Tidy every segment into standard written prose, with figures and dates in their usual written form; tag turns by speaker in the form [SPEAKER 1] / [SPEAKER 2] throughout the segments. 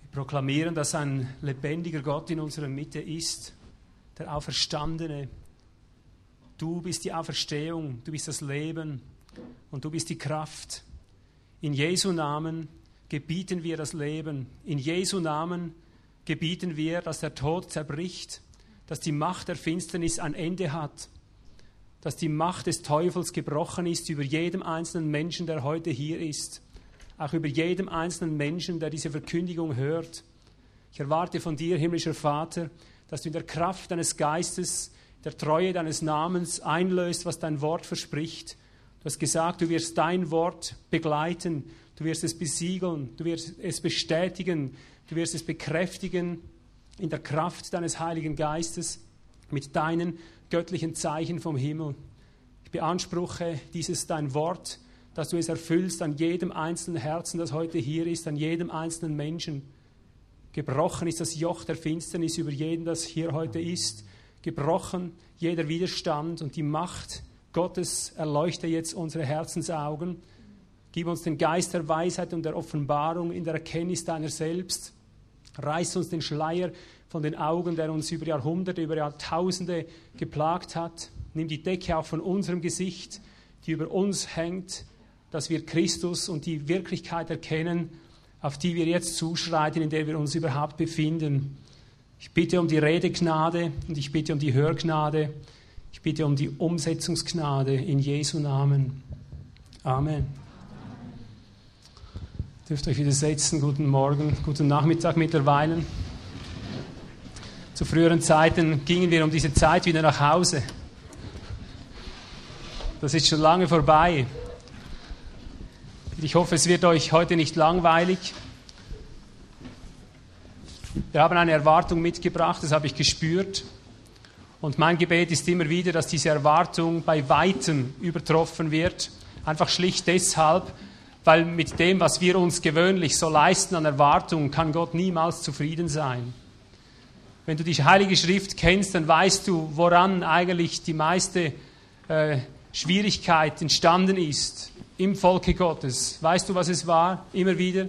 [SPEAKER 1] Wir proklamieren, dass ein lebendiger Gott in unserer Mitte ist, der Auferstandene. Du bist die Auferstehung, du bist das Leben und du bist die Kraft. In Jesu Namen gebieten wir das Leben. In Jesu Namen gebieten wir, dass der Tod zerbricht, dass die Macht der Finsternis ein Ende hat, dass die Macht des Teufels gebrochen ist über jedem einzelnen Menschen, der heute hier ist, auch über jedem einzelnen Menschen, der diese Verkündigung hört. Ich erwarte von dir, himmlischer Vater, dass du in der Kraft deines Geistes, der Treue deines Namens einlöst, was dein Wort verspricht. Du hast gesagt, du wirst dein Wort begleiten, du wirst es besiegeln, du wirst es bestätigen, du wirst es bekräftigen in der Kraft deines Heiligen Geistes mit deinen göttlichen Zeichen vom Himmel. Ich beanspruche dieses dein Wort, dass du es erfüllst an jedem einzelnen Herzen, das heute hier ist, an jedem einzelnen Menschen. Gebrochen ist das Joch der Finsternis über jeden, das hier heute ist. Gebrochen jeder Widerstand und die Macht Gottes erleuchte jetzt unsere Herzensaugen. Gib uns den Geist der Weisheit und der Offenbarung in der Erkenntnis deiner selbst. Reiß uns den Schleier von den Augen, der uns über Jahrhunderte, über Jahrtausende geplagt hat. Nimm die Decke auch von unserem Gesicht, die über uns hängt, dass wir Christus und die Wirklichkeit erkennen, auf die wir jetzt zuschreiten, in der wir uns überhaupt befinden. Ich bitte um die Redegnade und ich bitte um die Hörgnade. Ich bitte um die Umsetzungsgnade in Jesu Namen. Amen. Ihr dürft euch wieder setzen. Guten Morgen, guten Nachmittag mittlerweile. Zu früheren Zeiten gingen wir um diese Zeit wieder nach Hause. Das ist schon lange vorbei. Ich hoffe, es wird euch heute nicht langweilig. Wir haben eine Erwartung mitgebracht, das habe ich gespürt. Und mein Gebet ist immer wieder, dass diese Erwartung bei Weitem übertroffen wird. Einfach schlicht deshalb, weil mit dem, was wir uns gewöhnlich so leisten an Erwartungen, kann Gott niemals zufrieden sein. Wenn du die Heilige Schrift kennst, dann weißt du, woran eigentlich die meiste Schwierigkeit entstanden ist im Volke Gottes. Weißt du, was es war? Immer wieder.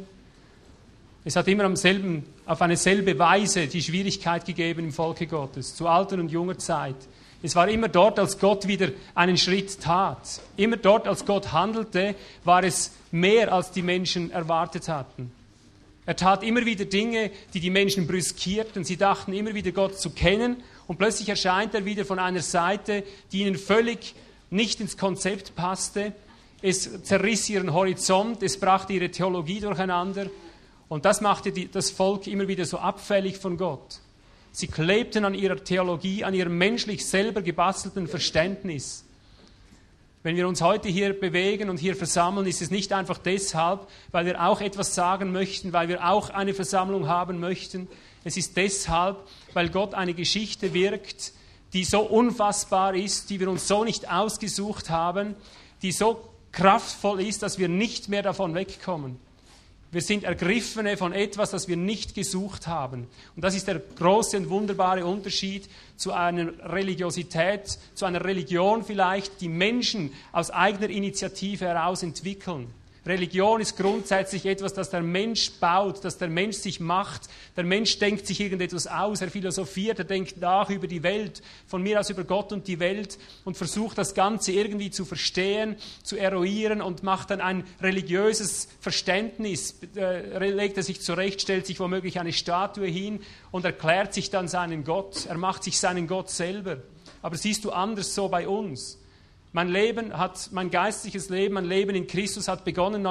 [SPEAKER 1] Es hat immer auf eine selbe Weise die Schwierigkeit gegeben im Volke Gottes, zu alter und junger Zeit. Es war immer dort, als Gott wieder einen Schritt tat. Immer dort, als Gott handelte, war es mehr, als die Menschen erwartet hatten. Er tat immer wieder Dinge, die die Menschen brüskierten. Sie dachten immer wieder, Gott zu kennen. Und plötzlich erscheint er wieder von einer Seite, die ihnen völlig nicht ins Konzept passte. Es zerriss ihren Horizont, es brachte ihre Theologie durcheinander. Und das machte das Volk immer wieder so abfällig von Gott. Sie klebten an ihrer Theologie, an ihrem menschlich selber gebastelten Verständnis. Wenn wir uns heute hier bewegen und hier versammeln, ist es nicht einfach deshalb, weil wir auch etwas sagen möchten, weil wir auch eine Versammlung haben möchten. Es ist deshalb, weil Gott eine Geschichte wirkt, die so unfassbar ist, die wir uns so nicht ausgesucht haben, die so kraftvoll ist, dass wir nicht mehr davon wegkommen. Wir sind Ergriffene von etwas, das wir nicht gesucht haben. Und das ist der große und wunderbare Unterschied zu einer Religiosität, zu einer Religion vielleicht, die Menschen aus eigener Initiative heraus entwickeln. Religion ist grundsätzlich etwas, das der Mensch baut, das der Mensch sich macht. Der Mensch denkt sich irgendetwas aus, er philosophiert, er denkt nach über die Welt, von mir aus über Gott und die Welt und versucht das Ganze irgendwie zu verstehen, zu eruieren und macht dann ein religiöses Verständnis, legt er sich zurecht, stellt sich womöglich eine Statue hin und erklärt sich dann seinen Gott. Er macht sich seinen Gott selber. Aber siehst du anders so bei uns? Mein geistliches Leben, mein Leben in Christus hat begonnen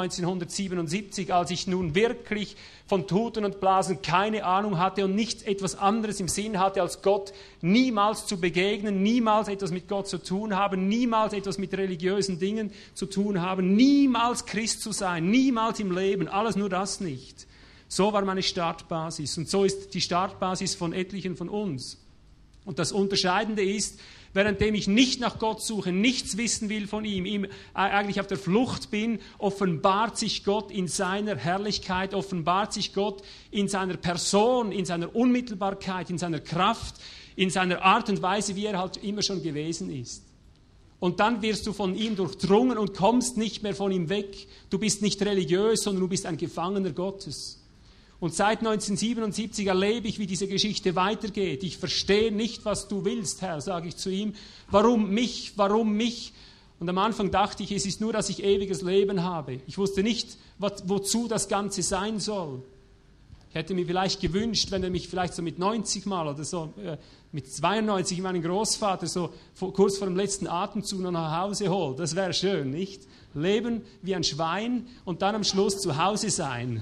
[SPEAKER 1] 1977, als ich nun wirklich von Tuten und Blasen keine Ahnung hatte und nichts etwas anderes im Sinn hatte, als Gott niemals zu begegnen, niemals etwas mit Gott zu tun haben, niemals etwas mit religiösen Dingen zu tun haben, niemals Christ zu sein, niemals im Leben, alles nur das nicht. So war meine Startbasis und so ist die Startbasis von etlichen von uns. Und das Unterscheidende ist, währenddem ich nicht nach Gott suche, nichts wissen will von ihm eigentlich auf der Flucht bin, offenbart sich Gott in seiner Herrlichkeit, offenbart sich Gott in seiner Person, in seiner Unmittelbarkeit, in seiner Kraft, in seiner Art und Weise, wie er halt immer schon gewesen ist. Und dann wirst du von ihm durchdrungen und kommst nicht mehr von ihm weg. Du bist nicht religiös, sondern du bist ein Gefangener Gottes. Und seit 1977 erlebe ich, wie diese Geschichte weitergeht. Ich verstehe nicht, was du willst, Herr, sage ich zu ihm. Warum mich? Warum mich? Und am Anfang dachte ich, es ist nur, dass ich ewiges Leben habe. Ich wusste nicht, wozu das Ganze sein soll. Ich hätte mir vielleicht gewünscht, wenn er mich vielleicht so mit 90 Mal oder so, mit 92 meinen Großvater so kurz vor dem letzten Atemzug noch nach Hause holt. Das wäre schön, nicht? Leben wie ein Schwein und dann am Schluss zu Hause sein.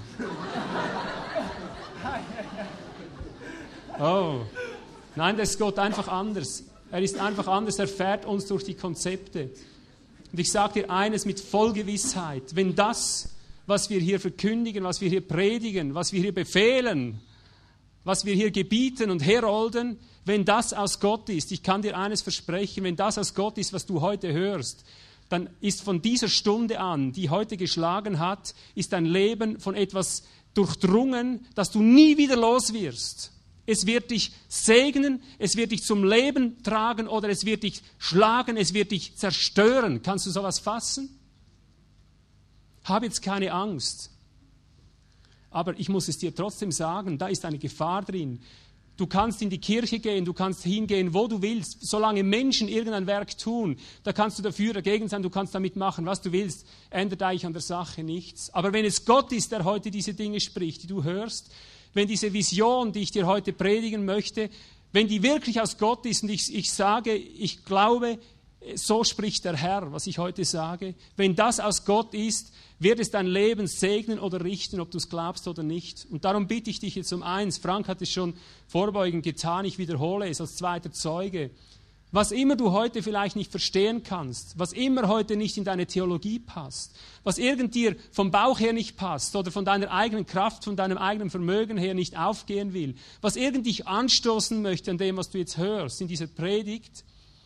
[SPEAKER 1] Oh, nein, das ist Gott einfach anders. Er ist einfach anders, er fährt uns durch die Konzepte. Und ich sage dir eines mit Vollgewissheit, wenn das, was wir hier verkündigen, was wir hier predigen, was wir hier befehlen, was wir hier gebieten und herolden, wenn das aus Gott ist, ich kann dir eines versprechen, wenn das aus Gott ist, was du heute hörst, dann ist von dieser Stunde an, die heute geschlagen hat, ist dein Leben von etwas durchdrungen, das du nie wieder los wirst. Es wird dich segnen, es wird dich zum Leben tragen oder es wird dich schlagen, es wird dich zerstören. Kannst du sowas fassen? Hab jetzt keine Angst. Aber ich muss es dir trotzdem sagen, da ist eine Gefahr drin. Du kannst in die Kirche gehen, du kannst hingehen, wo du willst. Solange Menschen irgendein Werk tun, da kannst du dafür, dagegen sein, du kannst damit machen, was du willst. Ändert eigentlich an der Sache nichts. Aber wenn es Gott ist, der heute diese Dinge spricht, die du hörst, wenn diese Vision, die ich dir heute predigen möchte, wenn die wirklich aus Gott ist und ich sage, ich glaube, so spricht der Herr, was ich heute sage, wenn das aus Gott ist, wird es dein Leben segnen oder richten, ob du es glaubst oder nicht. Und darum bitte ich dich jetzt um eins, Frank hat es schon vorbeugend getan, ich wiederhole es als zweiter Zeuge. Was immer du heute vielleicht nicht verstehen kannst, was immer heute nicht in deine Theologie passt, was irgend dir vom Bauch her nicht passt oder von deiner eigenen Kraft, von deinem eigenen Vermögen her nicht aufgehen will, was irgend dich anstoßen möchte an dem, was du jetzt hörst in dieser Predigt,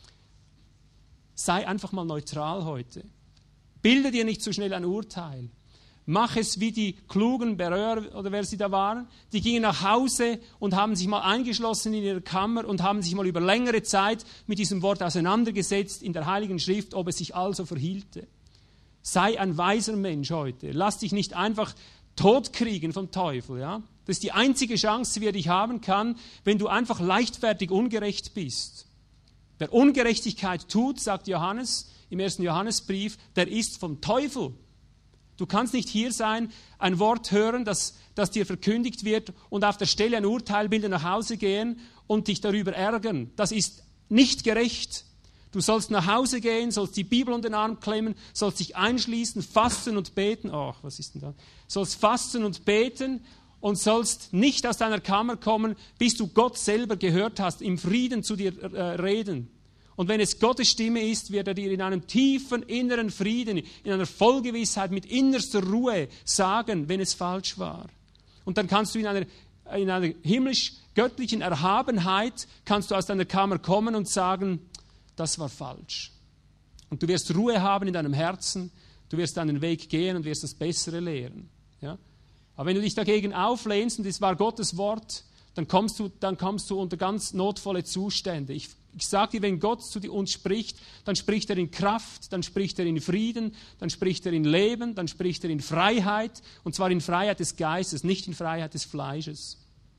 [SPEAKER 1] sei einfach mal neutral heute. Bilde dir nicht so schnell ein Urteil. Mach es wie die klugen Beröer, oder wer sie da waren, die gingen nach Hause und haben sich mal eingeschlossen in ihrer Kammer und haben sich mal über längere Zeit mit diesem Wort auseinandergesetzt in der Heiligen Schrift, ob es sich also verhielte. Sei ein weiser Mensch heute. Lass dich nicht einfach totkriegen vom Teufel. Ja? Das ist die einzige Chance, die er dich haben kann, wenn du einfach leichtfertig ungerecht bist. Wer Ungerechtigkeit tut, sagt Johannes im 1. Johannesbrief, der ist vom Teufel. Du kannst nicht hier sein, ein Wort hören, das dir verkündigt wird und auf der Stelle ein Urteil bilden, nach Hause gehen und dich darüber ärgern. Das ist nicht gerecht. Du sollst nach Hause gehen, sollst die Bibel unter den Arm klemmen, sollst dich einschließen, fasten und beten. Ach, was ist denn da? Sollst fasten und beten und sollst nicht aus deiner Kammer kommen, bis du Gott selber gehört hast, im Frieden zu dir reden. Und wenn es Gottes Stimme ist, wird er dir in einem tiefen inneren Frieden, in einer Vollgewissheit, mit innerster Ruhe sagen, wenn es falsch war. Und dann kannst du in einer himmlisch-göttlichen Erhabenheit, kannst du aus deiner Kammer kommen und sagen, das war falsch. Und du wirst Ruhe haben in deinem Herzen, du wirst deinen Weg gehen und wirst das Bessere lehren. Ja? Aber wenn du dich dagegen auflehnst, und es war Gottes Wort, dann kommst du unter ganz notvolle Zustände. Ich sage dir, wenn Gott zu uns spricht, dann spricht er in Kraft, dann spricht er in Frieden, dann spricht er in Leben, dann spricht er in Freiheit, und zwar in Freiheit des Geistes, nicht in Freiheit des Fleisches.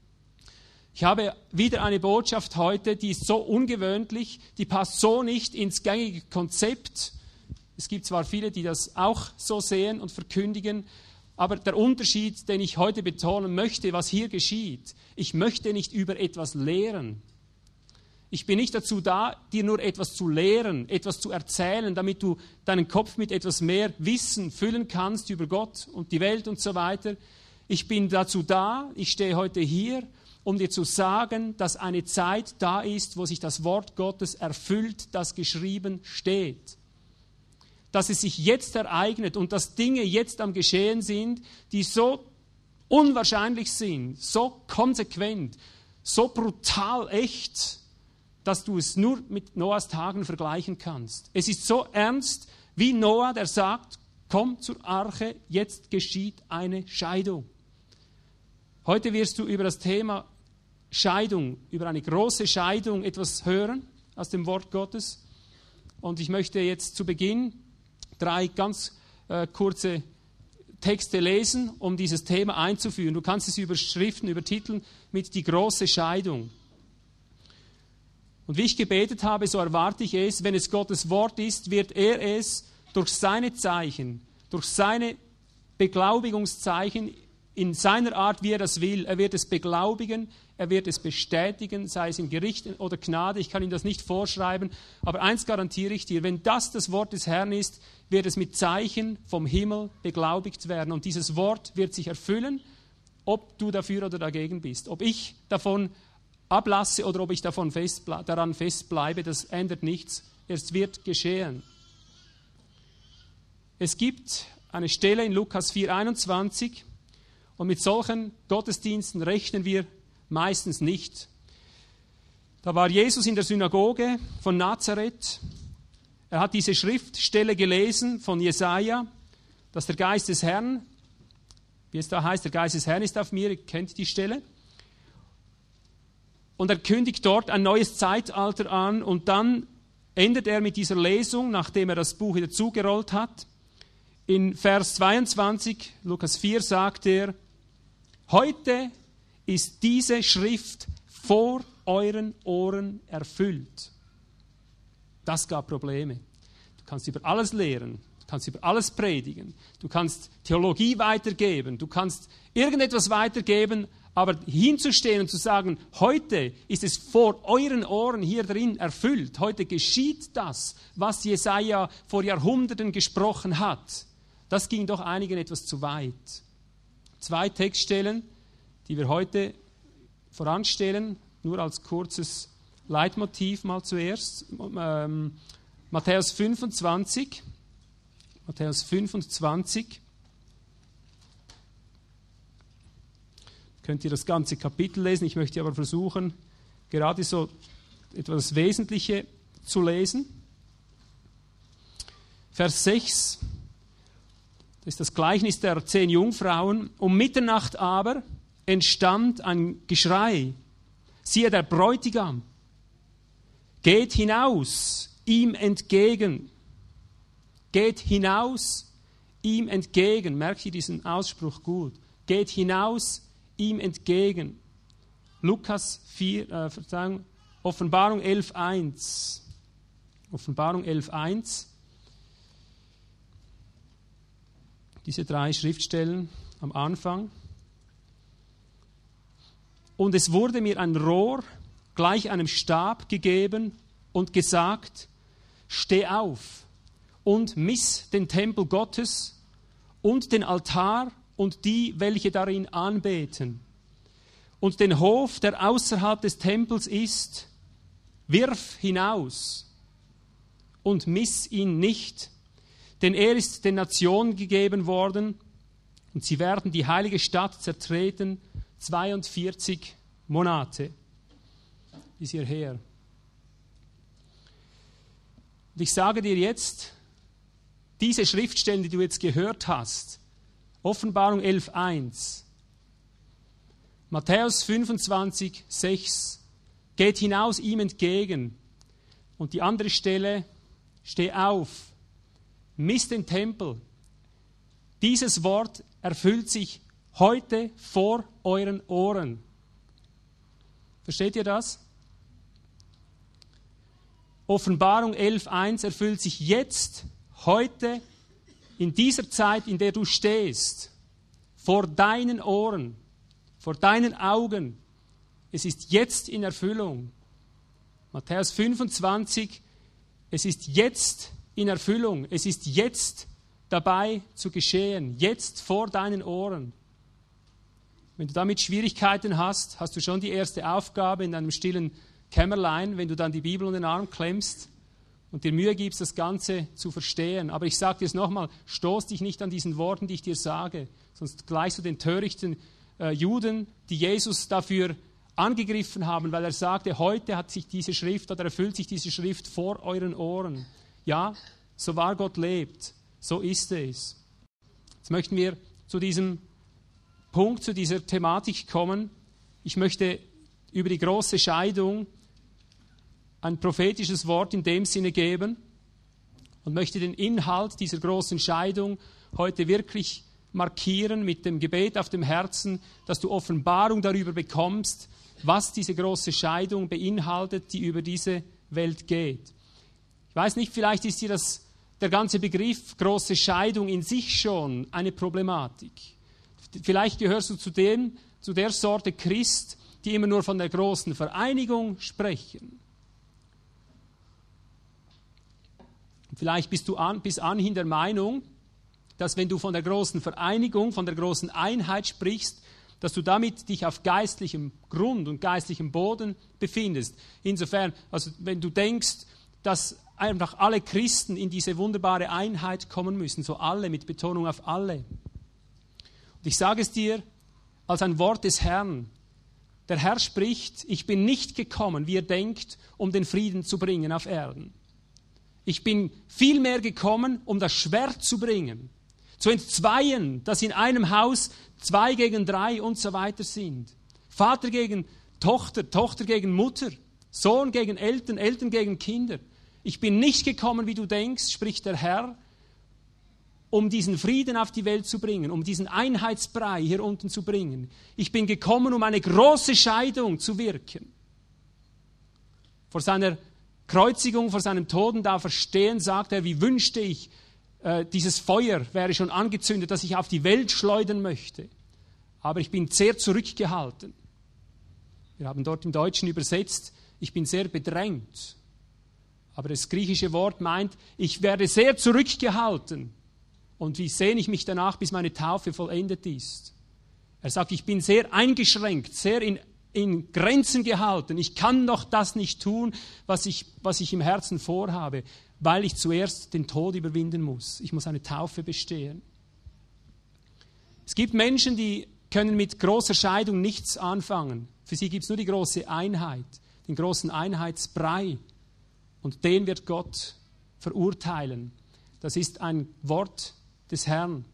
[SPEAKER 1] Ich habe wieder eine Botschaft heute, die ist so ungewöhnlich, die passt so nicht ins gängige Konzept. Es gibt zwar viele, die das auch so sehen und verkündigen, aber der Unterschied, den ich heute betonen möchte, was hier geschieht, ich möchte nicht über etwas lehren. Ich bin nicht dazu da, dir nur etwas zu lehren, etwas zu erzählen, damit du deinen Kopf mit etwas mehr Wissen füllen kannst über Gott und die Welt und so weiter. Ich bin dazu da, ich stehe heute hier, um dir zu sagen, dass eine Zeit da ist, wo sich das Wort Gottes erfüllt, das geschrieben steht. Dass es sich jetzt ereignet und dass Dinge jetzt am Geschehen sind, die so unwahrscheinlich sind, so konsequent, so brutal echt, dass du es nur mit Noahs Tagen vergleichen kannst. Es ist so ernst wie Noah, der sagt, komm zur Arche, jetzt geschieht eine Scheidung. Heute wirst du über das Thema Scheidung, über eine große Scheidung etwas hören aus dem Wort Gottes. Und ich möchte jetzt zu Beginn 3 ganz kurze Texte lesen, um dieses Thema einzuführen. Du kannst es übertiteln mit die große Scheidung. Und wie ich gebetet habe, so erwarte ich es, wenn es Gottes Wort ist, wird er es durch seine Zeichen, durch seine Beglaubigungszeichen, in seiner Art, wie er das will, er wird es beglaubigen, er wird es bestätigen, sei es im Gericht oder Gnade, ich kann ihm das nicht vorschreiben, aber eins garantiere ich dir, wenn das Wort des Herrn ist, wird es mit Zeichen vom Himmel beglaubigt werden und dieses Wort wird sich erfüllen, ob du dafür oder dagegen bist, ob ich davon ablasse oder ob ich daran festbleibe, das ändert nichts, es wird geschehen. Es gibt eine Stelle in Lukas 4,21 und mit solchen Gottesdiensten rechnen wir meistens nicht. Da war Jesus in der Synagoge von Nazareth. Er hat diese Schriftstelle gelesen von Jesaja, dass der Geist des Herrn, wie es da heißt, der Geist des Herrn ist auf mir, ihr kennt die Stelle. Und er kündigt dort ein neues Zeitalter an und dann endet er mit dieser Lesung, nachdem er das Buch wieder zugerollt hat. In Vers 22, Lukas 4, sagt er, heute ist diese Schrift vor euren Ohren erfüllt. Das gab Probleme. Du kannst über alles lehren, du kannst über alles predigen, du kannst Theologie weitergeben, du kannst irgendetwas weitergeben, aber hinzustehen und zu sagen, heute ist es vor euren Ohren hier drin erfüllt, heute geschieht das, was Jesaja vor Jahrhunderten gesprochen hat, das ging doch einigen etwas zu weit. 2 Textstellen, die wir heute voranstellen, nur als kurzes Leitmotiv mal zuerst. Matthäus 25. Matthäus 25. Könnt ihr das ganze Kapitel lesen, ich möchte aber versuchen, gerade so etwas Wesentliche zu lesen. Vers 6. Das ist das Gleichnis der 10 Jungfrauen. Um Mitternacht aber entstand ein Geschrei. Siehe, der Bräutigam geht hinaus ihm entgegen. Geht hinaus ihm entgegen. Merkt ihr diesen Ausspruch gut? Geht hinaus ihm entgegen. Offenbarung 11,1. Offenbarung 11,1. Diese 3 Schriftstellen am Anfang. Und es wurde mir ein Rohr gleich einem Stab gegeben und gesagt, steh auf und miss den Tempel Gottes und den Altar und die, welche darin anbeten. Und den Hof, der außerhalb des Tempels ist, wirf hinaus und miss ihn nicht, denn er ist den Nationen gegeben worden und sie werden die heilige Stadt zertreten 42 Monate bis hierher. Und ich sage dir jetzt, diese Schriftstellen, die du jetzt gehört hast, Offenbarung 11,1, Matthäus 25,6, geht hinaus ihm entgegen. Und die andere Stelle, steh auf, miss den Tempel. Dieses Wort erfüllt sich heute vor euren Ohren. Versteht ihr das? Offenbarung 11,1 erfüllt sich jetzt, heute, in dieser Zeit, in der du stehst, vor deinen Ohren, vor deinen Augen. Es ist jetzt in Erfüllung. Matthäus 25, es ist jetzt in Erfüllung. Es ist jetzt dabei zu geschehen, jetzt vor deinen Ohren. Wenn du damit Schwierigkeiten hast, hast du schon die erste Aufgabe in deinem stillen Kämmerlein, wenn du dann die Bibel unter den Arm klemmst und dir Mühe gibst, das Ganze zu verstehen. Aber ich sage dir es nochmal, stoß dich nicht an diesen Worten, die ich dir sage, sonst gleichst du den törichten Juden, die Jesus dafür angegriffen haben, weil er sagte, heute hat sich diese Schrift oder erfüllt sich diese Schrift vor euren Ohren. Ja, so wahr Gott lebt, so ist es. Jetzt möchten wir zu diesem Punkt, zu dieser Thematik kommen. Ich möchte über die große Scheidung ein prophetisches Wort in dem Sinne geben und möchte den Inhalt dieser großen Scheidung heute wirklich markieren mit dem Gebet auf dem Herzen, dass du Offenbarung darüber bekommst, was diese große Scheidung beinhaltet, die über diese Welt geht. Ich weiß nicht, vielleicht ist dir der ganze Begriff große Scheidung in sich schon eine Problematik. Vielleicht gehörst du zu der Sorte Christ, die immer nur von der großen Vereinigung sprechen. Vielleicht bist du bis anhin der Meinung, dass wenn du von der großen Vereinigung, von der großen Einheit sprichst, dass du damit dich auf geistlichem Grund und geistlichem Boden befindest. Insofern, also wenn du denkst, dass einfach alle Christen in diese wunderbare Einheit kommen müssen, so alle, mit Betonung auf alle. Und ich sage es dir als ein Wort des Herrn. Der Herr spricht, ich bin nicht gekommen, wie ihr denkt, um den Frieden zu bringen auf Erden. Ich bin vielmehr gekommen, um das Schwert zu bringen, zu entzweien, dass in einem Haus 2 gegen 3 und so weiter sind. Vater gegen Tochter, Tochter gegen Mutter, Sohn gegen Eltern, Eltern gegen Kinder. Ich bin nicht gekommen, wie du denkst, spricht der Herr, um diesen Frieden auf die Welt zu bringen, um diesen Einheitsbrei hier unten zu bringen. Ich bin gekommen, um eine große Scheidung zu wirken. Vor seiner Kreuzigung, vor seinem Tod und Auferstehen sagt er, wie wünschte ich, dieses Feuer wäre schon angezündet, das ich auf die Welt schleudern möchte. Aber ich bin sehr zurückgehalten. Wir haben dort im Deutschen übersetzt, ich bin sehr bedrängt. Aber das griechische Wort meint, ich werde sehr zurückgehalten. Und wie sehne ich mich danach, bis meine Taufe vollendet ist. Er sagt, ich bin sehr eingeschränkt, sehr in Grenzen gehalten. Ich kann noch das nicht tun, was ich im Herzen vorhabe, weil ich zuerst den Tod überwinden muss. Ich muss eine Taufe bestehen. Es gibt Menschen, die können mit großer Scheidung nichts anfangen. Für sie gibt es nur die große Einheit, den großen Einheitsbrei. Und den wird Gott verurteilen. Das ist ein Wort des Herrn.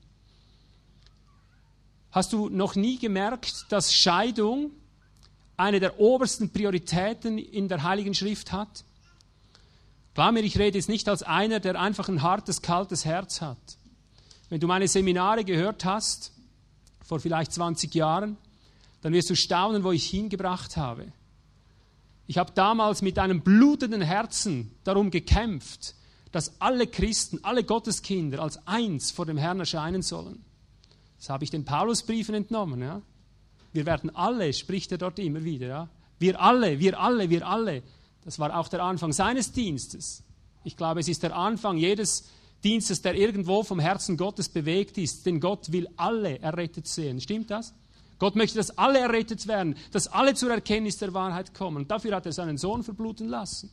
[SPEAKER 1] Hast du noch nie gemerkt, dass Scheidung eine der obersten Prioritäten in der Heiligen Schrift hat? Glaub mir, ich rede jetzt nicht als einer, der einfach ein hartes, kaltes Herz hat. Wenn du meine Seminare gehört hast, vor vielleicht 20 Jahren, dann wirst du staunen, wo ich hingebracht habe. Ich habe damals mit einem blutenden Herzen darum gekämpft, dass alle Christen, alle Gotteskinder als eins vor dem Herrn erscheinen sollen. Das habe ich den Paulusbriefen entnommen. Ja? Wir werden alle, spricht er dort immer wieder. Ja? Wir alle, wir alle, wir alle. Das war auch der Anfang seines Dienstes. Ich glaube, es ist der Anfang jedes Dienstes, der irgendwo vom Herzen Gottes bewegt ist. Denn Gott will alle errettet sehen. Stimmt das? Gott möchte, dass alle errettet werden, dass alle zur Erkenntnis der Wahrheit kommen. Und dafür hat er seinen Sohn verbluten lassen.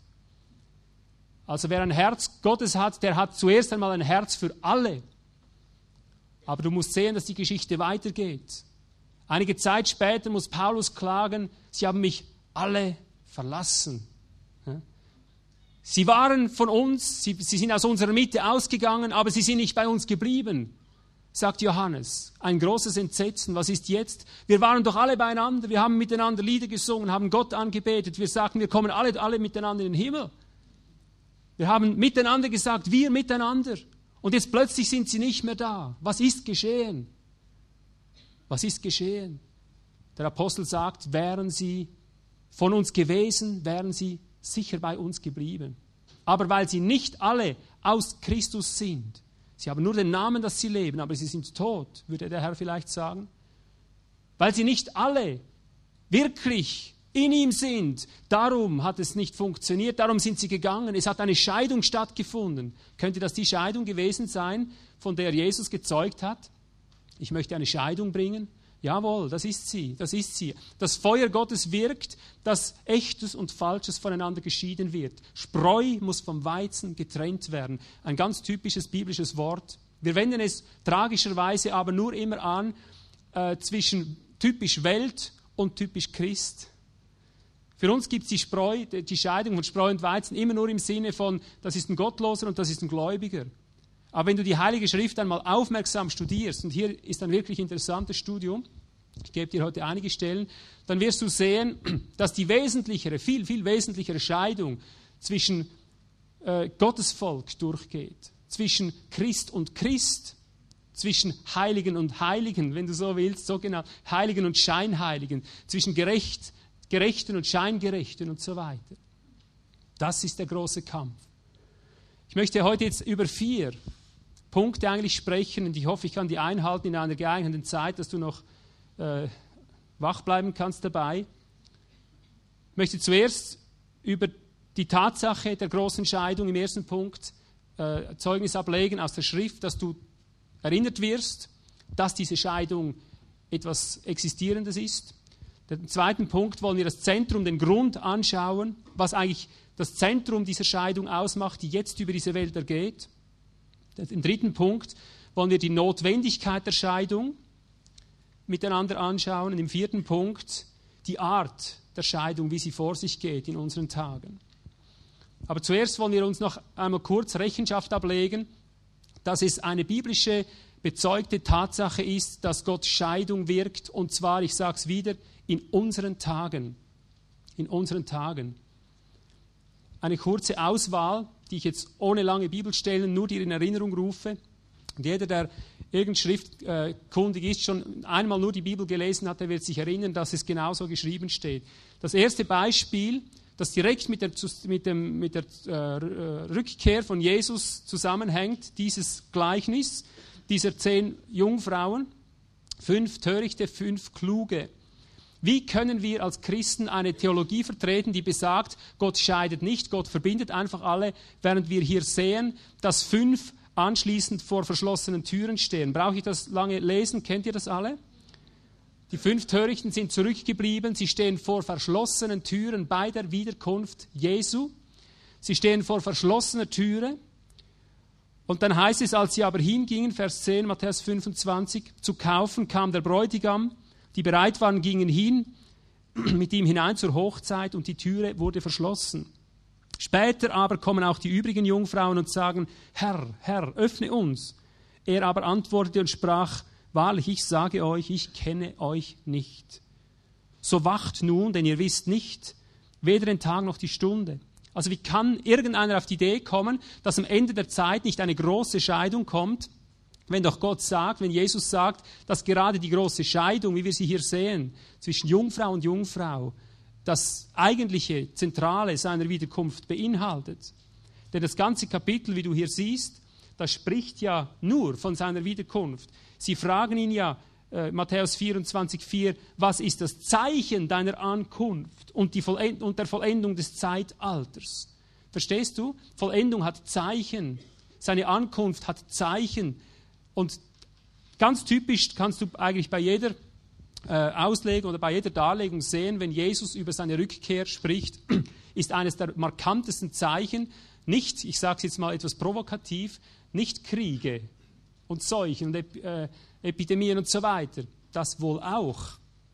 [SPEAKER 1] Also wer ein Herz Gottes hat, der hat zuerst einmal ein Herz für alle. Aber du musst sehen, dass die Geschichte weitergeht. Einige Zeit später muss Paulus klagen, sie haben mich alle verlassen. Sie waren von uns, sie sind aus unserer Mitte ausgegangen, aber sie sind nicht bei uns geblieben, sagt Johannes. Ein großes Entsetzen, was ist jetzt? Wir waren doch alle beieinander, wir haben miteinander Lieder gesungen, haben Gott angebetet, wir sagten, wir kommen alle miteinander in den Himmel. Wir haben miteinander gesagt, wir miteinander. Und jetzt plötzlich sind sie nicht mehr da. Was ist geschehen? Was ist geschehen? Der Apostel sagt, wären sie von uns gewesen, wären sie sicher bei uns geblieben. Aber weil sie nicht alle aus Christus sind, sie haben nur den Namen, dass sie leben, aber sie sind tot, würde der Herr vielleicht sagen. Weil sie nicht alle wirklich in ihm sind. Darum hat es nicht funktioniert, darum sind sie gegangen. Es hat eine Scheidung stattgefunden. Könnte das die Scheidung gewesen sein, von der Jesus gezeugt hat? Ich möchte eine Scheidung bringen. Jawohl, das ist sie, das ist sie. Das Feuer Gottes wirkt, dass Echtes und Falsches voneinander geschieden wird. Spreu muss vom Weizen getrennt werden. Ein ganz typisches biblisches Wort. Wir wenden es tragischerweise aber nur immer an zwischen typisch Welt und typisch Christ. Für uns gibt es die Scheidung von Spreu und Weizen immer nur im Sinne von, das ist ein Gottloser und das ist ein Gläubiger. Aber wenn du die Heilige Schrift einmal aufmerksam studierst, und hier ist ein wirklich interessantes Studium, ich gebe dir heute einige Stellen, dann wirst du sehen, dass die wesentlichere, viel, viel wesentlichere Scheidung zwischen Gottesvolk durchgeht, zwischen Christ und Christ, zwischen Heiligen und Heiligen, wenn du so willst, sogenannt Heiligen und Scheinheiligen, zwischen Gerechten und Scheingerechten und so weiter. Das ist der große Kampf. Ich möchte heute jetzt über 4 Punkte eigentlich sprechen und ich hoffe, ich kann die einhalten in einer geeigneten Zeit, dass du noch wach bleiben kannst dabei. Ich möchte zuerst über die Tatsache der großen Scheidung im ersten Punkt Zeugnis ablegen aus der Schrift, dass du erinnert wirst, dass diese Scheidung etwas Existierendes ist. Den zweiten Punkt wollen wir das Zentrum, den Grund anschauen, was eigentlich das Zentrum dieser Scheidung ausmacht, die jetzt über diese Welt ergeht. Den dritten Punkt wollen wir die Notwendigkeit der Scheidung miteinander anschauen. Und im vierten Punkt die Art der Scheidung, wie sie vor sich geht in unseren Tagen. Aber zuerst wollen wir uns noch einmal kurz Rechenschaft ablegen, dass es eine biblische bezeugte Tatsache ist, dass Gott Scheidung wirkt, und zwar, ich sage es wieder, in unseren Tagen. In unseren Tagen. Eine kurze Auswahl, die ich jetzt ohne lange Bibelstellen nur dir in Erinnerung rufe. Und jeder, der irgend schriftkundig ist, schon einmal nur die Bibel gelesen hat, der wird sich erinnern, dass es genauso geschrieben steht. Das erste Beispiel, das direkt mit der Rückkehr von Jesus zusammenhängt, dieses Gleichnis dieser 10 Jungfrauen, 5 törichte, 5 kluge. Wie können wir als Christen eine Theologie vertreten, die besagt, Gott scheidet nicht, Gott verbindet einfach alle, während wir hier sehen, dass 5 anschließend vor verschlossenen Türen stehen? Brauche ich das lange lesen? Kennt ihr das alle? Die 5 Törichten sind zurückgeblieben, sie stehen vor verschlossenen Türen bei der Wiederkunft Jesu. Sie stehen vor verschlossener Türe. Und dann heißt es, als sie aber hingingen, Vers 10, Matthäus 25, zu kaufen, kam der Bräutigam, die bereit waren, gingen hin, mit ihm hinein zur Hochzeit und die Türe wurde verschlossen. Später aber kommen auch die übrigen Jungfrauen und sagen, Herr, Herr, öffne uns. Er aber antwortete und sprach, wahrlich, ich sage euch, ich kenne euch nicht. So wacht nun, denn ihr wisst nicht, weder den Tag noch die Stunde. Also wie kann irgendeiner auf die Idee kommen, dass am Ende der Zeit nicht eine große Scheidung kommt, wenn doch Gott sagt, wenn Jesus sagt, dass gerade die große Scheidung, wie wir sie hier sehen, zwischen Jungfrau und Jungfrau, das eigentliche Zentrale seiner Wiederkunft beinhaltet. Denn das ganze Kapitel, wie du hier siehst, das spricht ja nur von seiner Wiederkunft. Sie fragen ihn ja, Matthäus 24,4, was ist das Zeichen deiner Ankunft und der Vollendung des Zeitalters? Verstehst du? Vollendung hat Zeichen. Seine Ankunft hat Zeichen. Und ganz typisch kannst du eigentlich bei jeder Auslegung oder bei jeder Darlegung sehen, wenn Jesus über seine Rückkehr spricht, ist eines der markantesten Zeichen nicht, ich sage es jetzt mal etwas provokativ, nicht Kriege und Seuchen und Epidemien und so weiter. Das wohl auch.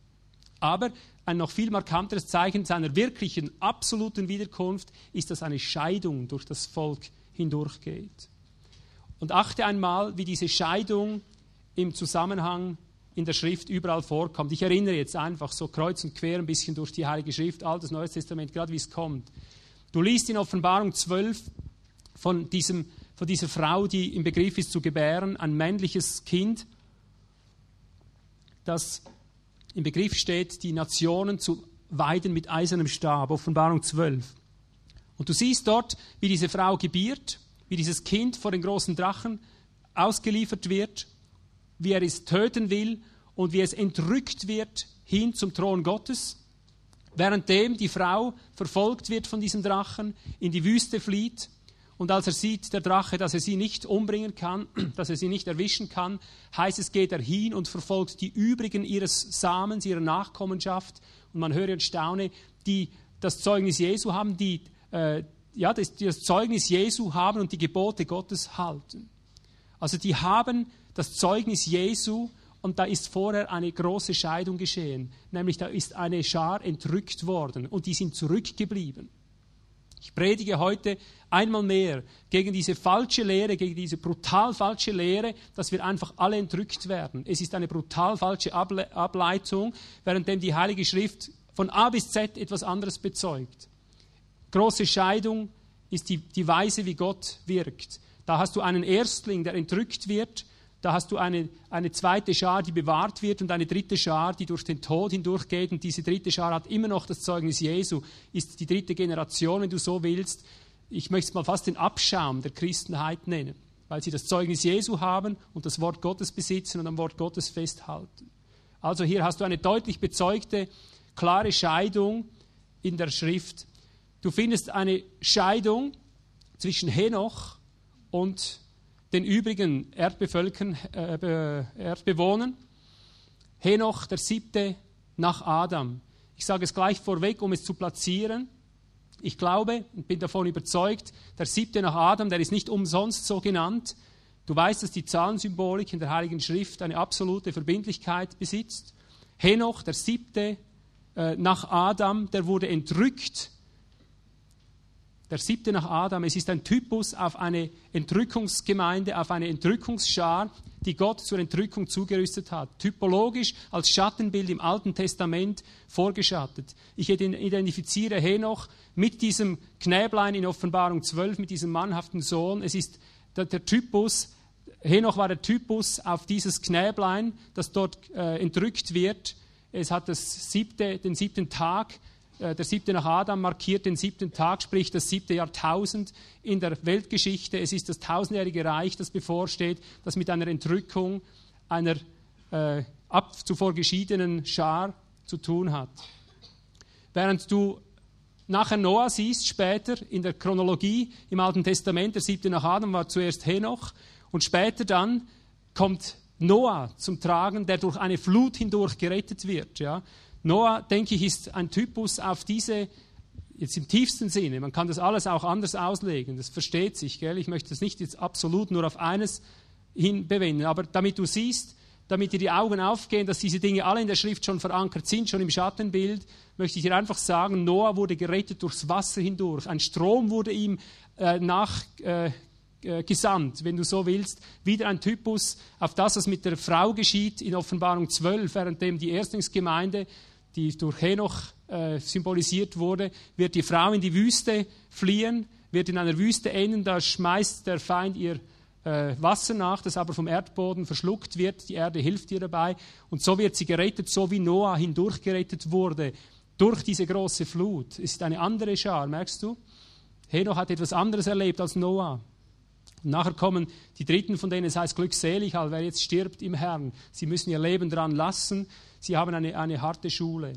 [SPEAKER 1] Aber ein noch viel markanteres Zeichen seiner wirklichen, absoluten Wiederkunft ist, dass eine Scheidung durch das Volk hindurchgeht. Und achte einmal, wie diese Scheidung im Zusammenhang in der Schrift überall vorkommt. Ich erinnere jetzt einfach so kreuz und quer ein bisschen durch die Heilige Schrift, Altes, Neues Testament, gerade wie es kommt. Du liest in Offenbarung 12 von dieser Frau, die im Begriff ist zu gebären, ein männliches Kind, das im Begriff steht, die Nationen zu weiden mit eisernem Stab. Offenbarung 12. Und du siehst dort, wie diese Frau gebiert, wie dieses Kind vor den großen Drachen ausgeliefert wird, wie er es töten will und wie es entrückt wird hin zum Thron Gottes, währenddem die Frau verfolgt wird von diesem Drachen, in die Wüste flieht und als er sieht, der Drache, dass er sie nicht umbringen kann, dass er sie nicht erwischen kann, heißt es, geht er hin und verfolgt die übrigen ihres Samens, ihrer Nachkommenschaft und man höre und staune, die das Zeugnis Jesu haben, die das Zeugnis Jesu haben und die Gebote Gottes halten. Also die haben das Zeugnis Jesu und da ist vorher eine große Scheidung geschehen. Nämlich da ist eine Schar entrückt worden und die sind zurückgeblieben. Ich predige heute einmal mehr gegen diese falsche Lehre, gegen diese brutal falsche Lehre, dass wir einfach alle entrückt werden. Es ist eine brutal falsche Ableitung, währenddem die Heilige Schrift von A bis Z etwas anderes bezeugt. Große Scheidung ist die Weise, wie Gott wirkt. Da hast du einen Erstling, der entrückt wird, Da hast du eine zweite Schar, die bewahrt wird und eine dritte Schar, die durch den Tod hindurchgeht. Und diese dritte Schar hat immer noch das Zeugnis Jesu, ist die dritte Generation, wenn du so willst. Ich möchte es mal fast den Abschaum der Christenheit nennen, weil sie das Zeugnis Jesu haben und das Wort Gottes besitzen und am Wort Gottes festhalten. Also hier hast du eine deutlich bezeugte, klare Scheidung in der Schrift. Du findest eine Scheidung zwischen Henoch und den übrigen Erdbewohnern. Henoch, der 7. nach Adam. Ich sage es gleich vorweg, um es zu platzieren. Ich glaube und bin davon überzeugt, der 7. nach Adam, der ist nicht umsonst so genannt. Du weißt, dass die Zahlensymbolik in der Heiligen Schrift eine absolute Verbindlichkeit besitzt. Henoch, der 7. nach Adam, der wurde entrückt. Der 7. nach Adam, es ist ein Typus auf eine Entrückungsgemeinde, auf eine Entrückungsschar, die Gott zur Entrückung zugerüstet hat. Typologisch als Schattenbild im Alten Testament vorgeschattet. Ich identifiziere Henoch mit diesem Knäblein in Offenbarung 12, mit diesem mannhaften Sohn. Es ist der Typus, Henoch war der Typus auf dieses Knäblein, das dort entrückt wird. Es hat den 7. Tag. Der 7. nach Adam markiert den 7. Tag, sprich das 7. Jahrtausend in der Weltgeschichte. Es ist das 1000-jährige Reich, das bevorsteht, das mit einer Entrückung einer zuvor geschiedenen Schar zu tun hat. Während du nachher Noah siehst, später in der Chronologie im Alten Testament, der 7. nach Adam war zuerst Henoch und später dann kommt Noah zum Tragen, der durch eine Flut hindurch gerettet wird. Ja. Noah, denke ich, ist ein Typus auf diese, jetzt im tiefsten Sinne, man kann das alles auch anders auslegen, das versteht sich, gell? Ich möchte das nicht jetzt absolut nur auf eines hinbewenden, aber damit du siehst, damit dir die Augen aufgehen, dass diese Dinge alle in der Schrift schon verankert sind, schon im Schattenbild, möchte ich dir einfach sagen, Noah wurde gerettet durchs Wasser hindurch, ein Strom wurde ihm gesandt, wenn du so willst, wieder ein Typus auf das, was mit der Frau geschieht in Offenbarung 12, währenddem die Erstlingsgemeinde, die durch Henoch symbolisiert wurde, wird die Frau in die Wüste fliehen, wird in einer Wüste enden, da schmeißt der Feind ihr Wasser nach, das aber vom Erdboden verschluckt wird, die Erde hilft ihr dabei und so wird sie gerettet, so wie Noah hindurch gerettet wurde, durch diese große Flut. Es ist eine andere Schar, merkst du? Henoch hat etwas anderes erlebt als Noah. Und nachher kommen die Dritten, von denen es heißt glückselig, halt, wer jetzt stirbt im Herrn. Sie müssen ihr Leben dran lassen. Sie haben eine harte Schule.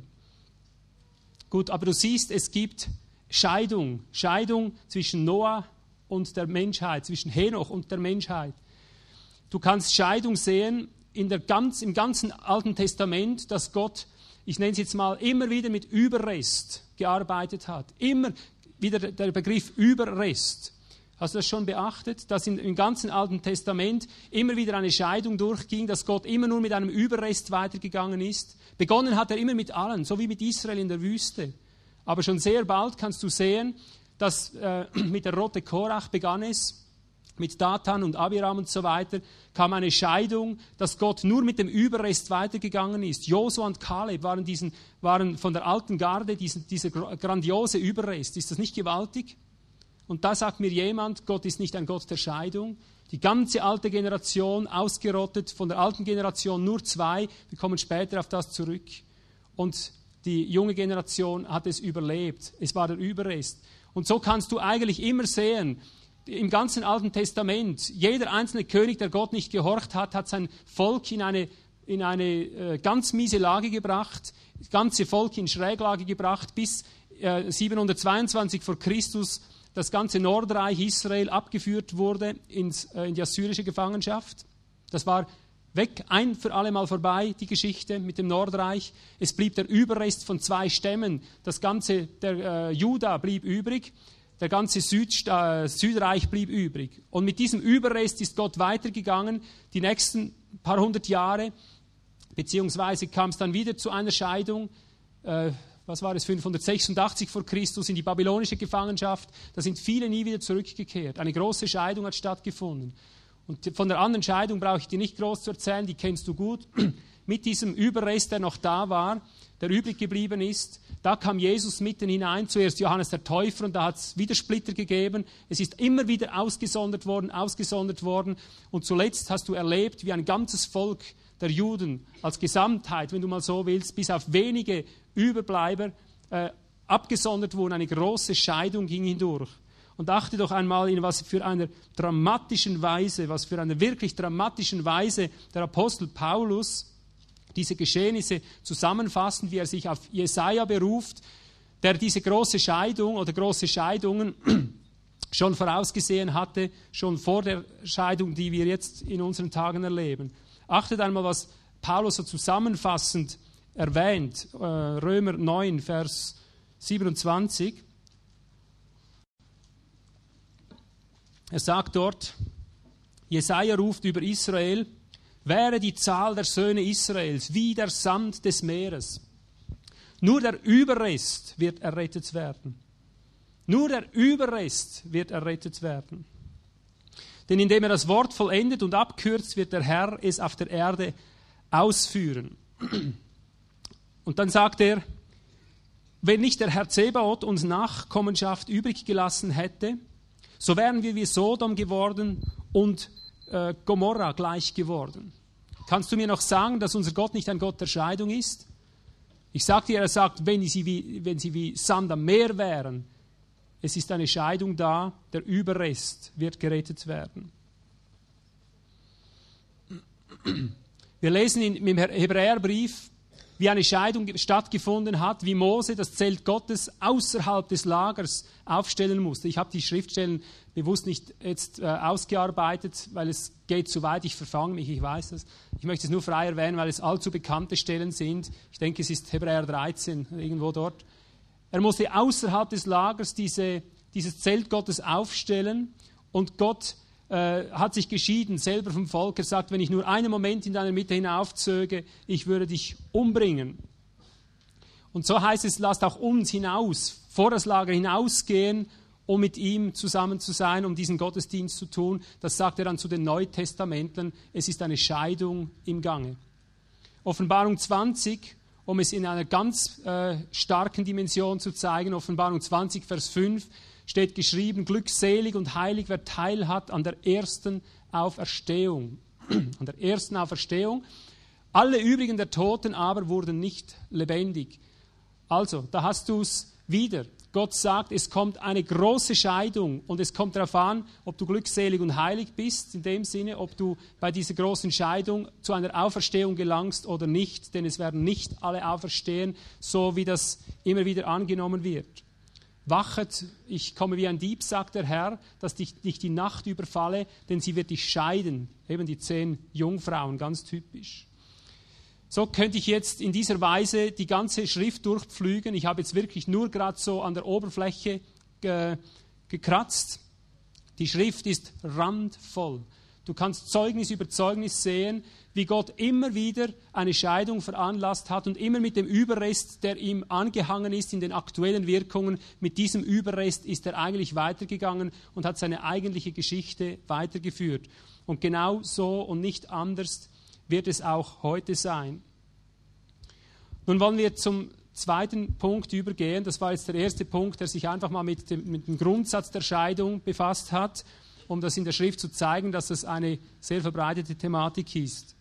[SPEAKER 1] Gut, aber du siehst, es gibt Scheidung. Scheidung zwischen Noah und der Menschheit, zwischen Henoch und der Menschheit. Du kannst Scheidung sehen im ganzen Alten Testament, dass Gott, ich nenne es jetzt mal, immer wieder mit Überrest gearbeitet hat. Immer wieder der Begriff Überrest. Hast du das schon beachtet, dass im ganzen Alten Testament immer wieder eine Scheidung durchging, dass Gott immer nur mit einem Überrest weitergegangen ist? Begonnen hat er immer mit allen, so wie mit Israel in der Wüste. Aber schon sehr bald kannst du sehen, dass mit der Rote Korach begann es, mit Dathan und Abiram und so weiter, kam eine Scheidung, dass Gott nur mit dem Überrest weitergegangen ist. Josua und Kaleb waren von der alten Garde dieser grandiose Überrest. Ist das nicht gewaltig? Und da sagt mir jemand, Gott ist nicht ein Gott der Scheidung. Die ganze alte Generation ausgerottet, von der alten Generation nur 2, wir kommen später auf das zurück. Und die junge Generation hat es überlebt. Es war der Überrest. Und so kannst du eigentlich immer sehen, im ganzen Alten Testament, jeder einzelne König, der Gott nicht gehorcht hat, hat sein Volk in eine ganz miese Lage gebracht, das ganze Volk in Schräglage gebracht, bis 722 vor Christus das ganze Nordreich Israel abgeführt wurde in die assyrische Gefangenschaft. Das war weg, ein für alle Mal vorbei, die Geschichte mit dem Nordreich. Es blieb der Überrest von 2 Stämmen. Der Juda blieb übrig, der ganze Südreich blieb übrig. Und mit diesem Überrest ist Gott weitergegangen, die nächsten paar hundert Jahre, beziehungsweise kam es dann wieder zu einer Scheidung, 586 vor Christus in die babylonische Gefangenschaft. Da sind viele nie wieder zurückgekehrt. Eine große Scheidung hat stattgefunden. Und von der anderen Scheidung brauche ich dir nicht groß zu erzählen, die kennst du gut. mit diesem Überrest, der noch da war, der übrig geblieben ist, da kam Jesus mitten hinein, zuerst Johannes der Täufer, und da hat es wieder Splitter gegeben. Es ist immer wieder ausgesondert worden, und zuletzt hast du erlebt, wie ein ganzes Volk der Juden als Gesamtheit, wenn du mal so willst, bis auf wenige Überbleiber abgesondert wurden. Eine große Scheidung ging hindurch. Und achte doch einmal, in was für einer wirklich dramatischen Weise der Apostel Paulus diese Geschehnisse zusammenfassen, wie er sich auf Jesaja beruft, der diese große Scheidung oder große Scheidungen schon vorausgesehen hatte, schon vor der Scheidung, die wir jetzt in unseren Tagen erleben. Achtet einmal, was Paulus so zusammenfassend erwähnt. Römer 9, Vers 27. Er sagt dort, Jesaja ruft über Israel, wäre die Zahl der Söhne Israels wie der Sand des Meeres. Nur der Überrest wird errettet werden. Nur der Überrest wird errettet werden. Denn indem er das Wort vollendet und abkürzt, wird der Herr es auf der Erde ausführen. Und dann sagt er, wenn nicht der Herr Zebaoth uns Nachkommenschaft übrig gelassen hätte, so wären wir wie Sodom geworden und Gomorra gleich geworden. Kannst du mir noch sagen, dass unser Gott nicht ein Gott der Scheidung ist? Ich sage dir, er sagt, wenn sie wie Sand am Meer wären, es ist eine Scheidung da, der Überrest wird gerettet werden. Wir lesen im Hebräerbrief, wie eine Scheidung stattgefunden hat, wie Mose das Zelt Gottes außerhalb des Lagers aufstellen musste. Ich habe die Schriftstellen bewusst nicht jetzt ausgearbeitet, weil es geht zu weit, ich verfange mich, ich weiß das. Ich möchte es nur frei erwähnen, weil es allzu bekannte Stellen sind. Ich denke, es ist Hebräer 13, irgendwo dort. Er musste außerhalb des Lagers dieses Zelt Gottes aufstellen, und Gott hat sich geschieden, selber vom Volk. Er sagt, wenn ich nur einen Moment in deiner Mitte hinaufzöge, ich würde dich umbringen. Und so heißt es, lasst auch uns hinaus, vor das Lager hinausgehen, um mit ihm zusammen zu sein, um diesen Gottesdienst zu tun. Das sagt er dann zu den Neutestamentlern. Es ist eine Scheidung im Gange. Offenbarung 20, um es in einer ganz starken Dimension zu zeigen, Offenbarung 20, Vers 5, steht geschrieben, glückselig und heilig, wer Teil hat an der ersten Auferstehung. An der ersten Auferstehung. Alle übrigen der Toten aber wurden nicht lebendig. Also, da hast du es wieder. Gott sagt, es kommt eine große Scheidung, und es kommt darauf an, ob du glückselig und heilig bist, in dem Sinne, ob du bei dieser großen Scheidung zu einer Auferstehung gelangst oder nicht, denn es werden nicht alle auferstehen, so wie das immer wieder angenommen wird. Wachet, ich komme wie ein Dieb, sagt der Herr, dass dich nicht die Nacht überfalle, denn sie wird dich scheiden. Eben die 10 Jungfrauen, ganz typisch. So könnte ich jetzt in dieser Weise die ganze Schrift durchpflügen. Ich habe jetzt wirklich nur gerade so an der Oberfläche gekratzt. Die Schrift ist randvoll. Du kannst Zeugnis über Zeugnis sehen, wie Gott immer wieder eine Scheidung veranlasst hat und immer mit dem Überrest, der ihm angehangen ist in den aktuellen Wirkungen, mit diesem Überrest ist er eigentlich weitergegangen und hat seine eigentliche Geschichte weitergeführt. Und genau so und nicht anders wird es auch heute sein. Nun wollen wir zum zweiten Punkt übergehen. Das war jetzt der erste Punkt, der sich einfach mal mit dem Grundsatz der Scheidung befasst hat, um das in der Schrift zu zeigen, dass das eine sehr verbreitete Thematik ist.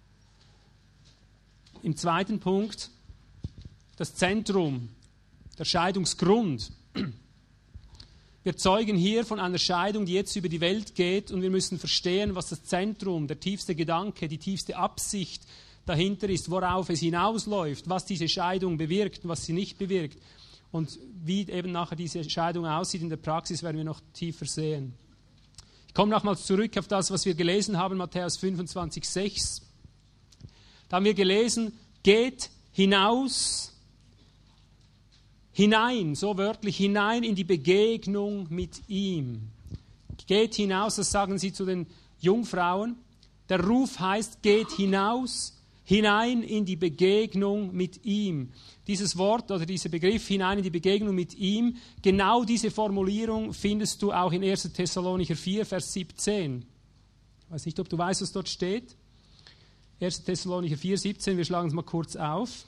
[SPEAKER 1] Im zweiten Punkt das Zentrum, der Scheidungsgrund. Wir zeugen hier von einer Scheidung, die jetzt über die Welt geht, und wir müssen verstehen, was das Zentrum, der tiefste Gedanke, die tiefste Absicht dahinter ist, worauf es hinausläuft, was diese Scheidung bewirkt und was sie nicht bewirkt. Und wie eben nachher diese Scheidung aussieht in der Praxis, werden wir noch tiefer sehen. Ich komme nochmals zurück auf das, was wir gelesen haben, Matthäus 25, 6. Da haben wir gelesen, geht hinaus, hinein, so wörtlich, hinein in die Begegnung mit ihm. Geht hinaus, das sagen sie zu den Jungfrauen. Der Ruf heißt, geht hinaus, hinein in die Begegnung mit ihm. Dieses Wort oder dieser Begriff, hinein in die Begegnung mit ihm, genau diese Formulierung findest du auch in 1. Thessalonicher 4, Vers 17. Ich weiß nicht, ob du weißt, was dort steht. 1. Thessalonicher 4,17, wir schlagen es mal kurz auf.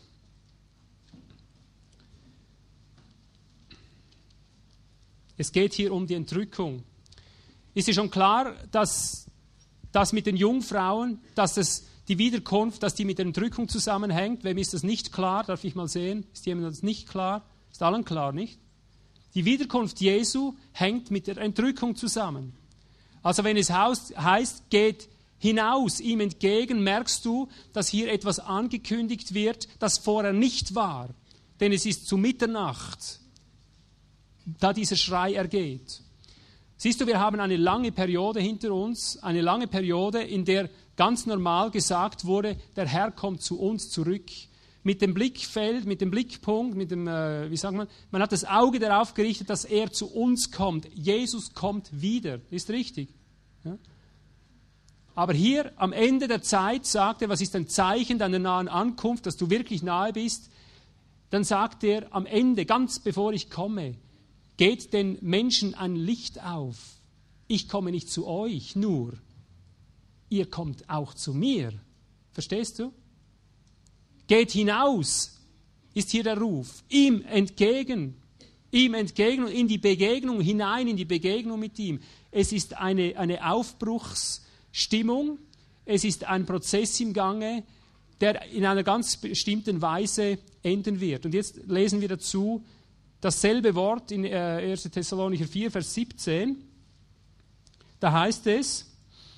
[SPEAKER 1] Es geht hier um die Entrückung. Ist dir schon klar, dass das mit den Jungfrauen, die Wiederkunft, dass die mit der Entrückung zusammenhängt? Wem ist das nicht klar? Darf ich mal sehen? Ist jemand das nicht klar? Ist allen klar, nicht? Die Wiederkunft Jesu hängt mit der Entrückung zusammen. Also wenn es heißt, geht hinaus ihm entgegen, merkst du, dass hier etwas angekündigt wird, das vorher nicht war. Denn es ist zu Mitternacht, da dieser Schrei ergeht. Siehst du, wir haben eine lange Periode hinter uns, eine lange Periode, in der ganz normal gesagt wurde, der Herr kommt zu uns zurück. Mit dem Blickfeld, mit dem Blickpunkt, man hat das Auge darauf gerichtet, dass er zu uns kommt. Jesus kommt wieder. Ist richtig? Ja? Aber hier am Ende der Zeit sagt er, was ist ein Zeichen deiner nahen Ankunft, dass du wirklich nahe bist? Dann sagt er am Ende, ganz bevor ich komme, geht den Menschen ein Licht auf. Ich komme nicht zu euch nur, ihr kommt auch zu mir. Verstehst du? Geht hinaus, ist hier der Ruf. Ihm entgegen und in die Begegnung, hinein in die Begegnung mit ihm. Es ist eine Aufbruchsstimmung, es ist ein Prozess im Gange, der in einer ganz bestimmten Weise enden wird. Und jetzt lesen wir dazu dasselbe Wort in 1. Thessalonicher 4, Vers 17. Da heißt es,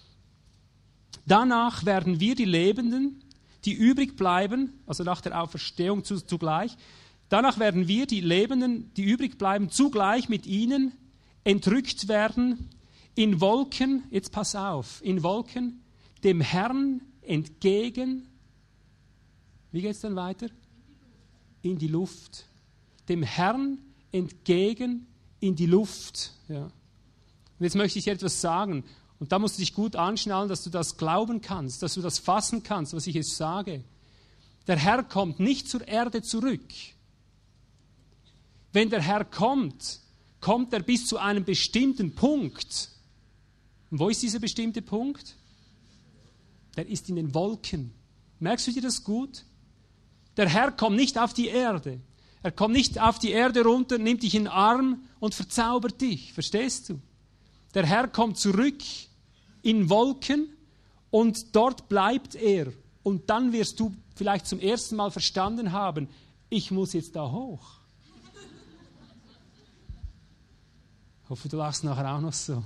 [SPEAKER 1] danach werden wir die Lebenden, die übrig bleiben, also nach der Auferstehung zugleich, danach werden wir die Lebenden, die übrig bleiben, zugleich mit ihnen entrückt werden in Wolken, jetzt pass auf, in Wolken, dem Herrn entgegen. Wie geht es dann weiter? In die Luft. Dem Herrn entgegen in die Luft. Ja. Und jetzt möchte ich dir etwas sagen. Und da musst du dich gut anschnallen, dass du das glauben kannst, dass du das fassen kannst, was ich jetzt sage. Der Herr kommt nicht zur Erde zurück. Wenn der Herr kommt, kommt er bis zu einem bestimmten Punkt. Und wo ist dieser bestimmte Punkt? Der ist in den Wolken. Merkst du dir das gut? Der Herr kommt nicht auf die Erde. Er kommt nicht auf die Erde runter, nimmt dich in den Arm und verzaubert dich. Verstehst du? Der Herr kommt zurück in Wolken und dort bleibt er. Und dann wirst du vielleicht zum ersten Mal verstanden haben, ich muss jetzt da hoch. Ich hoffe, du lachst nachher auch noch so.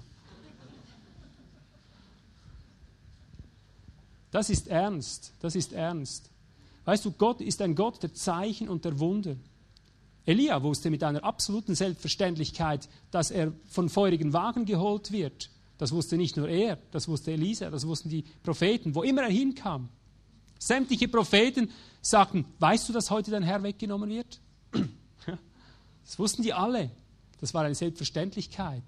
[SPEAKER 1] Das ist ernst, das ist ernst. Weißt du, Gott ist ein Gott der Zeichen und der Wunder. Elia wusste mit einer absoluten Selbstverständlichkeit, dass er von feurigen Wagen geholt wird. Das wusste nicht nur er, das wusste Elisa, das wussten die Propheten, wo immer er hinkam. Sämtliche Propheten sagten, weißt du, dass heute dein Herr weggenommen wird? Das wussten die alle. Das war eine Selbstverständlichkeit.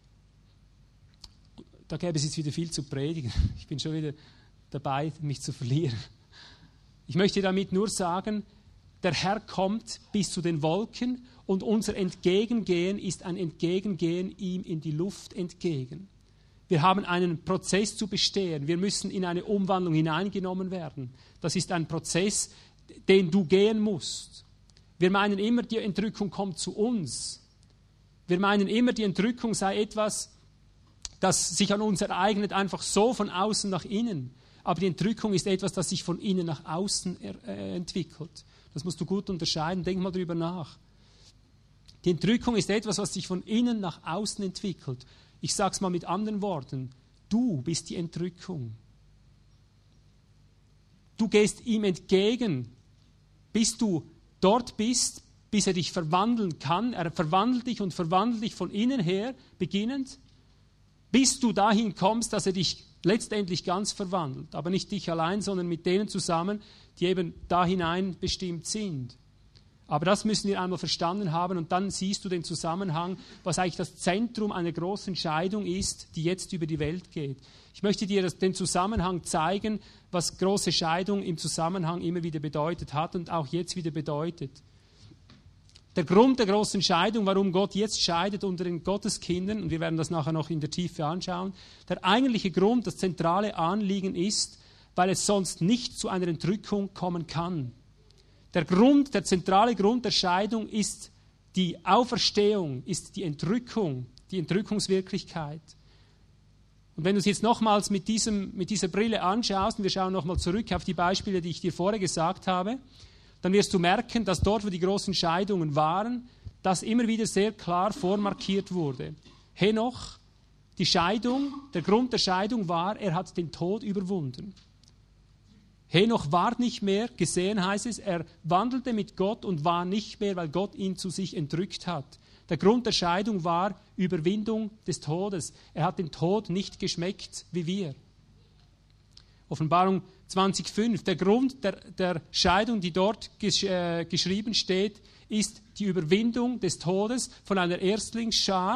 [SPEAKER 1] Da gäbe es jetzt wieder viel zu predigen. Ich bin schon wieder dabei, mich zu verlieren. Ich möchte damit nur sagen, der Herr kommt bis zu den Wolken und unser Entgegengehen ist ein Entgegengehen ihm in die Luft entgegen. Wir haben einen Prozess zu bestehen. Wir müssen in eine Umwandlung hineingenommen werden. Das ist ein Prozess, den du gehen musst. Wir meinen immer, die Entrückung kommt zu uns. Wir meinen immer, die Entrückung sei etwas, das sich an uns ereignet, einfach so von außen nach innen. Aber die Entrückung ist etwas, das sich von innen nach außen entwickelt. Das musst du gut unterscheiden. Denk mal drüber nach. Die Entrückung ist etwas, was sich von innen nach außen entwickelt. Ich sage es mal mit anderen Worten. Du bist die Entrückung. Du gehst ihm entgegen, bis du dort bist, bis er dich verwandeln kann. Er verwandelt dich und verwandelt dich von innen her, beginnend, bis du dahin kommst, dass er dich letztendlich ganz verwandelt. Aber nicht dich allein, sondern mit denen zusammen, die eben da hinein bestimmt sind. Aber das müssen wir einmal verstanden haben und dann siehst du den Zusammenhang, was eigentlich das Zentrum einer großen Scheidung ist, die jetzt über die Welt geht. Ich möchte dir den Zusammenhang zeigen, was große Scheidung im Zusammenhang immer wieder bedeutet hat und auch jetzt wieder bedeutet. Der Grund der großen Scheidung, warum Gott jetzt scheidet unter den Gotteskindern, und wir werden das nachher noch in der Tiefe anschauen, der eigentliche Grund, das zentrale Anliegen ist, weil es sonst nicht zu einer Entrückung kommen kann. Der zentrale Grund der Scheidung ist die Auferstehung, ist die Entrückung, die Entrückungswirklichkeit. Und wenn du es jetzt nochmals mit dieser Brille anschaust, und wir schauen nochmal zurück auf die Beispiele, die ich dir vorher gesagt habe, dann wirst du merken, dass dort, wo die großen Scheidungen waren, das immer wieder sehr klar vormarkiert wurde. Henoch, die Scheidung, der Grund der Scheidung war, er hat den Tod überwunden. Henoch war nicht mehr, gesehen heißt es, er wandelte mit Gott und war nicht mehr, weil Gott ihn zu sich entrückt hat. Der Grund der Scheidung war Überwindung des Todes. Er hat den Tod nicht geschmeckt wie wir. Offenbarung 20,5. Der Grund der Scheidung, die dort geschrieben steht, ist die Überwindung des Todes von einer Erstlingsschar.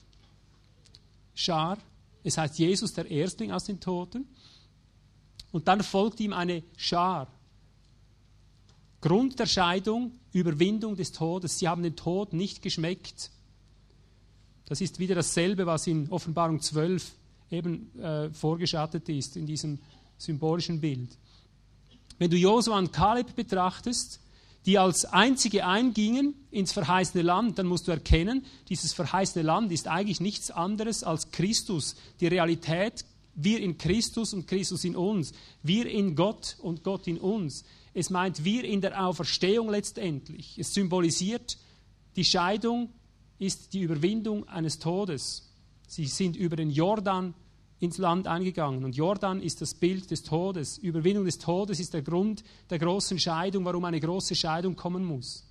[SPEAKER 1] Es heißt Jesus, der Erstling aus den Toten. Und dann folgt ihm eine Schar. Grund der Scheidung, Überwindung des Todes. Sie haben den Tod nicht geschmeckt. Das ist wieder dasselbe, was in Offenbarung 12 eben vorgeschattet ist, in diesem symbolischen Bild. Wenn du Josua und Kaleb betrachtest, die als einzige eingingen ins verheißene Land, dann musst du erkennen, dieses verheißene Land ist eigentlich nichts anderes als Christus, die Realität, wir in Christus und Christus in uns, wir in Gott und Gott in uns. Es meint wir in der Auferstehung letztendlich. Es symbolisiert, die Scheidung ist die Überwindung eines Todes. Sie sind über den Jordan ins Land eingegangen. Und Jordan ist das Bild des Todes. Überwindung des Todes ist der Grund der großen Scheidung, warum eine große Scheidung kommen muss.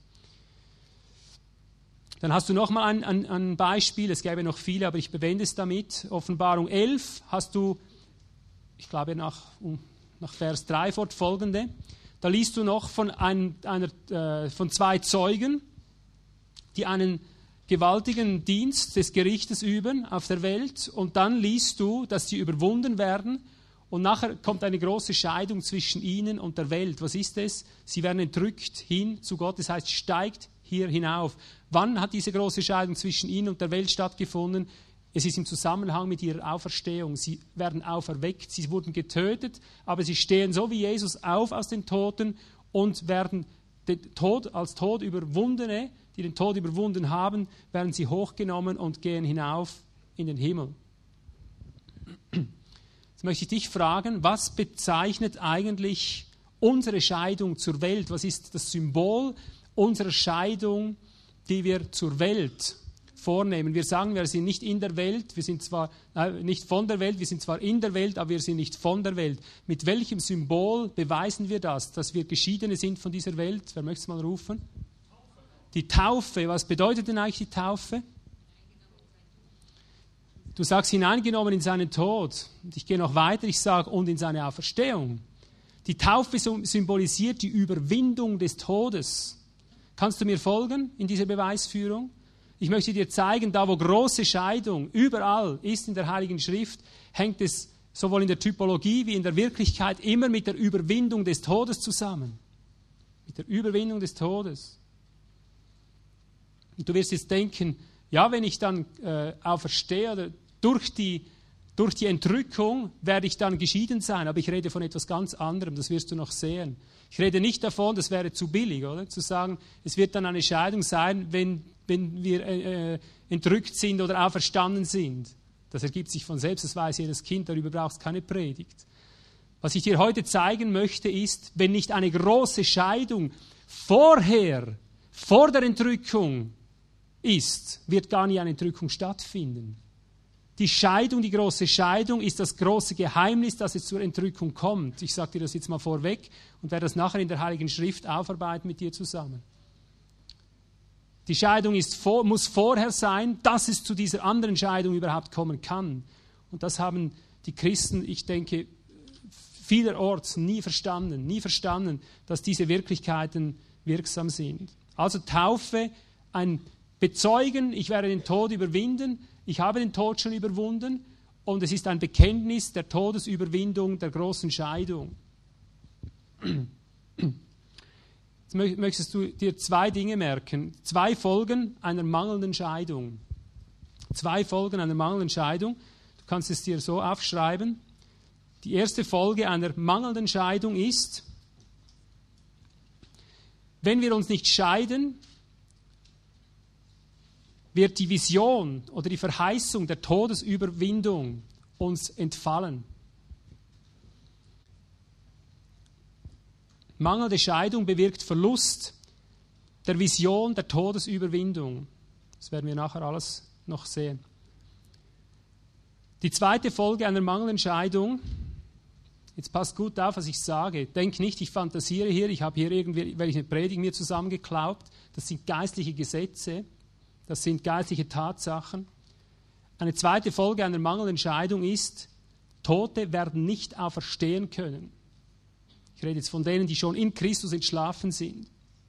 [SPEAKER 1] Dann hast du nochmal ein Beispiel, es gäbe noch viele, aber ich bewende es damit. Offenbarung 11 hast du, ich glaube nach Vers 3 fortfolgende, da liest du noch von zwei Zeugen, die einen gewaltigen Dienst des Gerichtes üben auf der Welt, und dann liest du, dass sie überwunden werden und nachher kommt eine große Scheidung zwischen ihnen und der Welt. Was ist es? Sie werden entrückt hin zu Gott, das heißt, steigt hier hinauf. Wann hat diese große Scheidung zwischen ihnen und der Welt stattgefunden? Es ist im Zusammenhang mit ihrer Auferstehung. Sie werden auferweckt, sie wurden getötet, aber sie stehen so wie Jesus auf aus den Toten und werden den Tod als Todüberwundene, die den Tod überwunden haben, werden sie hochgenommen und gehen hinauf in den Himmel. Jetzt möchte ich dich fragen, was bezeichnet eigentlich unsere Scheidung zur Welt? Was ist das Symbol unserer Scheidung, die wir zur Welt vornehmen? Wir sagen, wir sind nicht in der Welt, wir sind zwar nicht von der Welt, wir sind zwar in der Welt, aber wir sind nicht von der Welt. Mit welchem Symbol beweisen wir das, dass wir Geschiedene sind von dieser Welt? Wer möchte es mal rufen? Die Taufe. Was bedeutet denn eigentlich die Taufe? Du sagst, hineingenommen in seinen Tod. Und ich gehe noch weiter, ich sage, und in seine Auferstehung. Die Taufe symbolisiert die Überwindung des Todes. Kannst du mir folgen in dieser Beweisführung? Ich möchte dir zeigen, da wo große Scheidung überall ist in der Heiligen Schrift, hängt es sowohl in der Typologie wie in der Wirklichkeit immer mit der Überwindung des Todes zusammen. Mit der Überwindung des Todes. Und du wirst jetzt denken, ja, wenn ich dann auferstehe oder durch die Entrückung werde ich dann geschieden sein, aber ich rede von etwas ganz anderem, das wirst du noch sehen. Ich rede nicht davon, das wäre zu billig, oder? Zu sagen, es wird dann eine Scheidung sein, wenn wir entrückt sind oder auferstanden sind. Das ergibt sich von selbst, das weiß jedes Kind, darüber brauchst du keine Predigt. Was ich dir heute zeigen möchte, ist, wenn nicht eine große Scheidung vor der Entrückung ist, wird gar nie eine Entrückung stattfinden. Die Scheidung, die große Scheidung, ist das große Geheimnis, dass es zur Entrückung kommt. Ich sage dir das jetzt mal vorweg und werde das nachher in der Heiligen Schrift aufarbeiten mit dir zusammen. Die Scheidung muss vorher sein, dass es zu dieser anderen Scheidung überhaupt kommen kann. Und das haben die Christen, ich denke, vielerorts nie verstanden, dass diese Wirklichkeiten wirksam sind. Also Taufe, ein Bezeugen, ich werde den Tod überwinden, ich habe den Tod schon überwunden und es ist ein Bekenntnis der Todesüberwindung, der großen Scheidung. Jetzt möchtest du dir zwei Dinge merken. 2 Folgen einer mangelnden Scheidung. 2 Folgen einer mangelnden Scheidung. Du kannst es dir so aufschreiben. Die erste Folge einer mangelnden Scheidung ist, wenn wir uns nicht scheiden, wird die Vision oder die Verheißung der Todesüberwindung uns entfallen. Mangelnde Scheidung bewirkt Verlust der Vision der Todesüberwindung. Das werden wir nachher alles noch sehen. Die zweite Folge einer mangelnden Scheidung, jetzt passt gut auf, was ich sage. Denk nicht, ich fantasiere hier, ich habe hier irgendwelche Predigt mir zusammengeklaubt. Das sind geistliche Gesetze, das sind geistliche Tatsachen. Eine zweite Folge einer mangelnden Scheidung ist, Tote werden nicht auferstehen können. Ich rede jetzt von denen, die schon in Christus entschlafen sind.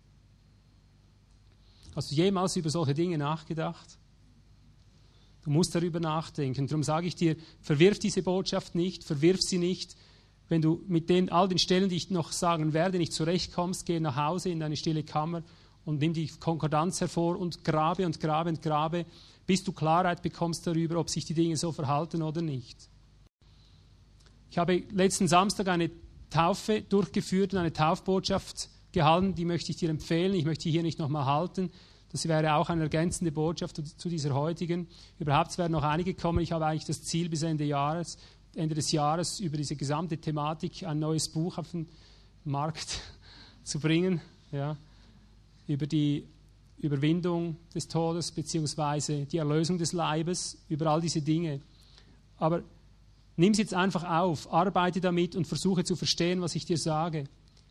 [SPEAKER 1] Hast du jemals über solche Dinge nachgedacht? Du musst darüber nachdenken. Darum sage ich dir, verwirf diese Botschaft nicht, verwirf sie nicht. Wenn du mit all den Stellen, die ich noch sagen werde, nicht zurechtkommst, geh nach Hause in deine stille Kammer und nimm die Konkordanz hervor und grabe und grabe und grabe, bis du Klarheit bekommst darüber, ob sich die Dinge so verhalten oder nicht. Ich habe letzten Samstag eine Taufe durchgeführt und eine Taufbotschaft gehalten, die möchte ich dir empfehlen. Ich möchte die hier nicht nochmal halten. Das wäre auch eine ergänzende Botschaft zu dieser heutigen. Überhaupt werden noch einige kommen. Ich habe eigentlich das Ziel, bis Ende des Jahres über diese gesamte Thematik ein neues Buch auf den Markt zu bringen. Ja, über die Überwindung des Todes bzw. die Erlösung des Leibes, über all diese Dinge. Aber nimm es jetzt einfach auf, arbeite damit und versuche zu verstehen, was ich dir sage.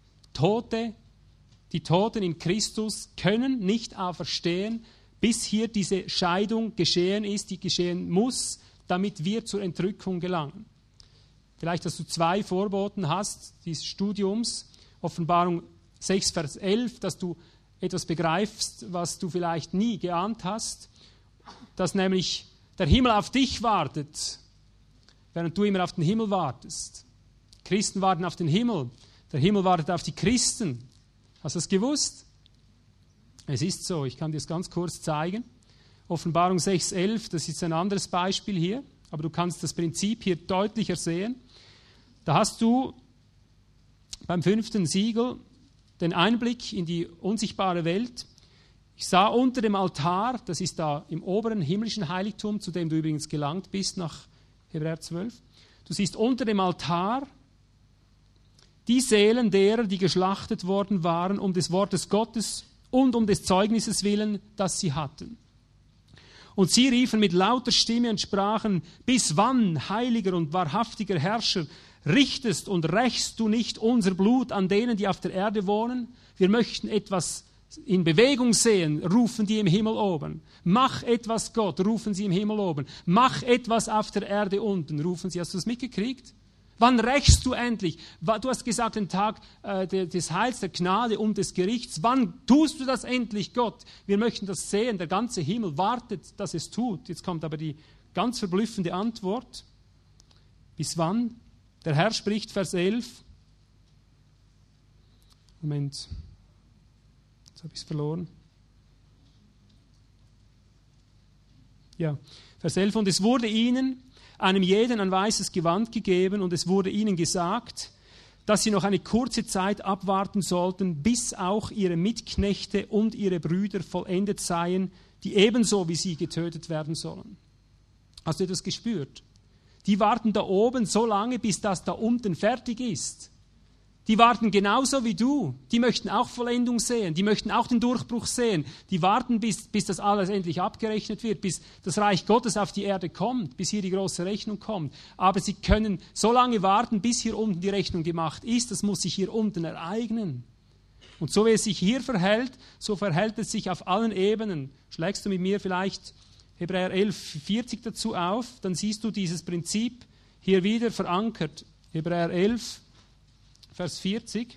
[SPEAKER 1] Die Toten in Christus können nicht auferstehen, bis hier diese Scheidung geschehen ist, die geschehen muss, damit wir zur Entrückung gelangen. Vielleicht, dass du 2 Vorboten hast dieses Studiums, Offenbarung 6, Vers 11, dass du etwas begreifst, was du vielleicht nie geahnt hast, dass nämlich der Himmel auf dich wartet, während du immer auf den Himmel wartest. Christen warten auf den Himmel, der Himmel wartet auf die Christen. Hast du das gewusst? Es ist so, ich kann dir das ganz kurz zeigen. Offenbarung 6,11, das ist ein anderes Beispiel hier, aber du kannst das Prinzip hier deutlicher sehen. Da hast du beim 5. Siegel den Einblick in die unsichtbare Welt. Ich sah unter dem Altar, das ist da im oberen himmlischen Heiligtum, zu dem du übrigens gelangt bist nach Hebräer 12. Du siehst unter dem Altar die Seelen derer, die geschlachtet worden waren, um des Wortes Gottes und um des Zeugnisses willen, das sie hatten. Und sie riefen mit lauter Stimme und sprachen, bis wann, heiliger und wahrhaftiger Herrscher, richtest und rächst du nicht unser Blut an denen, die auf der Erde wohnen? Wir möchten etwas in Bewegung sehen, rufen die im Himmel oben. Mach etwas, Gott, rufen sie im Himmel oben. Mach etwas auf der Erde unten, rufen sie. Hast du das mitgekriegt? Wann rächst du endlich? Du hast gesagt, den Tag des Heils, der Gnade und des Gerichts. Wann tust du das endlich, Gott? Wir möchten das sehen. Der ganze Himmel wartet, dass es tut. Jetzt kommt aber die ganz verblüffende Antwort. Bis wann? Der Herr spricht, Vers 11. Moment. Jetzt habe ich es verloren. Ja, Vers 11. Und es wurde ihnen, einem jeden ein weißes Gewand gegeben, und es wurde ihnen gesagt, dass sie noch eine kurze Zeit abwarten sollten, bis auch ihre Mitknechte und ihre Brüder vollendet seien, die ebenso wie sie getötet werden sollen. Hast du das gespürt? Die warten da oben so lange, bis das da unten fertig ist. Die warten genauso wie du. Die möchten auch Vollendung sehen. Die möchten auch den Durchbruch sehen. Die warten, bis das alles endlich abgerechnet wird, bis das Reich Gottes auf die Erde kommt, bis hier die große Rechnung kommt. Aber sie können so lange warten, bis hier unten die Rechnung gemacht ist. Das muss sich hier unten ereignen. Und so wie es sich hier verhält, so verhält es sich auf allen Ebenen. Schlägst du mit mir vielleicht Hebräer 11,40 dazu auf, dann siehst du dieses Prinzip hier wieder verankert. Hebräer 11, Vers 40.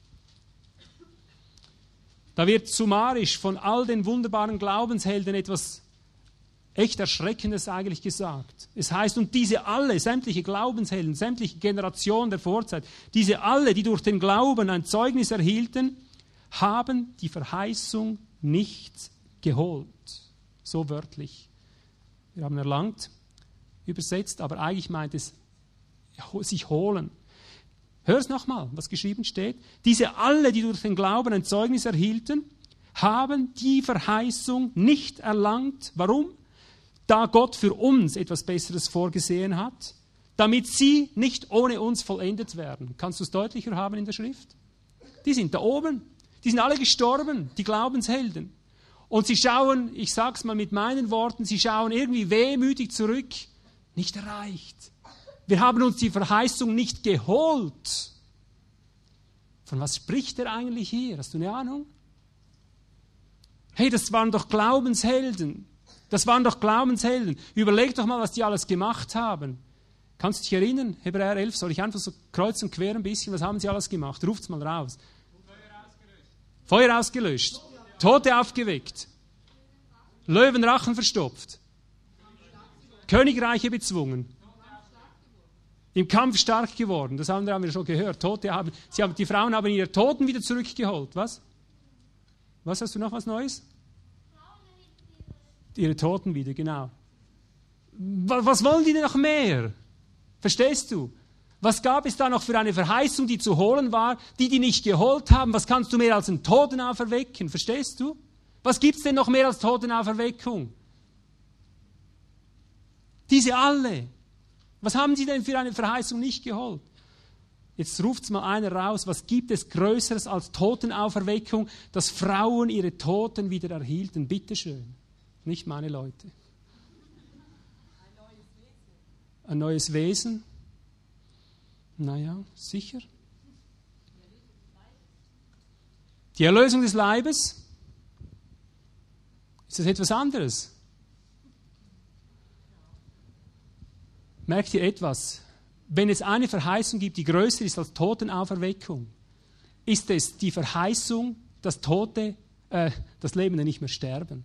[SPEAKER 1] Da wird summarisch von all den wunderbaren Glaubenshelden etwas echt Erschreckendes eigentlich gesagt. Es heißt, und diese alle, sämtliche Glaubenshelden, sämtliche Generationen der Vorzeit, diese alle, die durch den Glauben ein Zeugnis erhielten, haben die Verheißung nicht geholt. So wörtlich. Wir haben erlangt, übersetzt, aber eigentlich meint es sich holen. Hör es nochmal, was geschrieben steht. Diese alle, die durch den Glauben ein Zeugnis erhielten, haben die Verheißung nicht erlangt. Warum? Da Gott für uns etwas Besseres vorgesehen hat, damit sie nicht ohne uns vollendet werden. Kannst du es deutlicher haben in der Schrift? Die sind da oben. Die sind alle gestorben, die Glaubenshelden. Und sie schauen, ich sag's mal mit meinen Worten, sie schauen irgendwie wehmütig zurück. Nicht erreicht. Wir haben uns die Verheißung nicht geholt. Von was spricht er eigentlich hier? Hast du eine Ahnung? Hey, das waren doch Glaubenshelden. Das waren doch Glaubenshelden. Überleg doch mal, was die alles gemacht haben. Kannst du dich erinnern, Hebräer 11, soll ich einfach so kreuz und quer ein bisschen, was haben sie alles gemacht? Ruft's mal raus. Feuer ausgelöscht. Tote aufgeweckt. Löwenrachen verstopft. Königreiche bezwungen. Im Kampf stark geworden. Das andere haben wir schon gehört. Die Frauen haben ihre Toten wieder zurückgeholt. Was? Was hast du noch was Neues? Ihre Toten wieder, genau. Was wollen die denn noch mehr? Verstehst du? Was gab es da noch für eine Verheißung, die zu holen war, die nicht geholt haben? Was kannst du mehr als einen Toten auferwecken? Verstehst du? Was gibt es denn noch mehr als Totenauferweckung? Diese alle. Was haben sie denn für eine Verheißung nicht geholt? Jetzt ruft's mal einer raus, was gibt es Größeres als Totenauferweckung, dass Frauen ihre Toten wieder erhielten? Bitteschön. Nicht meine Leute. Ein neues Wesen? Naja, sicher. Die Erlösung des Leibes? Ist das etwas anderes? Merkt ihr etwas? Wenn es eine Verheißung gibt, die größer ist als Totenauferweckung, ist es die Verheißung, dass das Lebende nicht mehr sterben.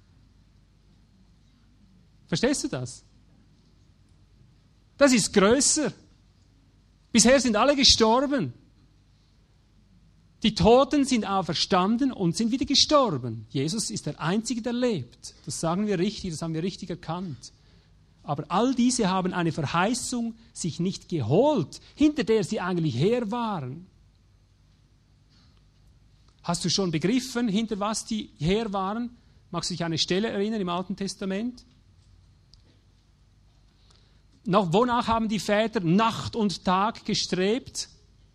[SPEAKER 1] Verstehst du das? Das ist größer. Bisher sind alle gestorben. Die Toten sind auferstanden und sind wieder gestorben. Jesus ist der Einzige, der lebt. Das sagen wir richtig, das haben wir richtig erkannt. Aber all diese haben eine Verheißung sich nicht geholt, hinter der sie eigentlich her waren. Hast du schon begriffen, hinter was die her waren? Magst du dich an eine Stelle erinnern im Alten Testament? Wonach haben die Väter Nacht und Tag gestrebt?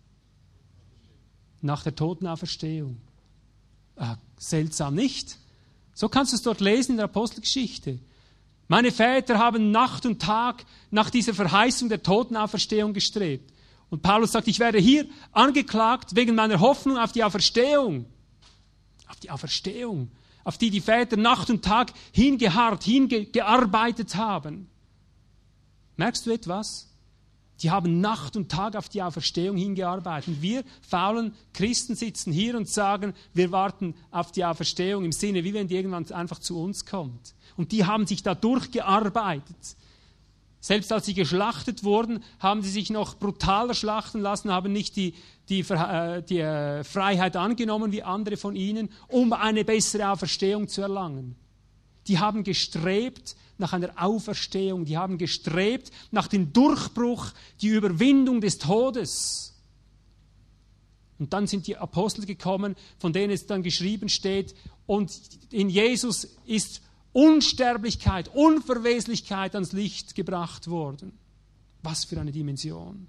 [SPEAKER 1] Nach der Totenauferstehung. Seltsam, nicht? So kannst du es dort lesen in der Apostelgeschichte. Meine Väter haben Nacht und Tag nach dieser Verheißung der Totenauferstehung gestrebt. Und Paulus sagt, ich werde hier angeklagt wegen meiner Hoffnung auf die Auferstehung. Auf die Auferstehung, auf die die Väter Nacht und Tag hingearbeitet haben. Merkst du etwas? Die haben Nacht und Tag auf die Auferstehung hingearbeitet. Wir faulen Christen sitzen hier und sagen, wir warten auf die Auferstehung im Sinne, wie wenn die irgendwann einfach zu uns kommt. Und die haben sich da durchgearbeitet. Selbst als sie geschlachtet wurden, haben sie sich noch brutaler schlachten lassen, haben nicht die Freiheit angenommen wie andere von ihnen, um eine bessere Auferstehung zu erlangen. Die haben gestrebt nach einer Auferstehung, die haben gestrebt nach dem Durchbruch, die Überwindung des Todes. Und dann sind die Apostel gekommen, von denen es dann geschrieben steht, und in Jesus ist Unsterblichkeit, Unverweslichkeit ans Licht gebracht worden. Was für eine Dimension.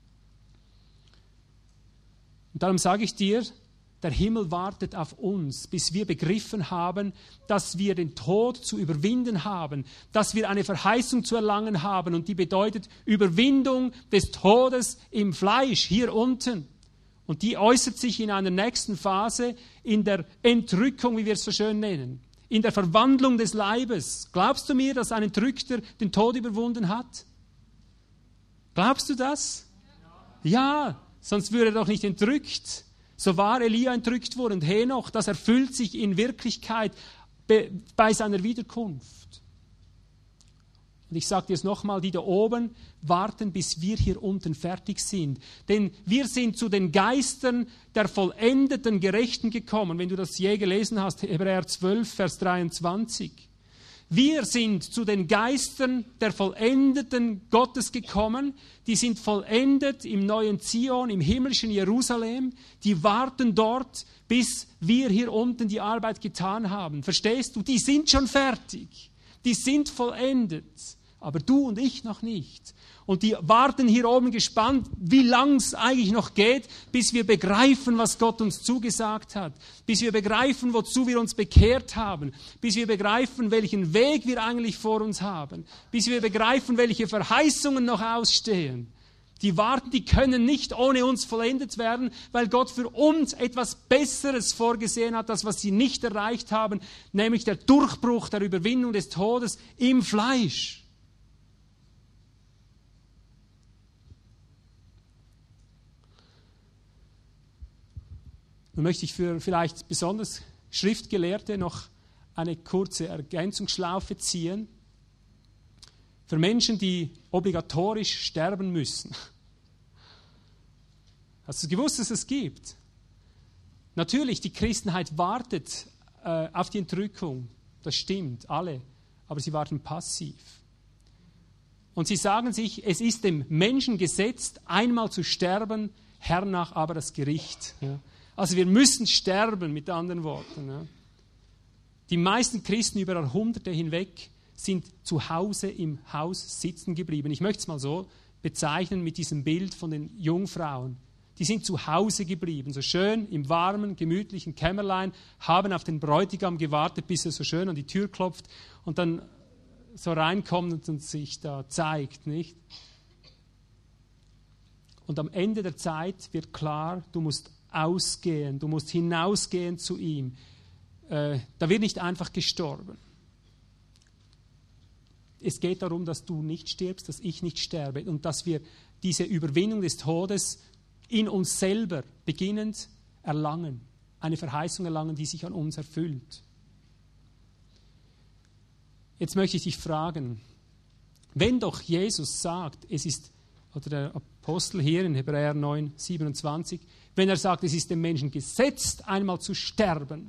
[SPEAKER 1] Und darum sage ich dir, der Himmel wartet auf uns, bis wir begriffen haben, dass wir den Tod zu überwinden haben, dass wir eine Verheißung zu erlangen haben, und die bedeutet Überwindung des Todes im Fleisch, hier unten. Und die äußert sich in einer nächsten Phase in der Entrückung, wie wir es so schön nennen, in der Verwandlung des Leibes. Glaubst du mir, dass ein Entrückter den Tod überwunden hat? Glaubst du das? Ja, sonst würde er doch nicht entrückt. So war Elia entrückt worden und Henoch, das erfüllt sich in Wirklichkeit bei seiner Wiederkunft. Und ich sage dir es nochmal, die da oben warten, bis wir hier unten fertig sind. Denn wir sind zu den Geistern der vollendeten Gerechten gekommen. Wenn du das je gelesen hast, Hebräer 12, Vers 23. Wir sind zu den Geistern der vollendeten Gottes gekommen. Die sind vollendet im neuen Zion, im himmlischen Jerusalem. Die warten dort, bis wir hier unten die Arbeit getan haben. Verstehst du? Die sind schon fertig. Die sind vollendet. Aber du und ich noch nicht. Und die warten hier oben gespannt, wie lang es eigentlich noch geht, bis wir begreifen, was Gott uns zugesagt hat. Bis wir begreifen, wozu wir uns bekehrt haben. Bis wir begreifen, welchen Weg wir eigentlich vor uns haben. Bis wir begreifen, welche Verheißungen noch ausstehen. Die warten, die können nicht ohne uns vollendet werden, weil Gott für uns etwas Besseres vorgesehen hat, das, was sie nicht erreicht haben, nämlich der Durchbruch der Überwindung des Todes im Fleisch. Nun möchte ich für vielleicht besonders Schriftgelehrte noch eine kurze Ergänzungsschlaufe ziehen. Für Menschen, die obligatorisch sterben müssen. Hast du gewusst, dass es gibt? Natürlich, die Christenheit wartet auf die Entrückung. Das stimmt, alle. Aber sie warten passiv. Und sie sagen sich, es ist dem Menschen gesetzt, einmal zu sterben, hernach aber das Gericht. Ja. Also wir müssen sterben, mit anderen Worten. Ja. Die meisten Christen über Jahrhunderte hinweg sind zu Hause im Haus sitzen geblieben. Ich möchte es mal so bezeichnen mit diesem Bild von den Jungfrauen. Die sind zu Hause geblieben, so schön im warmen, gemütlichen Kämmerlein, haben auf den Bräutigam gewartet, bis er so schön an die Tür klopft und dann so reinkommt und sich da zeigt, nicht? Und am Ende der Zeit wird klar, du musst ausgehen, du musst hinausgehen zu ihm. Da wird nicht einfach gestorben. Es geht darum, dass du nicht stirbst, dass ich nicht sterbe und dass wir diese Überwindung des Todes in uns selber beginnend erlangen. Eine Verheißung erlangen, die sich an uns erfüllt. Jetzt möchte ich dich fragen, wenn doch Jesus sagt, es ist, oder der Apostel hier in Hebräer 9, 27, wenn er sagt, es ist dem Menschen gesetzt, einmal zu sterben.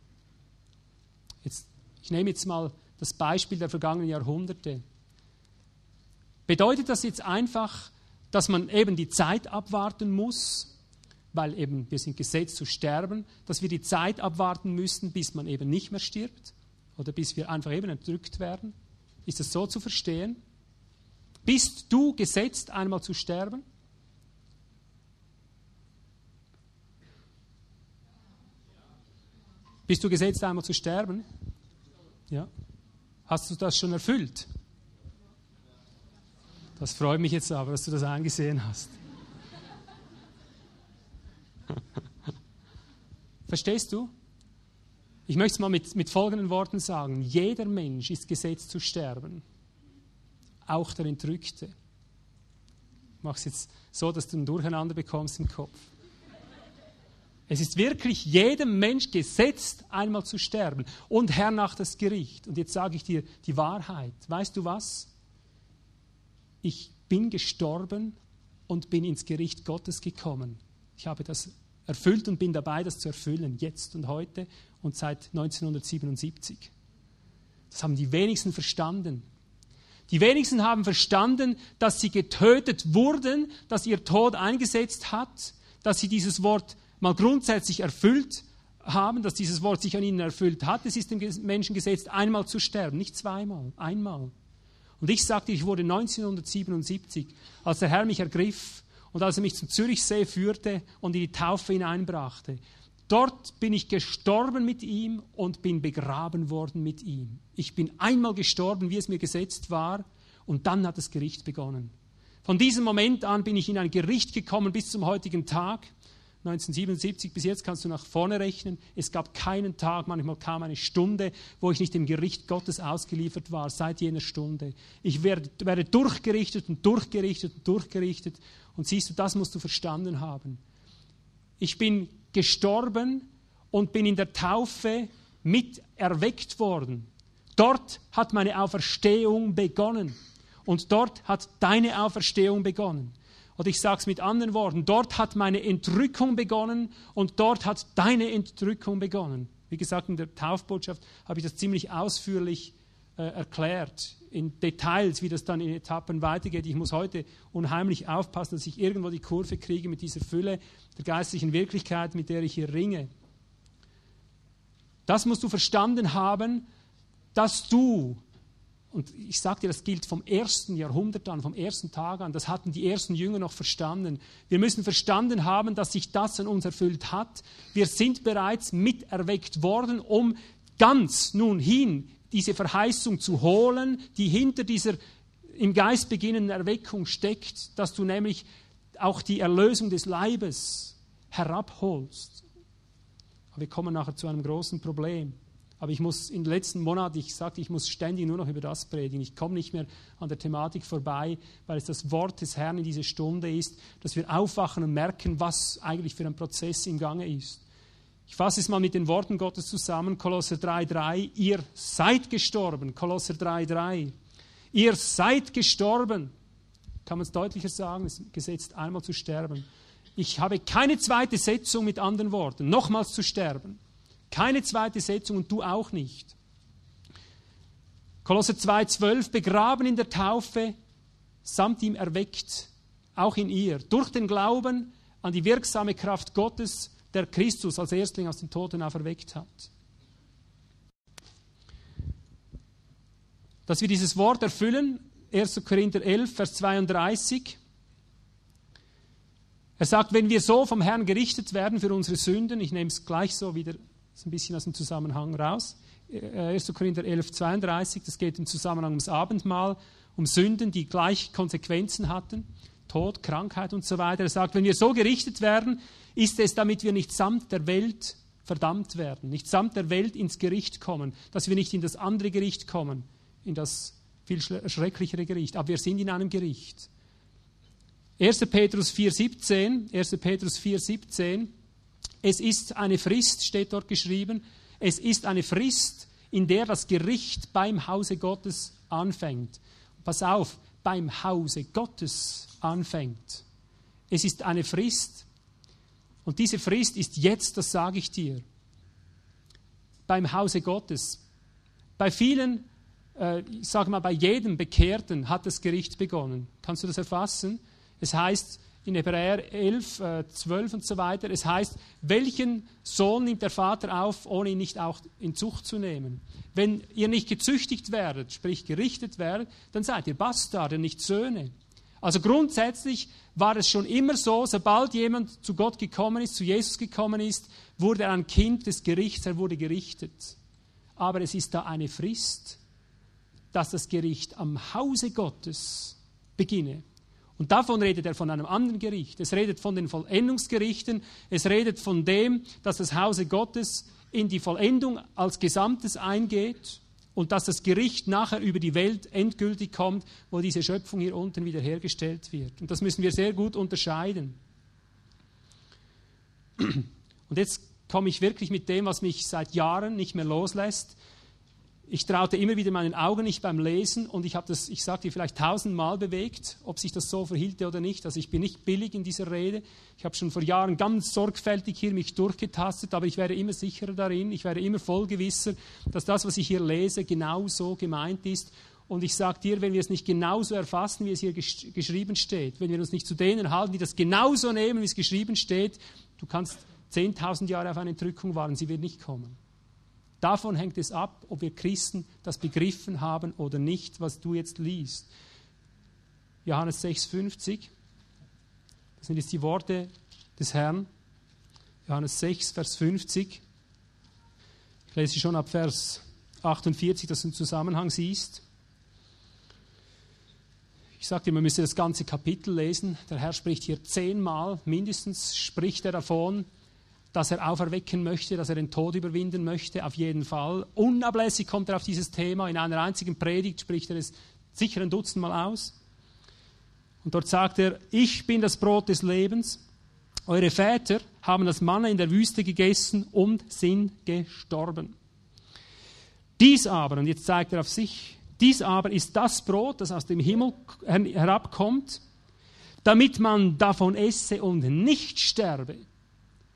[SPEAKER 1] Ich nehme jetzt mal das Beispiel der vergangenen Jahrhunderte. Bedeutet das jetzt einfach, dass man eben die Zeit abwarten muss, weil eben wir sind gesetzt zu sterben, dass wir die Zeit abwarten müssen, bis man eben nicht mehr stirbt oder bis wir einfach eben entrückt werden? Ist das so zu verstehen? Bist du gesetzt, einmal zu sterben? Bist du gesetzt, einmal zu sterben? Ja. Hast du das schon erfüllt? Das freut mich jetzt aber, dass du das eingesehen hast. Verstehst du? Ich möchte es mal mit folgenden Worten sagen. Jeder Mensch ist gesetzt zu sterben. Auch der Entrückte. Ich mache es jetzt so, dass du ein Durcheinander bekommst im Kopf. Es ist wirklich jedem Mensch gesetzt, einmal zu sterben. Und hernach das Gericht. Und jetzt sage ich dir die Wahrheit. Weißt du was? Ich bin gestorben und bin ins Gericht Gottes gekommen. Ich habe das erfüllt und bin dabei, das zu erfüllen. Jetzt und heute und seit 1977. Das haben die wenigsten verstanden. Die wenigsten haben verstanden, dass sie getötet wurden, dass ihr Tod eingesetzt hat, dass sie dieses Wort mal grundsätzlich erfüllt haben, dass dieses Wort sich an ihnen erfüllt hat. Es ist dem Menschen gesetzt, einmal zu sterben, nicht zweimal, einmal. Und ich sagte, ich wurde 1977, als der Herr mich ergriff und als er mich zum Zürichsee führte und in die Taufe hineinbrachte. Dort bin ich gestorben mit ihm und bin begraben worden mit ihm. Ich bin einmal gestorben, wie es mir gesetzt war, und dann hat das Gericht begonnen. Von diesem Moment an bin ich in ein Gericht gekommen bis zum heutigen Tag. 1977 bis jetzt kannst du nach vorne rechnen. Es gab keinen Tag, manchmal kaum eine Stunde, wo ich nicht dem Gericht Gottes ausgeliefert war, seit jener Stunde. Ich werde durchgerichtet und durchgerichtet und durchgerichtet. Und siehst du, das musst du verstanden haben. Ich bin gestorben und bin in der Taufe mit erweckt worden. Dort hat meine Auferstehung begonnen. Und dort hat deine Auferstehung begonnen. Oder ich sage es mit anderen Worten, dort hat meine Entrückung begonnen und dort hat deine Entrückung begonnen. Wie gesagt, in der Taufbotschaft habe ich das ziemlich ausführlich erklärt, in Details, wie das dann in Etappen weitergeht. Ich muss heute unheimlich aufpassen, dass ich irgendwo die Kurve kriege mit dieser Fülle der geistlichen Wirklichkeit, mit der ich hier ringe. Das musst du verstanden haben, dass du, und ich sage dir, das gilt vom ersten Jahrhundert an, vom ersten Tag an, das hatten die ersten Jünger noch verstanden. Wir müssen verstanden haben, dass sich das an uns erfüllt hat. Wir sind bereits miterweckt worden, um ganz nun hin diese Verheißung zu holen, die hinter dieser im Geist beginnenden Erweckung steckt, dass du nämlich auch die Erlösung des Leibes herabholst. Aber wir kommen nachher zu einem großen Problem. Aber ich muss in den letzten Monaten, ich sagte, ich muss ständig nur noch über das predigen. Ich komme nicht mehr an der Thematik vorbei, weil es das Wort des Herrn in dieser Stunde ist, dass wir aufwachen und merken, was eigentlich für ein Prozess im Gange ist. Ich fasse es mal mit den Worten Gottes zusammen, Kolosser 3,3, ihr seid gestorben, Kolosser 3,3, ihr seid gestorben. Kann man es deutlicher sagen, es ist gesetzt, einmal zu sterben. Ich habe keine zweite Setzung mit anderen Worten, nochmals zu sterben. Keine zweite Setzung und du auch nicht. Kolosser 2,12, begraben in der Taufe, samt ihm erweckt, auch in ihr, durch den Glauben an die wirksame Kraft Gottes, der Christus als Erstling aus den Toten auferweckt hat. Dass wir dieses Wort erfüllen, 1. Korinther 11, Vers 32. Er sagt, wenn wir so vom Herrn gerichtet werden für unsere Sünden, ich nehme es gleich so wieder ein bisschen aus dem Zusammenhang raus, 1. Korinther 11, 32, das geht im Zusammenhang ums Abendmahl, um Sünden, die gleich Konsequenzen hatten, Tod, Krankheit und so weiter. Er sagt, wenn wir so gerichtet werden, ist es, damit wir nicht samt der Welt verdammt werden, nicht samt der Welt ins Gericht kommen, dass wir nicht in das andere Gericht kommen, in das viel schrecklichere Gericht. Aber wir sind in einem Gericht. 1. Petrus 4,17, es ist eine Frist, steht dort geschrieben, es ist eine Frist, in der das Gericht beim Hause Gottes anfängt. Pass auf, beim Hause Gottes anfängt. Es ist eine Frist und diese Frist ist jetzt, das sage ich dir, beim Hause Gottes. Bei vielen, ich sage mal bei jedem Bekehrten hat das Gericht begonnen. Kannst du das erfassen? Es heißt in Hebräer 11, 12 und so weiter, es heißt, welchen Sohn nimmt der Vater auf, ohne ihn nicht auch in Zucht zu nehmen? Wenn ihr nicht gezüchtigt werdet, sprich gerichtet werdet, dann seid ihr Bastarde, nicht Söhne. Also grundsätzlich war es schon immer so, sobald jemand zu Gott gekommen ist, zu Jesus gekommen ist, wurde er ein Kind des Gerichts, er wurde gerichtet. Aber es ist da eine Frist, dass das Gericht am Hause Gottes beginne. Und davon redet er von einem anderen Gericht. Es redet von den Vollendungsgerichten. Es redet von dem, dass das Hause Gottes in die Vollendung als Gesamtes eingeht und dass das Gericht nachher über die Welt endgültig kommt, wo diese Schöpfung hier unten wiederhergestellt wird. Und das müssen wir sehr gut unterscheiden. Und jetzt komme ich wirklich mit dem, was mich seit Jahren nicht mehr loslässt. Ich traute immer wieder meinen Augen nicht beim Lesen und ich habe das, ich sage dir, vielleicht 1000-mal bewegt, ob sich das so verhielte oder nicht. Also ich bin nicht billig in dieser Rede. Ich habe schon vor Jahren ganz sorgfältig hier mich durchgetastet, aber ich werde immer sicherer darin. Ich werde immer voll gewisser, dass das, was ich hier lese, genau so gemeint ist. Und ich sage dir, wenn wir es nicht genauso erfassen, wie es hier geschrieben steht, wenn wir uns nicht zu denen halten, die das genauso nehmen, wie es geschrieben steht, du kannst 10.000 Jahre auf eine Entrückung warten, sie wird nicht kommen. Davon hängt es ab, ob wir Christen das begriffen haben oder nicht, was du jetzt liest. Johannes 6,50, das sind jetzt die Worte des Herrn. Johannes 6, Vers 50. Ich lese schon ab Vers 48, dass du einen Zusammenhang siehst. Ich sagte, man müsste das ganze Kapitel lesen. Der Herr spricht hier 10-mal, mindestens spricht er davon, dass er auferwecken möchte, dass er den Tod überwinden möchte, auf jeden Fall. Unablässig kommt er auf dieses Thema. In einer einzigen Predigt spricht er es sicher ein Dutzend Mal aus. Und dort sagt er, ich bin das Brot des Lebens. Eure Väter haben das Manna in der Wüste gegessen und sind gestorben. Dies aber, und jetzt zeigt er auf sich, dies aber ist das Brot, das aus dem Himmel herabkommt, damit man davon esse und nicht sterbe.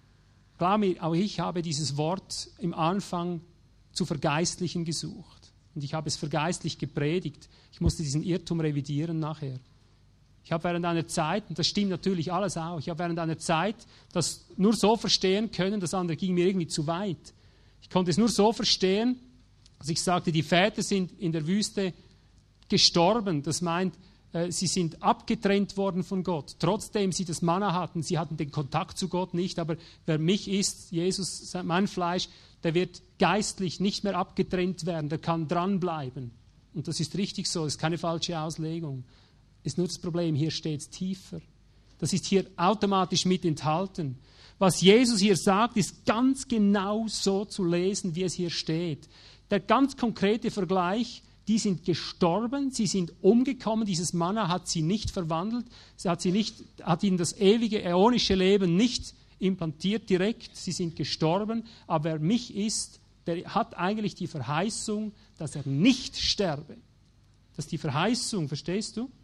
[SPEAKER 1] Glaub mir, auch ich habe dieses Wort im Anfang zu vergeistlichen gesucht. und ich habe es vergeistlich gepredigt. Ich musste diesen Irrtum revidieren nachher. Ich habe während einer Zeit, und das stimmt natürlich alles auch, ich habe während einer Zeit das nur so verstehen können, das andere ging mir irgendwie zu weit. Ich konnte es nur so verstehen, dass ich sagte, die Väter sind in der Wüste gestorben. Das meint, sie sind abgetrennt worden von Gott. Trotzdem sie das Manna hatten, sie hatten den Kontakt zu Gott nicht, aber wer mich isst, Jesus, mein Fleisch, der wird geistlich nicht mehr abgetrennt werden, der kann dranbleiben. Und das ist richtig so, das ist keine falsche Auslegung. Ist nur das Problem, hier steht es tiefer. Das ist hier automatisch mit enthalten. Was Jesus hier sagt, ist ganz genau so zu lesen, wie es hier steht. Der ganz konkrete Vergleich, die sind gestorben, sie sind umgekommen, dieses Manna hat sie nicht verwandelt, hat ihnen das ewige, äonische Leben nicht implantiert direkt, sie sind gestorben, aber wer mich isst, der hat eigentlich die Verheißung, dass er nicht sterbe. Das ist die Verheißung, verstehst du?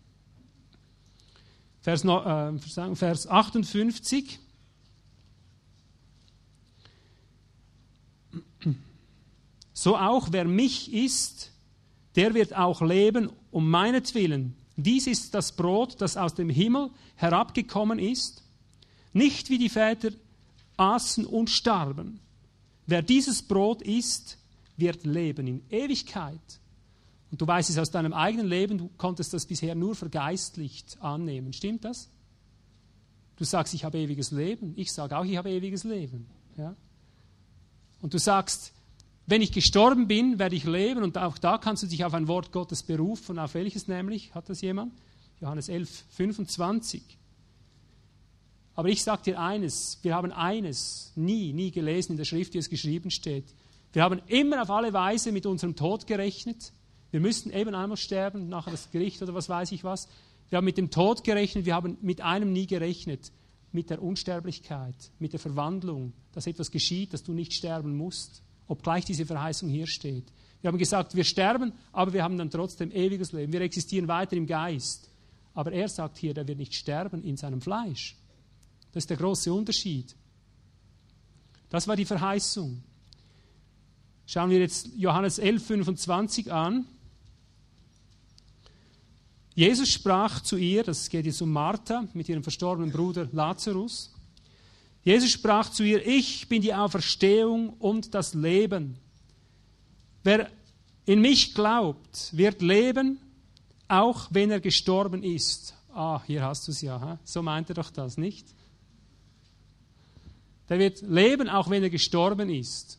[SPEAKER 1] Vers 58. So auch wer mich isst, der wird auch leben um meinetwillen. Dies ist das Brot, das aus dem Himmel herabgekommen ist. Nicht wie die Väter aßen und starben. Wer dieses Brot isst, wird leben in Ewigkeit. Und du weißt es aus deinem eigenen Leben, du konntest das bisher nur vergeistlicht annehmen. Stimmt das? Du sagst, ich habe ewiges Leben. Ich sage auch, ich habe ewiges Leben. Ja? Und du sagst, wenn ich gestorben bin, werde ich leben. Und auch da kannst du dich auf ein Wort Gottes berufen. Auf welches nämlich? Hat das jemand? Johannes 11, 25. Aber ich sage dir eines, wir haben eines nie gelesen in der Schrift, wie es geschrieben steht. Wir haben immer auf alle Weise mit unserem Tod gerechnet. Wir müssten eben einmal sterben, nachher das Gericht oder was weiß ich was. Wir haben mit dem Tod gerechnet, wir haben mit einem nie gerechnet, mit der Unsterblichkeit, mit der Verwandlung, dass etwas geschieht, dass du nicht sterben musst, obgleich diese Verheißung hier steht. Wir haben gesagt, wir sterben, aber wir haben dann trotzdem ewiges Leben. Wir existieren weiter im Geist. Aber er sagt hier, der wird nicht sterben in seinem Fleisch. Das ist der große Unterschied. Das war die Verheißung. Schauen wir jetzt Johannes 11, 25 an. Jesus sprach zu ihr, das geht jetzt um Martha mit ihrem verstorbenen Bruder Lazarus. Jesus sprach zu ihr, ich bin die Auferstehung und das Leben. Wer in mich glaubt, wird leben, auch wenn er gestorben ist. Ah, hier hast du es ja, so meint er doch das, nicht? Der wird leben, auch wenn er gestorben ist.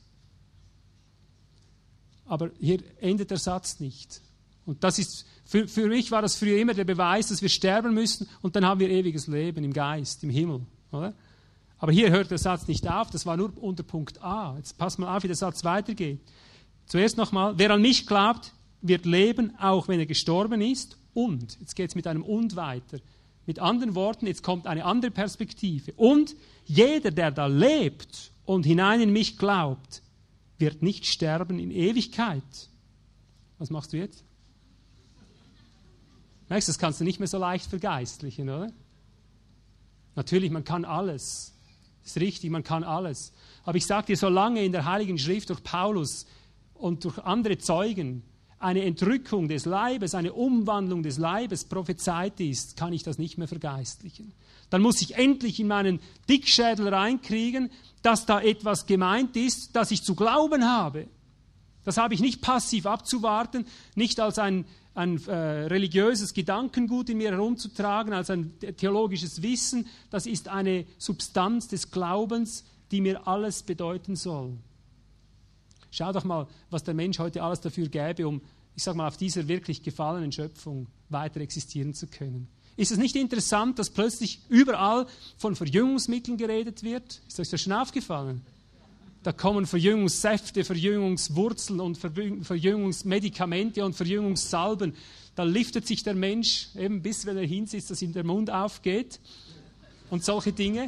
[SPEAKER 1] Aber hier endet der Satz nicht. Und das ist, für mich war das früher immer der Beweis, dass wir sterben müssen und dann haben wir ewiges Leben im Geist, im Himmel. Oder? Aber hier hört der Satz nicht auf, das war nur unter Punkt A. Jetzt pass mal auf, wie der Satz weitergeht. Zuerst nochmal, wer an mich glaubt, wird leben, auch wenn er gestorben ist. Und, jetzt geht es mit einem Und weiter. Mit anderen Worten, jetzt kommt eine andere Perspektive. Und jeder, der da lebt und hinein in mich glaubt, wird nicht sterben in Ewigkeit. Was machst du jetzt? Merkst du, das kannst du nicht mehr so leicht vergeistlichen, oder? Natürlich, man kann alles. Das ist richtig, man kann alles. Aber ich sage dir, solange in der Heiligen Schrift durch Paulus und durch andere Zeugen eine Entrückung des Leibes, eine Umwandlung des Leibes prophezeit ist, kann ich das nicht mehr vergeistlichen. Dann muss ich endlich in meinen Dickschädel reinkriegen, dass da etwas gemeint ist, das ich zu glauben habe. Das habe ich nicht passiv abzuwarten, nicht als ein religiöses Gedankengut in mir herumzutragen, als ein theologisches Wissen. Das ist eine Substanz des Glaubens, die mir alles bedeuten soll. Schau doch mal, was der Mensch heute alles dafür gäbe, um, ich sag mal, auf dieser wirklich gefallenen Schöpfung weiter existieren zu können. Ist es nicht interessant, dass plötzlich überall von Verjüngungsmitteln geredet wird? Ist euch das schon aufgefallen? Da kommen Verjüngungssäfte, Verjüngungswurzeln und Verjüngungsmedikamente und Verjüngungssalben. Da liftet sich der Mensch, eben bis wenn er hinsitzt, dass ihm der Mund aufgeht und solche Dinge.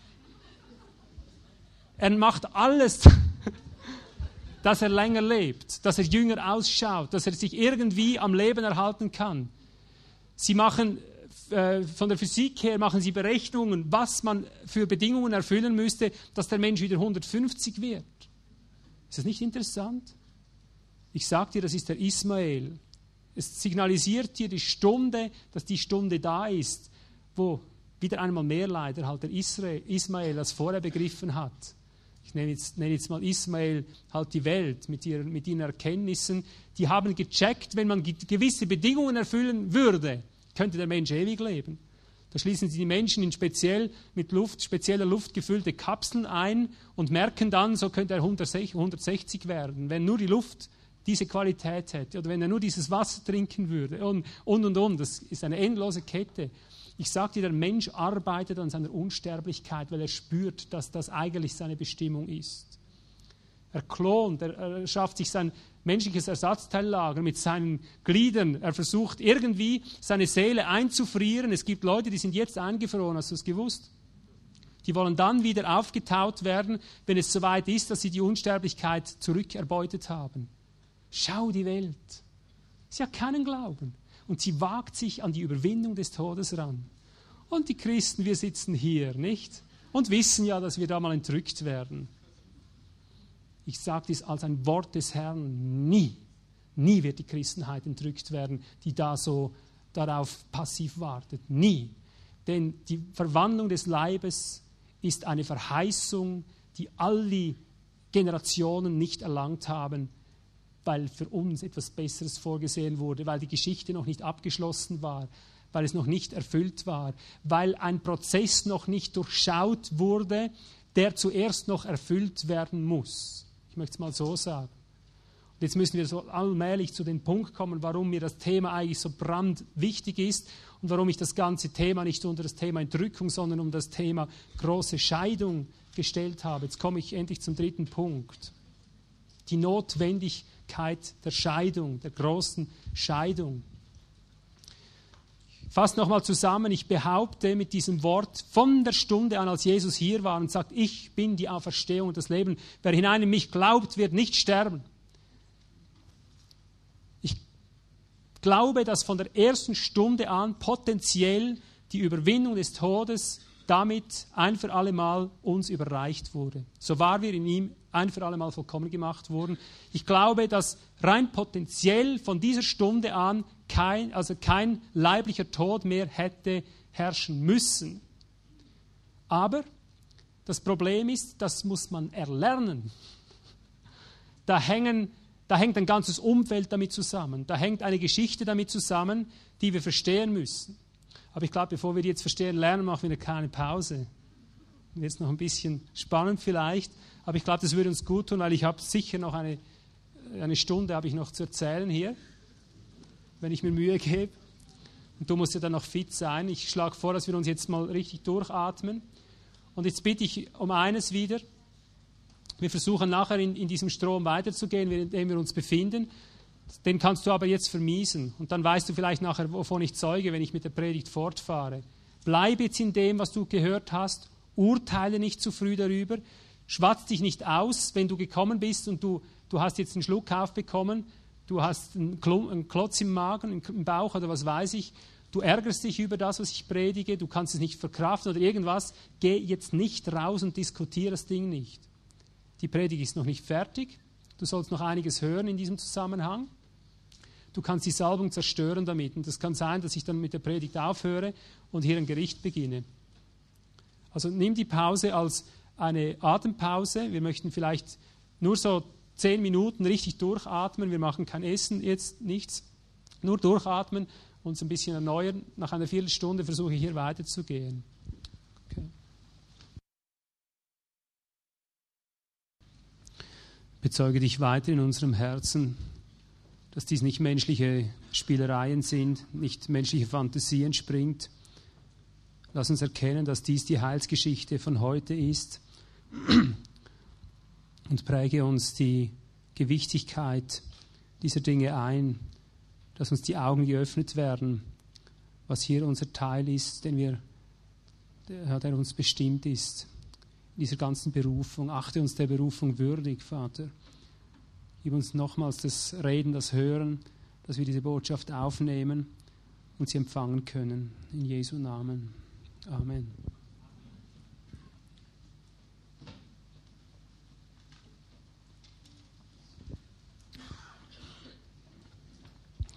[SPEAKER 1] Er macht alles, dass er länger lebt, dass er jünger ausschaut, dass er sich irgendwie am Leben erhalten kann. Sie machen von der Physik her machen sie Berechnungen, was man für Bedingungen erfüllen müsste, dass der Mensch wieder 150 wird. Ist das nicht interessant? Ich sage dir, das ist der Ismael. Es signalisiert dir die Stunde, dass die Stunde da ist, wo wieder einmal mehr leider halt der Ismael das vorher begriffen hat. Ich nenne jetzt mal Ismael halt die Welt mit ihren Erkenntnissen. Die haben gecheckt, wenn man gewisse Bedingungen erfüllen würde, könnte der Mensch ewig leben. Da schließen sie die Menschen in spezieller Luft gefüllte Kapseln ein und merken dann, so könnte er 160 werden, wenn nur die Luft diese Qualität hätte oder wenn er nur dieses Wasser trinken würde und. Das ist eine endlose Kette. Ich sage dir, der Mensch arbeitet an seiner Unsterblichkeit, weil er spürt, dass das eigentlich seine Bestimmung ist. Er klont, er schafft sich sein menschliches Ersatzteillager mit seinen Gliedern. Er versucht irgendwie seine Seele einzufrieren. Es gibt Leute, die sind jetzt eingefroren, hast du es gewusst? Die wollen dann wieder aufgetaut werden, wenn es soweit ist, dass sie die Unsterblichkeit zurückerbeutet haben. Schau die Welt. Sie hat keinen Glauben. Und sie wagt sich an die Überwindung des Todes ran. Und die Christen, wir sitzen hier, nicht? Und wissen ja, dass wir da mal entrückt werden. Ich sage dies als ein Wort des Herrn, nie wird die Christenheit entrückt werden, die da so darauf passiv wartet. Nie. Denn die Verwandlung des Leibes ist eine Verheißung, die all die Generationen nicht erlangt haben, weil für uns etwas Besseres vorgesehen wurde, weil die Geschichte noch nicht abgeschlossen war, weil es noch nicht erfüllt war, weil ein Prozess noch nicht durchschaut wurde, der zuerst noch erfüllt werden muss. Ich möchte es mal so sagen. Und jetzt müssen wir so allmählich zu dem Punkt kommen, warum mir das Thema eigentlich so brandwichtig ist und warum ich das ganze Thema nicht unter das Thema Entrückung, sondern um das Thema große Scheidung gestellt habe. Jetzt komme ich endlich zum dritten Punkt. Die Notwendigkeit der Scheidung, der großen Scheidung. Ich fasse nochmal zusammen, ich behaupte mit diesem Wort, von der Stunde an, als Jesus hier war und sagt, ich bin die Auferstehung und das Leben, wer hinein in mich glaubt, wird nicht sterben. Ich glaube, dass von der ersten Stunde an potenziell die Überwindung des Todes damit ein für alle Mal uns überreicht wurde. So wahr wir in ihm ein für alle Mal vollkommen gemacht wurden. Ich glaube, dass rein potenziell von dieser Stunde an kein leiblicher Tod mehr hätte herrschen müssen. Aber das Problem ist, das muss man erlernen. Da hängt ein ganzes Umfeld damit zusammen. Da hängt eine Geschichte damit zusammen, die wir verstehen müssen. Aber ich glaube, bevor wir die jetzt verstehen lernen, machen wir eine kleine Pause. Jetzt noch ein bisschen spannend vielleicht, aber ich glaube, das würde uns gut tun, weil ich habe sicher noch eine Stunde habe ich noch zu erzählen hier, wenn ich mir Mühe gebe. Und du musst ja dann noch fit sein. Ich schlage vor, dass wir uns jetzt mal richtig durchatmen. Und jetzt bitte ich um eines wieder. Wir versuchen nachher in diesem Strom weiterzugehen, in dem wir uns befinden. Den kannst du aber jetzt vermiesen. Und dann weißt du vielleicht nachher, wovon ich zeuge, wenn ich mit der Predigt fortfahre. Bleib jetzt in dem, was du gehört hast. Urteile nicht zu früh darüber. Schwatz dich nicht aus, wenn du gekommen bist und du hast jetzt einen Schluck aufbekommen. Du hast einen Klotz im Magen, im Bauch oder was weiß ich. Du ärgerst dich über das, was ich predige. Du kannst es nicht verkraften oder irgendwas. Geh jetzt nicht raus und diskutiere das Ding nicht. Die Predigt ist noch nicht fertig. Du sollst noch einiges hören in diesem Zusammenhang. Du kannst die Salbung zerstören damit. Und es kann sein, dass ich dann mit der Predigt aufhöre und hier ein Gericht beginne. Also nimm die Pause als eine Atempause. Wir möchten vielleicht nur so 10 Minuten richtig durchatmen. Wir machen kein Essen, jetzt nichts. Nur durchatmen, uns ein bisschen erneuern. Nach einer Viertelstunde versuche ich hier weiterzugehen. Okay. Bezeuge dich weiter in unserem Herzen, dass dies nicht menschliche Spielereien sind, nicht menschliche Fantasie entspringt. Lass uns erkennen, dass dies die Heilsgeschichte von heute ist und präge uns die Gewichtigkeit dieser Dinge ein, dass uns die Augen geöffnet werden, was hier unser Teil ist, der uns bestimmt ist, in dieser ganzen Berufung. Achte uns der Berufung würdig, Vater. Gib uns nochmals das Reden, das Hören, dass wir diese Botschaft aufnehmen und sie empfangen können. In Jesu Namen. Amen.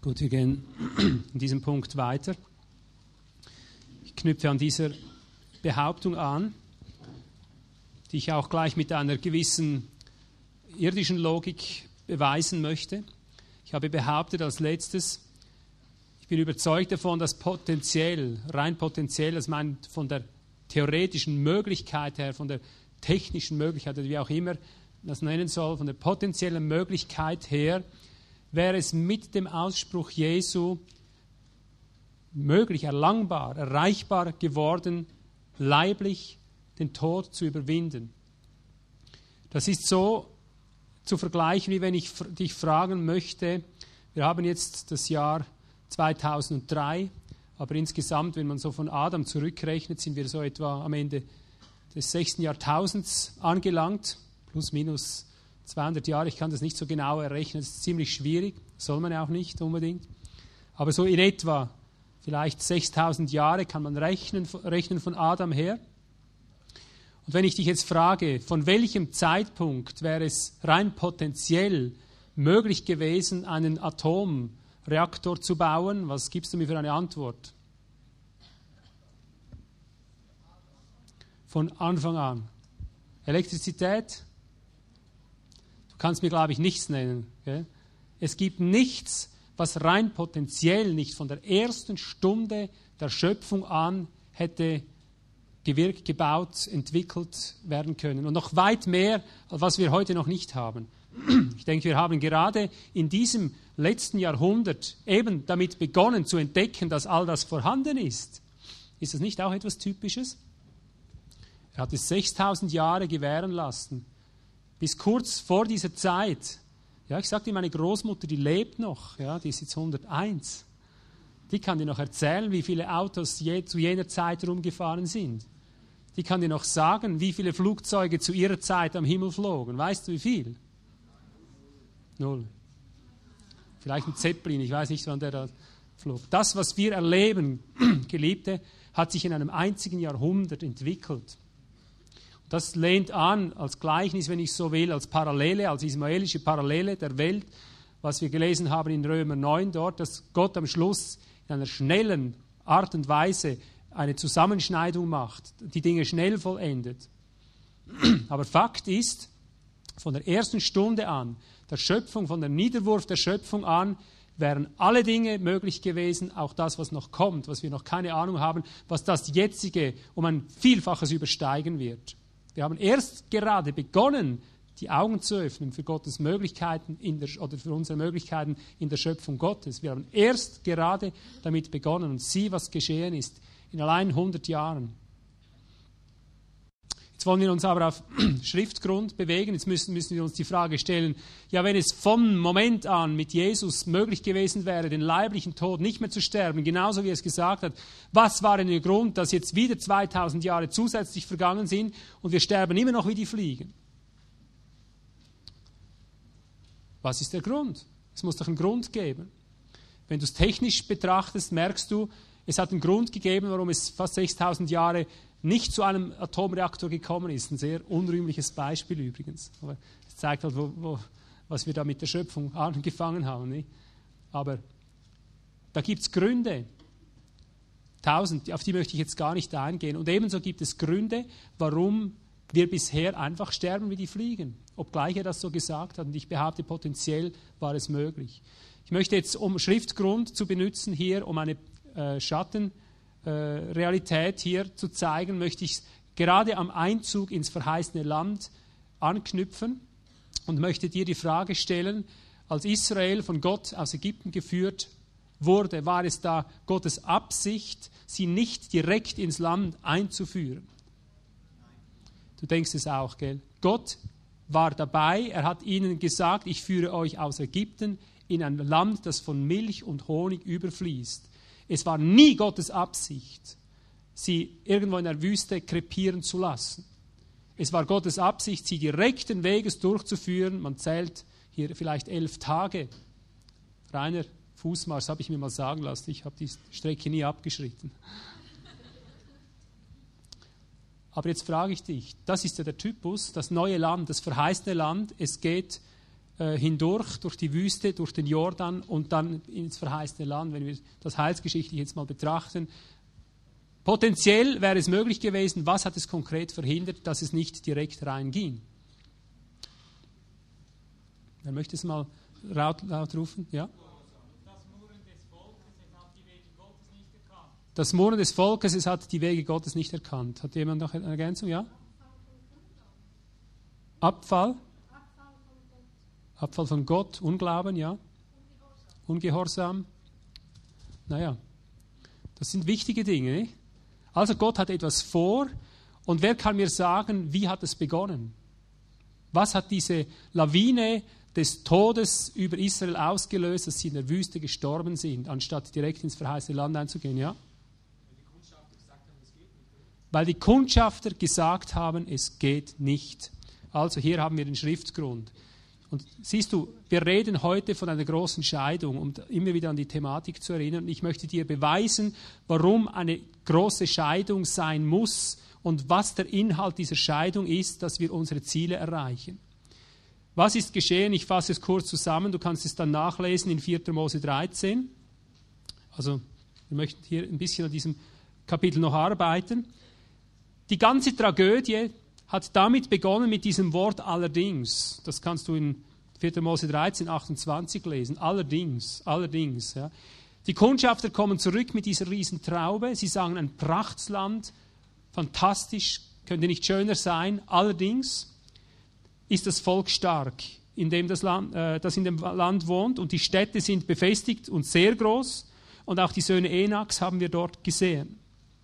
[SPEAKER 1] Gut, wir gehen in diesem Punkt weiter. Ich knüpfe an dieser Behauptung an, die ich auch gleich mit einer gewissen irdischen Logik beweisen möchte. Ich habe behauptet als letztes, ich bin überzeugt davon, dass potenziell, rein potenziell, das meint von der theoretischen Möglichkeit her, von der technischen Möglichkeit, oder wie auch immer das nennen soll, von der potenziellen Möglichkeit her, wäre es mit dem Ausspruch Jesu möglich, erlangbar, erreichbar geworden, leiblich den Tod zu überwinden. Das ist so zu vergleichen, wie wenn ich dich fragen möchte, wir haben jetzt das Jahr 2003, aber insgesamt, wenn man so von Adam zurückrechnet, sind wir so etwa am Ende des 6. Jahrtausends angelangt, plus minus 200 Jahre, ich kann das nicht so genau errechnen, das ist ziemlich schwierig, soll man ja auch nicht unbedingt, aber so in etwa vielleicht 6000 Jahre kann man rechnen von Adam her. Und wenn ich dich jetzt frage, von welchem Zeitpunkt wäre es rein potenziell möglich gewesen, einen Atomreaktor zu bauen, was gibst du mir für eine Antwort? Von Anfang an. Elektrizität? Du kannst mir, glaube ich, nichts nennen. Gell? Es gibt nichts, was rein potenziell nicht von der ersten Stunde der Schöpfung an hätte gewirkt, gebaut, entwickelt werden können. Und noch weit mehr, was wir heute noch nicht haben. Ich denke, wir haben gerade in diesem letzten Jahrhundert eben damit begonnen zu entdecken, dass all das vorhanden ist. Ist das nicht auch etwas Typisches? Er hat es 6000 Jahre gewähren lassen. Bis kurz vor dieser Zeit. Ja, ich sagte, meine Großmutter, die lebt noch. Ja, die ist jetzt 101. Die kann dir noch erzählen, wie viele Autos zu jener Zeit rumgefahren sind. Die kann dir noch sagen, wie viele Flugzeuge zu ihrer Zeit am Himmel flogen. Weißt du, wie viel? 0. Vielleicht ein Zeppelin, ich weiß nicht, wann der da flog. Das, was wir erleben, Geliebte, hat sich in einem einzigen Jahrhundert entwickelt. Das lehnt an als Gleichnis, wenn ich so will, als Parallele, als ismaelische Parallele der Welt, was wir gelesen haben in Römer 9 dort, dass Gott am Schluss in einer schnellen Art und Weise eine Zusammenschneidung macht, die Dinge schnell vollendet. Aber Fakt ist, von der ersten Stunde an, der Schöpfung, von dem Niederwurf der Schöpfung an, wären alle Dinge möglich gewesen, auch das, was noch kommt, was wir noch keine Ahnung haben, was das jetzige um ein Vielfaches übersteigen wird. Wir haben erst gerade begonnen, die Augen zu öffnen für Gottes Möglichkeiten oder für unsere Möglichkeiten in der Schöpfung Gottes. Wir haben erst gerade damit begonnen und sieh, was geschehen ist in allein 100 Jahren. Jetzt wollen wir uns aber auf Schriftgrund bewegen. Jetzt müssen wir uns die Frage stellen, ja, wenn es vom Moment an mit Jesus möglich gewesen wäre, den leiblichen Tod nicht mehr zu sterben, genauso wie er es gesagt hat, was war denn der Grund, dass jetzt wieder 2000 Jahre zusätzlich vergangen sind und wir sterben immer noch wie die Fliegen? Was ist der Grund? Es muss doch einen Grund geben. Wenn du es technisch betrachtest, merkst du, es hat einen Grund gegeben, warum es fast 6000 Jahre nicht zu einem Atomreaktor gekommen ist. Ein sehr unrühmliches Beispiel übrigens. Aber es zeigt halt, was wir da mit der Schöpfung angefangen haben. Nicht? Aber da gibt es Gründe. 1000, auf die möchte ich jetzt gar nicht eingehen. Und ebenso gibt es Gründe, warum wir bisher einfach sterben wie die Fliegen. Obgleich er das so gesagt hat. Und ich behaupte, potenziell war es möglich. Ich möchte jetzt, um Schriftgrund zu benutzen hier, um eine Schattenrealität hier zu zeigen, möchte ich gerade am Einzug ins verheißene Land anknüpfen und möchte dir die Frage stellen, als Israel von Gott aus Ägypten geführt wurde, war es da Gottes Absicht, sie nicht direkt ins Land einzuführen? Du denkst es auch, gell? Gott war dabei, er hat ihnen gesagt, ich führe euch aus Ägypten in ein Land, das von Milch und Honig überfließt. Es war nie Gottes Absicht, sie irgendwo in der Wüste krepieren zu lassen. Es war Gottes Absicht, sie direkten Weges durchzuführen. Man zählt hier vielleicht 11 Tage. Reiner Fußmarsch, habe ich mir mal sagen lassen. Ich habe die Strecke nie abgeschritten. Aber jetzt frage ich dich, das ist ja der Typus, das neue Land, das verheißene Land. Es geht hindurch, durch die Wüste, durch den Jordan und dann ins verheißene Land, wenn wir das heilsgeschichtlich jetzt mal betrachten. Potenziell wäre es möglich gewesen, was hat es konkret verhindert, dass es nicht direkt reinging? Wer möchte es mal laut rufen? Ja? Das Murren des Volkes, es hat die Wege Gottes nicht erkannt. Hat jemand noch eine Ergänzung? Ja? Abfall? Abfall von Gott, Unglauben, ja? Ungehorsam. Naja, das sind wichtige Dinge. Nicht? Also Gott hat etwas vor und wer kann mir sagen, wie hat es begonnen? Was hat diese Lawine des Todes über Israel ausgelöst, dass sie in der Wüste gestorben sind, anstatt direkt ins verheißene Land einzugehen? Ja? Weil die Kundschafter gesagt haben, es geht nicht. Also hier haben wir den Schriftgrund. Und siehst du, wir reden heute von einer großen Scheidung, um immer wieder an die Thematik zu erinnern. Und ich möchte dir beweisen, warum eine große Scheidung sein muss und was der Inhalt dieser Scheidung ist, dass wir unsere Ziele erreichen. Was ist geschehen? Ich fasse es kurz zusammen. Du kannst es dann nachlesen in 4. Mose 13. Also wir möchten hier ein bisschen an diesem Kapitel noch arbeiten. Die ganze Tragödie hat damit begonnen mit diesem Wort allerdings. Das kannst du in 4. Mose 13, 28 lesen. Allerdings, allerdings. Ja. Die Kundschafter kommen zurück mit dieser Riesentraube. Sie sagen, ein Prachtsland, fantastisch, könnte nicht schöner sein. Allerdings ist das Volk stark, das in dem Land wohnt. Und die Städte sind befestigt und sehr groß. Und auch die Söhne Enaks haben wir dort gesehen.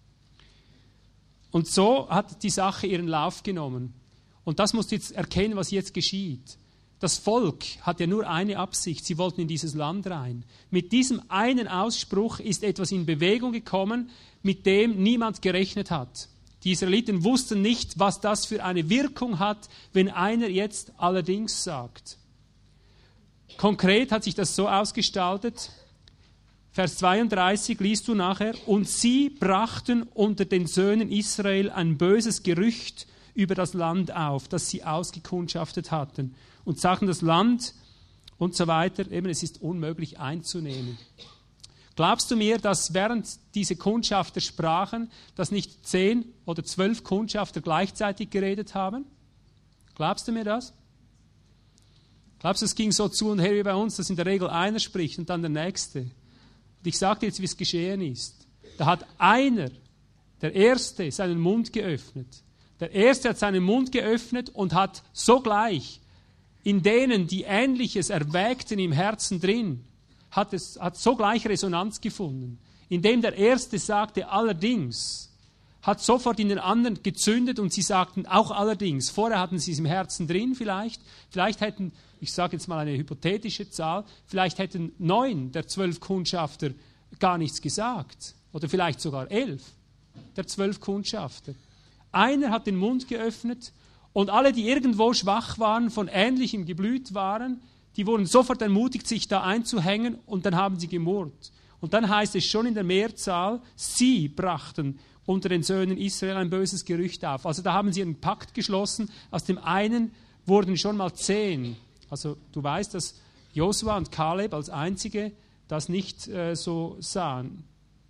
[SPEAKER 1] Und so hat die Sache ihren Lauf genommen. Und das musst du jetzt erkennen, was jetzt geschieht. Das Volk hat ja nur eine Absicht, sie wollten in dieses Land rein. Mit diesem einen Ausspruch ist etwas in Bewegung gekommen, mit dem niemand gerechnet hat. Die Israeliten wussten nicht, was das für eine Wirkung hat, wenn einer jetzt allerdings sagt. Konkret hat sich das so ausgestaltet, Vers 32 liest du nachher, und sie brachten unter den Söhnen Israel ein böses Gerücht über das Land auf, das sie ausgekundschaftet hatten und sagten, das Land und so weiter, eben es ist unmöglich einzunehmen. Glaubst du mir, dass während diese Kundschafter sprachen, dass nicht 10 oder 12 Kundschafter gleichzeitig geredet haben? Glaubst du mir das? Glaubst du, es ging so zu und her wie bei uns, dass in der Regel einer spricht und dann der Nächste? Und ich sage dir jetzt, wie es geschehen ist. Da hat einer, der Erste, seinen Mund geöffnet. Der Erste hat seinen Mund geöffnet und hat sogleich in denen, die Ähnliches erwägten im Herzen drin, hat sogleich Resonanz gefunden. Indem der Erste sagte, allerdings, hat sofort in den anderen gezündet und sie sagten auch allerdings. Vorher hatten sie es im Herzen drin vielleicht hätten, ich sage jetzt mal eine hypothetische Zahl, vielleicht hätten 9 der 12 Kundschafter gar nichts gesagt. Oder vielleicht sogar 11 der 12 Kundschafter. Einer hat den Mund geöffnet und alle, die irgendwo schwach waren, von ähnlichem Geblüt waren, die wurden sofort ermutigt, sich da einzuhängen und dann haben sie gemurrt. Und dann heißt es schon in der Mehrzahl, sie brachten unter den Söhnen Israel ein böses Gerücht auf. Also da haben sie einen Pakt geschlossen, aus dem einen wurden schon mal 10. Also du weißt, dass Josua und Kaleb als Einzige das nicht so sahen.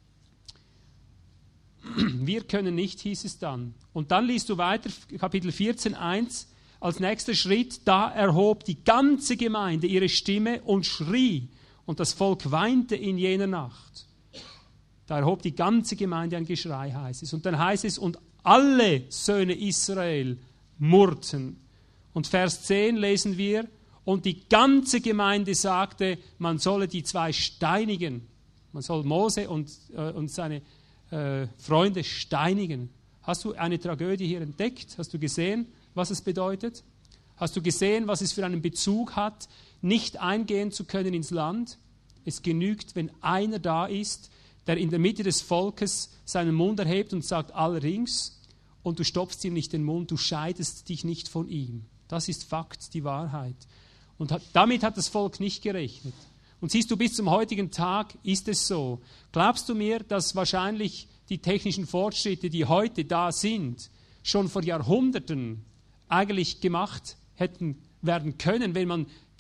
[SPEAKER 1] Wir können nicht, hieß es dann. Und dann liest du weiter, Kapitel 14, 1, als nächster Schritt, da erhob die ganze Gemeinde ihre Stimme und schrie, und das Volk weinte in jener Nacht. Da erhob die ganze Gemeinde ein Geschrei, heißt es. Und dann heißt es, und alle Söhne Israel murrten. Und Vers 10 lesen wir, und die ganze Gemeinde sagte, man solle die 2 steinigen. Man soll Mose und seine Freunde steinigen. Hast du eine Tragödie hier entdeckt? Hast du gesehen, was es bedeutet? Hast du gesehen, was es für einen Bezug hat, nicht eingehen zu können ins Land? Es genügt, wenn einer da ist, der in der Mitte des Volkes seinen Mund erhebt und sagt allerdings, und du stopfst ihm nicht den Mund, du scheidest dich nicht von ihm. Das ist Fakt, die Wahrheit. Und damit hat das Volk nicht gerechnet. Und siehst du, bis zum heutigen Tag ist es so. Glaubst du mir, dass wahrscheinlich die technischen Fortschritte, die heute da sind, schon vor Jahrhunderten eigentlich gemacht hätten werden können, wenn man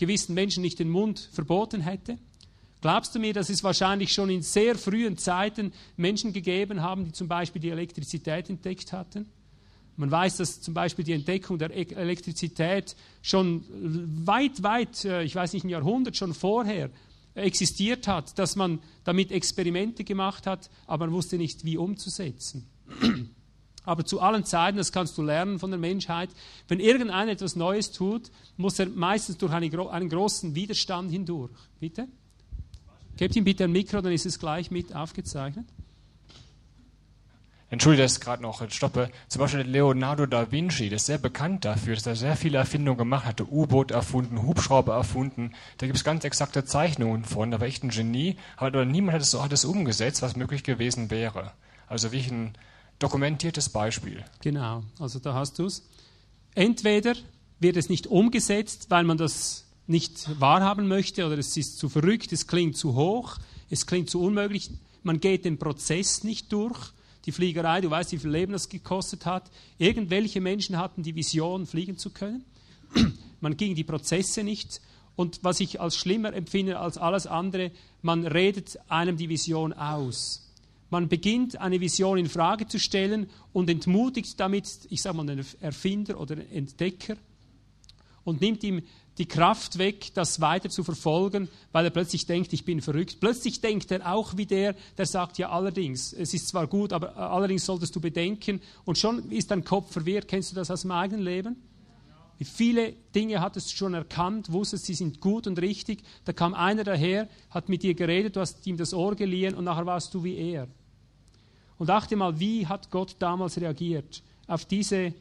[SPEAKER 1] gewissen Menschen nicht den Mund verboten hätte? Glaubst du mir, dass es wahrscheinlich schon in sehr frühen Zeiten Menschen gegeben haben, die zum Beispiel die Elektrizität entdeckt hatten? Man weiß, dass zum Beispiel die Entdeckung der Elektrizität schon weit, ich weiß nicht, ein Jahrhundert schon vorher existiert hat, dass man damit Experimente gemacht hat, aber man wusste nicht, wie umzusetzen. Aber zu allen Zeiten, das kannst du lernen von der Menschheit, wenn irgendeiner etwas Neues tut, muss er meistens durch einen großen Widerstand hindurch. Bitte? Gebt ihm bitte ein Mikro, dann ist es gleich mit aufgezeichnet.
[SPEAKER 2] Entschuldige, dass ich gerade noch stoppe. Zum Beispiel Leonardo da Vinci, der ist sehr bekannt dafür, dass er sehr viele Erfindungen gemacht hat. U-Boot erfunden, Hubschrauber erfunden. Da gibt es ganz exakte Zeichnungen von. Da war echt ein Genie. Aber niemand hat es umgesetzt, was möglich gewesen wäre. Also wirklich ein dokumentiertes Beispiel.
[SPEAKER 1] Genau, also da hast du es. Entweder wird es nicht umgesetzt, weil man das nicht wahrhaben möchte, oder es ist zu verrückt, es klingt zu hoch, es klingt zu unmöglich. Man geht den Prozess nicht durch. Die Fliegerei, du weißt, wie viel Leben das gekostet hat. Irgendwelche Menschen hatten die Vision, fliegen zu können. Man ging die Prozesse nicht. Und was ich als schlimmer empfinde als alles andere, man redet einem die Vision aus. Man beginnt, eine Vision in Frage zu stellen und entmutigt damit, ich sage mal, den Erfinder oder den Entdecker und nimmt ihm die Kraft weg, das weiter zu verfolgen, weil er plötzlich denkt, ich bin verrückt. Plötzlich denkt er auch wie der sagt, ja allerdings, es ist zwar gut, aber allerdings solltest du bedenken. Und schon ist dein Kopf verwirrt. Kennst du das aus dem eigenen Leben? Wie viele Dinge hattest du schon erkannt, wusstest, sie sind gut und richtig. Da kam einer daher, hat mit dir geredet, du hast ihm das Ohr geliehen und nachher warst du wie er. Und achte mal, wie hat Gott damals reagiert auf diese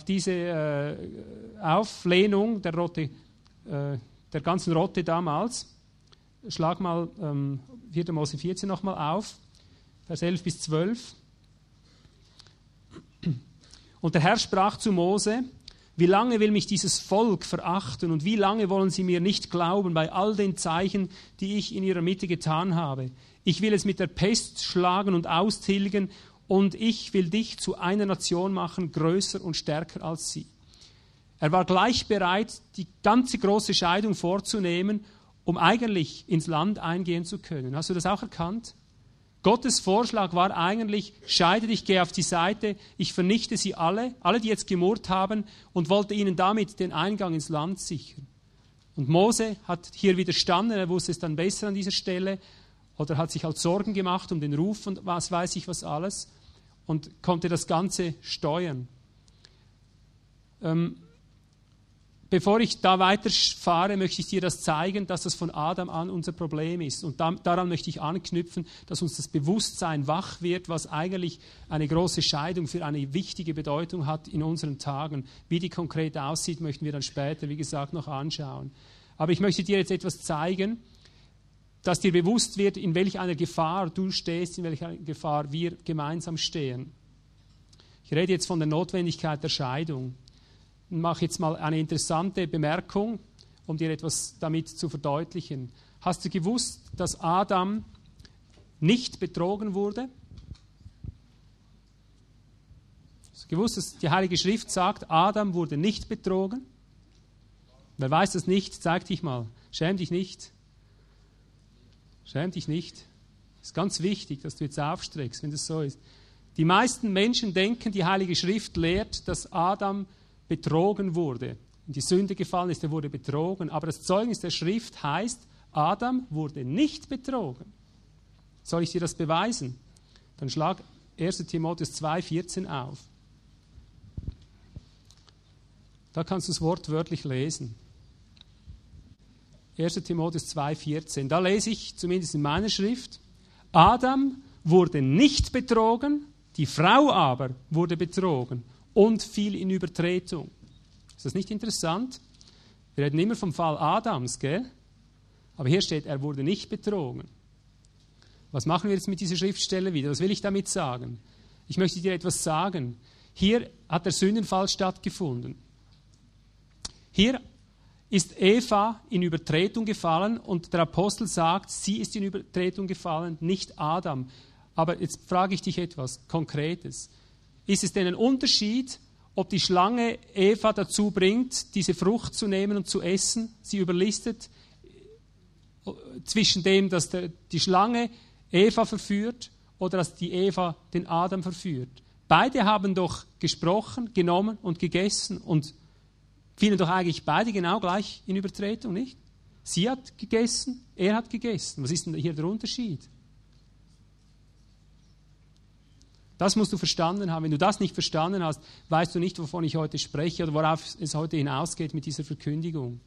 [SPEAKER 1] Auflehnung der ganzen Rotte damals. Schlag mal 4. Mose 14 nochmal auf, Vers 11 bis 12. Und der Herr sprach zu Mose: Wie lange will mich dieses Volk verachten und wie lange wollen sie mir nicht glauben bei all den Zeichen, die ich in ihrer Mitte getan habe? Ich will es mit der Pest schlagen und austilgen und ich will dich zu einer Nation machen, größer und stärker als sie. Er war gleich bereit, die ganze große Scheidung vorzunehmen, um eigentlich ins Land eingehen zu können. Hast du das auch erkannt? Gottes Vorschlag war eigentlich, scheide dich, geh auf die Seite, ich vernichte sie alle, die jetzt gemurrt haben, und wollte ihnen damit den Eingang ins Land sichern. Und Mose hat hier widerstanden, er wusste es dann besser an dieser Stelle, oder hat sich halt Sorgen gemacht um den Ruf und was weiß ich was alles, und konnte das Ganze steuern. Bevor ich da weiterfahre, möchte ich dir das zeigen, dass das von Adam an unser Problem ist. Und daran möchte ich anknüpfen, dass uns das Bewusstsein wach wird, was eigentlich eine große Scheidung für eine wichtige Bedeutung hat in unseren Tagen. Wie die konkret aussieht, möchten wir dann später, wie gesagt, noch anschauen. Aber ich möchte dir jetzt etwas zeigen, dass dir bewusst wird, in welch einer Gefahr du stehst, in welcher Gefahr wir gemeinsam stehen. Ich rede jetzt von der Notwendigkeit der Scheidung. Ich mache jetzt mal eine interessante Bemerkung, um dir etwas damit zu verdeutlichen. Hast du gewusst, dass Adam nicht betrogen wurde? Hast du gewusst, dass die Heilige Schrift sagt, Adam wurde nicht betrogen? Wer weiß das nicht, zeig dich mal. Schäm dich nicht. Schäm dich nicht. Es ist ganz wichtig, dass du jetzt aufstreckst, wenn das so ist. Die meisten Menschen denken, die Heilige Schrift lehrt, dass Adam betrogen wurde. In die Sünde gefallen ist, er wurde betrogen. Aber das Zeugnis der Schrift heißt, Adam wurde nicht betrogen. Soll ich dir das beweisen? Dann schlag 1. Timotheus 2,14 auf. Da kannst du es wortwörtlich lesen. 1. Timotheus 2,14. Da lese ich, zumindest in meiner Schrift, Adam wurde nicht betrogen, die Frau aber wurde betrogen und fiel in Übertretung. Ist das nicht interessant? Wir reden immer vom Fall Adams, gell? Aber hier steht, er wurde nicht betrogen. Was machen wir jetzt mit dieser Schriftstelle wieder? Was will ich damit sagen? Ich möchte dir etwas sagen. Hier hat der Sündenfall stattgefunden. Hier ist Eva in Übertretung gefallen und der Apostel sagt, sie ist in Übertretung gefallen, nicht Adam. Aber jetzt frage ich dich etwas Konkretes. Ist es denn ein Unterschied, ob die Schlange Eva dazu bringt, diese Frucht zu nehmen und zu essen. Sie überlistet zwischen dem, dass die Schlange Eva verführt oder dass die Eva den Adam verführt. Beide haben doch gesprochen, genommen und gegessen und fielen doch eigentlich beide genau gleich in Übertretung, nicht? Sie hat gegessen, er hat gegessen. Was ist denn hier der Unterschied? Das musst du verstanden haben. Wenn du das nicht verstanden hast, weißt du nicht, wovon ich heute spreche oder worauf es heute hinausgeht mit dieser Verkündigung.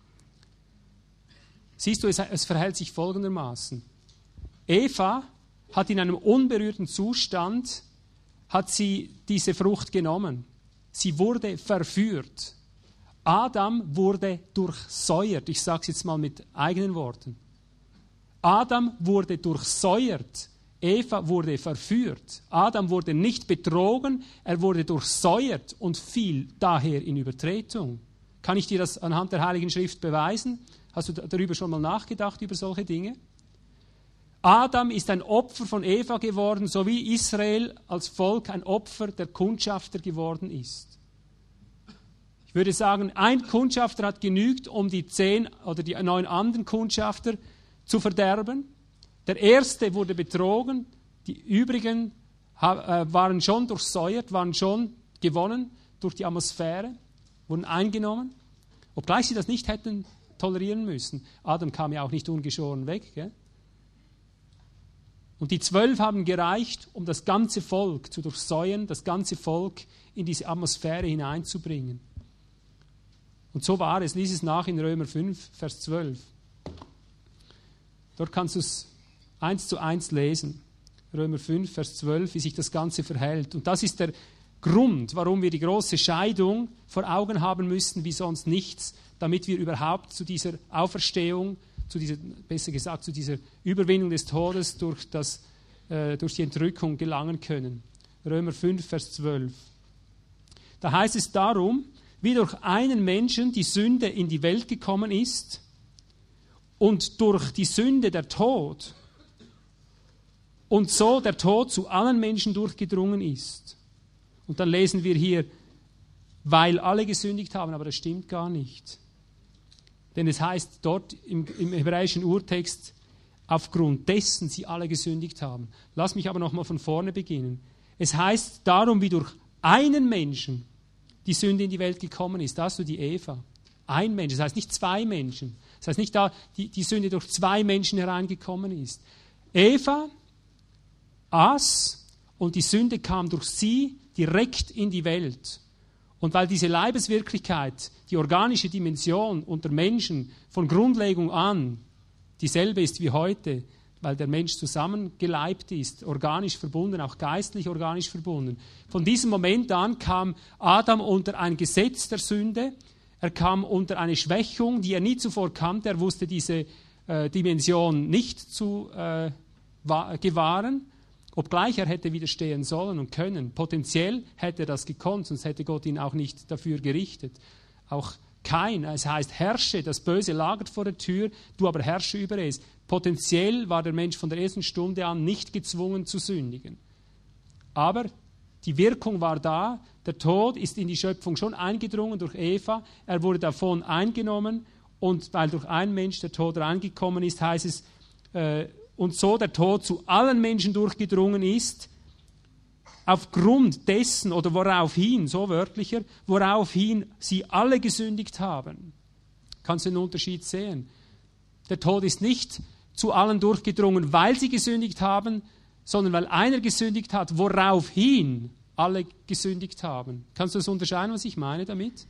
[SPEAKER 1] Siehst du, es verhält sich folgendermaßen. Eva hat in einem unberührten Zustand, hat sie diese Frucht genommen. Sie wurde verführt. Adam wurde durchsäuert. Ich sage es jetzt mal mit eigenen Worten. Adam wurde durchsäuert. Eva wurde verführt. Adam wurde nicht betrogen, er wurde durchsäuert und fiel daher in Übertretung. Kann ich dir das anhand der Heiligen Schrift beweisen? Hast du darüber schon mal nachgedacht, über solche Dinge? Adam ist ein Opfer von Eva geworden, so wie Israel als Volk ein Opfer der Kundschafter geworden ist. Ich würde sagen, ein Kundschafter hat genügt, um die 10 oder die 9 anderen Kundschafter zu verderben. Der erste wurde betrogen, die übrigen waren schon durchsäuert, waren schon gewonnen durch die Atmosphäre, wurden eingenommen, obgleich sie das nicht hätten tolerieren müssen. Adam kam ja auch nicht ungeschoren weg. Gell? Und die 12 haben gereicht, um das ganze Volk zu durchsäuern, das ganze Volk in diese Atmosphäre hineinzubringen. Und so war es. Lies es nach in Römer 5, Vers 12. Dort kannst du es 1:1 lesen. Römer 5, Vers 12, wie sich das Ganze verhält. Und das ist der Grund, warum wir die große Scheidung vor Augen haben müssen, wie sonst nichts, damit wir überhaupt zu dieser Auferstehung, besser gesagt, zu dieser Überwindung des Todes durch die Entrückung gelangen können. Römer 5, Vers 12. Da heißt es darum, wie durch einen Menschen die Sünde in die Welt gekommen ist und durch die Sünde der Tod und so der Tod zu allen Menschen durchgedrungen ist. Und dann lesen wir hier, weil alle gesündigt haben, aber das stimmt gar nicht. Denn es heißt dort im hebräischen Urtext, aufgrund dessen sie alle gesündigt haben. Lass mich aber nochmal von vorne beginnen. Es heißt darum, wie durch einen Menschen die Sünde in die Welt gekommen ist. Da hast du die Eva. Ein Mensch, das heißt nicht 2 Menschen. Das heißt nicht, da die Sünde durch 2 Menschen hereingekommen ist. Eva aß und die Sünde kam durch sie direkt in die Welt. Und weil diese Leibeswirklichkeit, die organische Dimension unter Menschen von Grundlegung an dieselbe ist wie heute, weil der Mensch zusammengeleibt ist, organisch verbunden, auch geistlich organisch verbunden. Von diesem Moment an kam Adam unter ein Gesetz der Sünde, er kam unter eine Schwächung, die er nie zuvor kannte, er wusste diese Dimension nicht zu gewahren, obgleich er hätte widerstehen sollen und können. Potenziell hätte er das gekonnt, sonst hätte Gott ihn auch nicht dafür gerichtet. Auch Kain, es heißt, herrsche, das Böse lagert vor der Tür, du aber herrsche über es. Potenziell war der Mensch von der ersten Stunde an nicht gezwungen zu sündigen. Aber die Wirkung war da, der Tod ist in die Schöpfung schon eingedrungen durch Eva, er wurde davon eingenommen und weil durch einen Mensch der Tod reingekommen ist, heißt es, und so der Tod zu allen Menschen durchgedrungen ist, aufgrund dessen oder woraufhin, so wörtlicher, woraufhin sie alle gesündigt haben. Kannst du den Unterschied sehen? Der Tod ist nicht zu allen durchgedrungen, weil sie gesündigt haben, sondern weil einer gesündigt hat, woraufhin alle gesündigt haben. Kannst du das unterscheiden, was ich meine damit?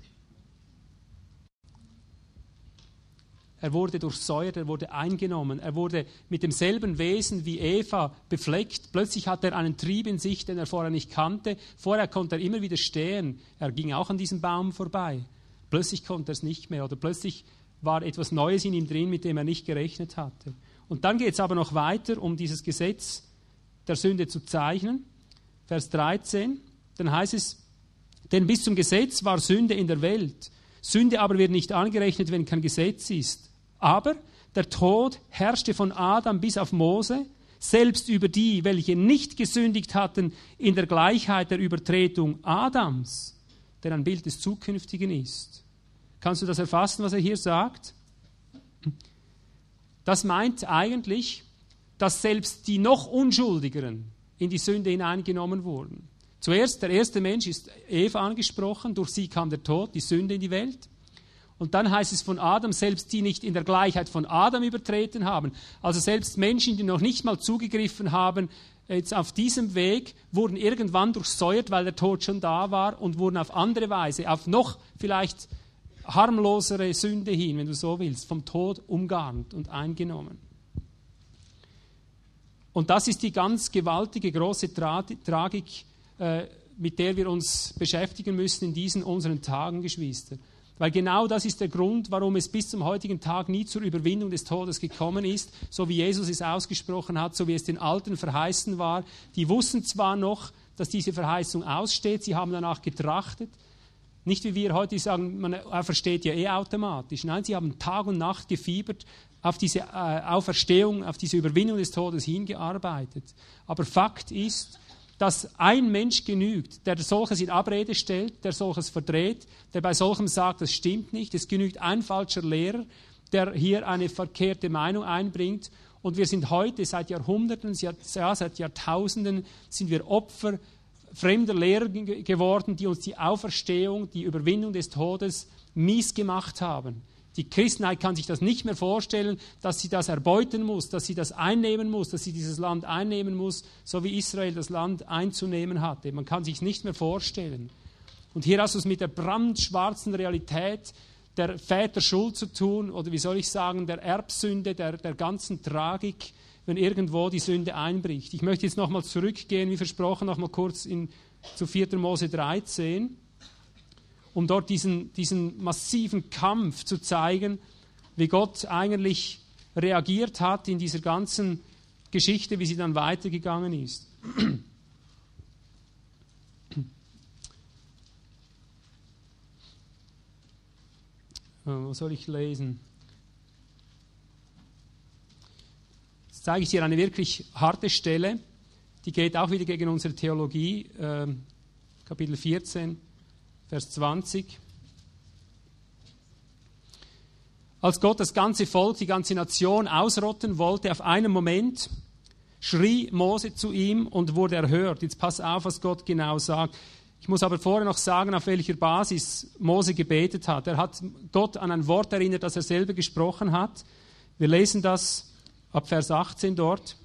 [SPEAKER 1] Er wurde durchsäuert, er wurde eingenommen, er wurde mit demselben Wesen wie Eva befleckt. Plötzlich hat er einen Trieb in sich, den er vorher nicht kannte. Vorher konnte er immer wieder stehen. Er ging auch an diesem Baum vorbei. Plötzlich konnte er es nicht mehr oder plötzlich war etwas Neues in ihm drin, mit dem er nicht gerechnet hatte. Und dann geht es aber noch weiter, um dieses Gesetz der Sünde zu zeichnen. Vers 13, dann heißt es, denn bis zum Gesetz war Sünde in der Welt. Sünde aber wird nicht angerechnet, wenn kein Gesetz ist. Aber der Tod herrschte von Adam bis auf Mose, selbst über die, welche nicht gesündigt hatten, in der Gleichheit der Übertretung Adams, der ein Bild des Zukünftigen ist. Kannst du das erfassen, was er hier sagt? Das meint eigentlich, dass selbst die noch Unschuldigeren in die Sünde hineingenommen wurden. Zuerst, der erste Mensch ist Eva angesprochen, durch sie kam der Tod, die Sünde in die Welt. Und dann heißt es von Adam, selbst die nicht in der Gleichheit von Adam übertreten haben, also selbst Menschen, die noch nicht mal zugegriffen haben, jetzt auf diesem Weg, wurden irgendwann durchsäuert, weil der Tod schon da war und wurden auf andere Weise, auf noch vielleicht harmlosere Sünde hin, wenn du so willst, vom Tod umgarnt und eingenommen. Und das ist die ganz gewaltige, große Tragik, mit der wir uns beschäftigen müssen in diesen unseren Tagen, Geschwister. Weil genau das ist der Grund, warum es bis zum heutigen Tag nie zur Überwindung des Todes gekommen ist, so wie Jesus es ausgesprochen hat, so wie es den Alten verheißen war. Die wussten zwar noch, dass diese Verheißung aussteht, sie haben danach getrachtet. Nicht wie wir heute sagen, man versteht ja eh automatisch. Nein, sie haben Tag und Nacht gefiebert, auf diese Auferstehung, auf diese Überwindung des Todes hingearbeitet. Aber Fakt ist, dass ein Mensch genügt, der solches in Abrede stellt, der solches verdreht, der bei solchem sagt, das stimmt nicht. Es genügt ein falscher Lehrer, der hier eine verkehrte Meinung einbringt. Und wir sind heute seit Jahrhunderten, seit Jahrtausenden, sind wir Opfer fremder Lehrer geworden, die uns die Auferstehung, die Überwindung des Todes mies gemacht haben. Die Christenheit kann sich das nicht mehr vorstellen, dass sie das erbeuten muss, dass sie das einnehmen muss, dass sie dieses Land einnehmen muss, so wie Israel das Land einzunehmen hatte. Man kann sich es nicht mehr vorstellen. Und hier hast du es mit der brandschwarzen Realität der Väterschuld zu tun, oder wie soll ich sagen, der Erbsünde, der ganzen Tragik, wenn irgendwo die Sünde einbricht. Ich möchte jetzt nochmal zurückgehen, wie versprochen, nochmal kurz zu 4. Mose 13, um dort diesen massiven Kampf zu zeigen, wie Gott eigentlich reagiert hat in dieser ganzen Geschichte, wie sie dann weitergegangen ist. Was soll ich lesen? Jetzt zeige ich dir eine wirklich harte Stelle, die geht auch wieder gegen unsere Theologie, Kapitel 14, Vers 20. Als Gott das ganze Volk, die ganze Nation ausrotten wollte, auf einen Moment schrie Mose zu ihm und wurde erhört. Jetzt pass auf, was Gott genau sagt. Ich muss aber vorher noch sagen, auf welcher Basis Mose gebetet hat. Er hat Gott an ein Wort erinnert, das er selber gesprochen hat. Wir lesen das ab Vers 18 dort.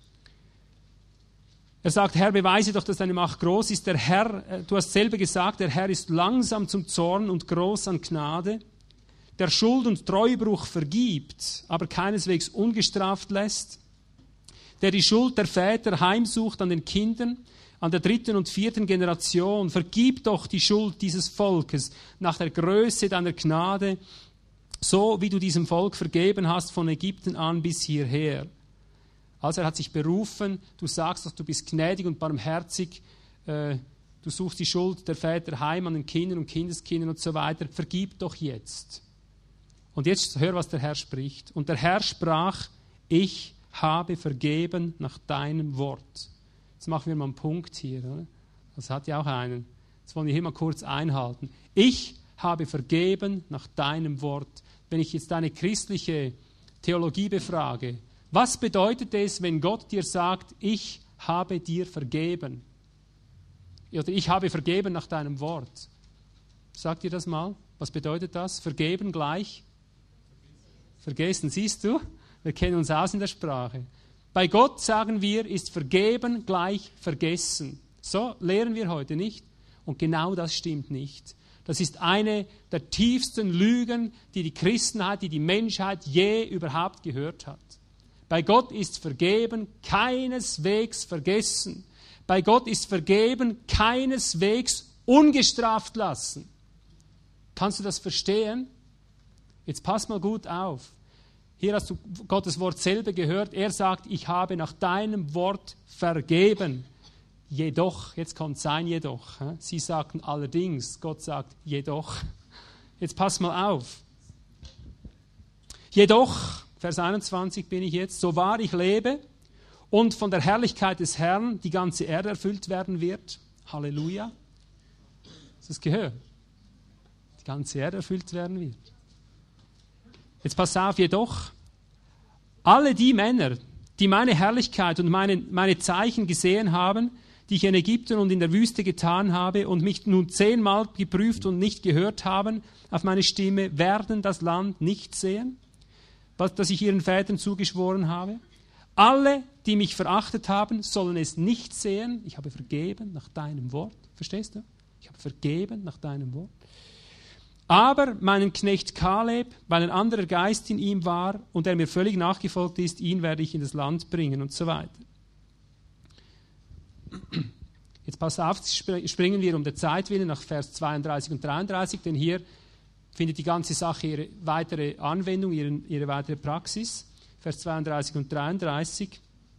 [SPEAKER 1] Er sagt, Herr, beweise doch, dass deine Macht groß ist. Der Herr, du hast selber gesagt, der Herr ist langsam zum Zorn und groß an Gnade, der Schuld und Treubruch vergibt, aber keineswegs ungestraft lässt, der die Schuld der Väter heimsucht an den Kindern, an der 3. und 4. Generation. Vergib doch die Schuld dieses Volkes nach der Größe deiner Gnade, so wie du diesem Volk vergeben hast von Ägypten an bis hierher. Also er hat sich berufen, du sagst doch, du bist gnädig und barmherzig, du suchst die Schuld der Väter heim an den Kindern und Kindeskindern und so weiter. Vergib doch jetzt. Und jetzt hör, was der Herr spricht. Und der Herr sprach, ich habe vergeben nach deinem Wort. Jetzt machen wir mal einen Punkt hier. Oder? Das hat ja auch einen. Das wollen wir hier mal kurz einhalten. Ich habe vergeben nach deinem Wort. Wenn ich jetzt deine christliche Theologie befrage, was bedeutet es, wenn Gott dir sagt, ich habe dir vergeben? Oder ich habe vergeben nach deinem Wort. Sagt dir das mal? Was bedeutet das? Vergeben gleich? Vergessen, siehst du? Wir kennen uns aus in der Sprache. Bei Gott, sagen wir, ist vergeben gleich vergessen. So lehren wir heute nicht. Und genau das stimmt nicht. Das ist eine der tiefsten Lügen, die die Christenheit, die Menschheit je überhaupt gehört hat. Bei Gott ist vergeben keineswegs vergessen. Bei Gott ist vergeben keineswegs ungestraft lassen. Kannst du das verstehen? Jetzt pass mal gut auf. Hier hast du Gottes Wort selber gehört. Er sagt, ich habe nach deinem Wort vergeben. Jedoch, jetzt kommt sein Jedoch. Sie sagten allerdings, Gott sagt jedoch. Jetzt pass mal auf. Jedoch, Vers 21 bin ich jetzt, so wahr ich lebe und von der Herrlichkeit des Herrn die ganze Erde erfüllt werden wird. Halleluja. Hast du das gehört? Die ganze Erde erfüllt werden wird. Jetzt pass auf, jedoch, alle die Männer, die meine Herrlichkeit und meine Zeichen gesehen haben, die ich in Ägypten und in der Wüste getan habe und mich nun 10-mal geprüft und nicht gehört haben auf meine Stimme, werden das Land nicht sehen, das ich ihren Vätern zugeschworen habe. Alle, die mich verachtet haben, sollen es nicht sehen. Ich habe vergeben nach deinem Wort. Verstehst du? Ich habe vergeben nach deinem Wort. Aber meinen Knecht Kaleb, weil ein anderer Geist in ihm war und er mir völlig nachgefolgt ist, ihn werde ich in das Land bringen und so weiter. Jetzt pass auf, springen wir um der Zeit willen nach Vers 32 und 33, denn hier findet die ganze Sache ihre weitere Anwendung, ihre weitere Praxis. Vers 32 und 33.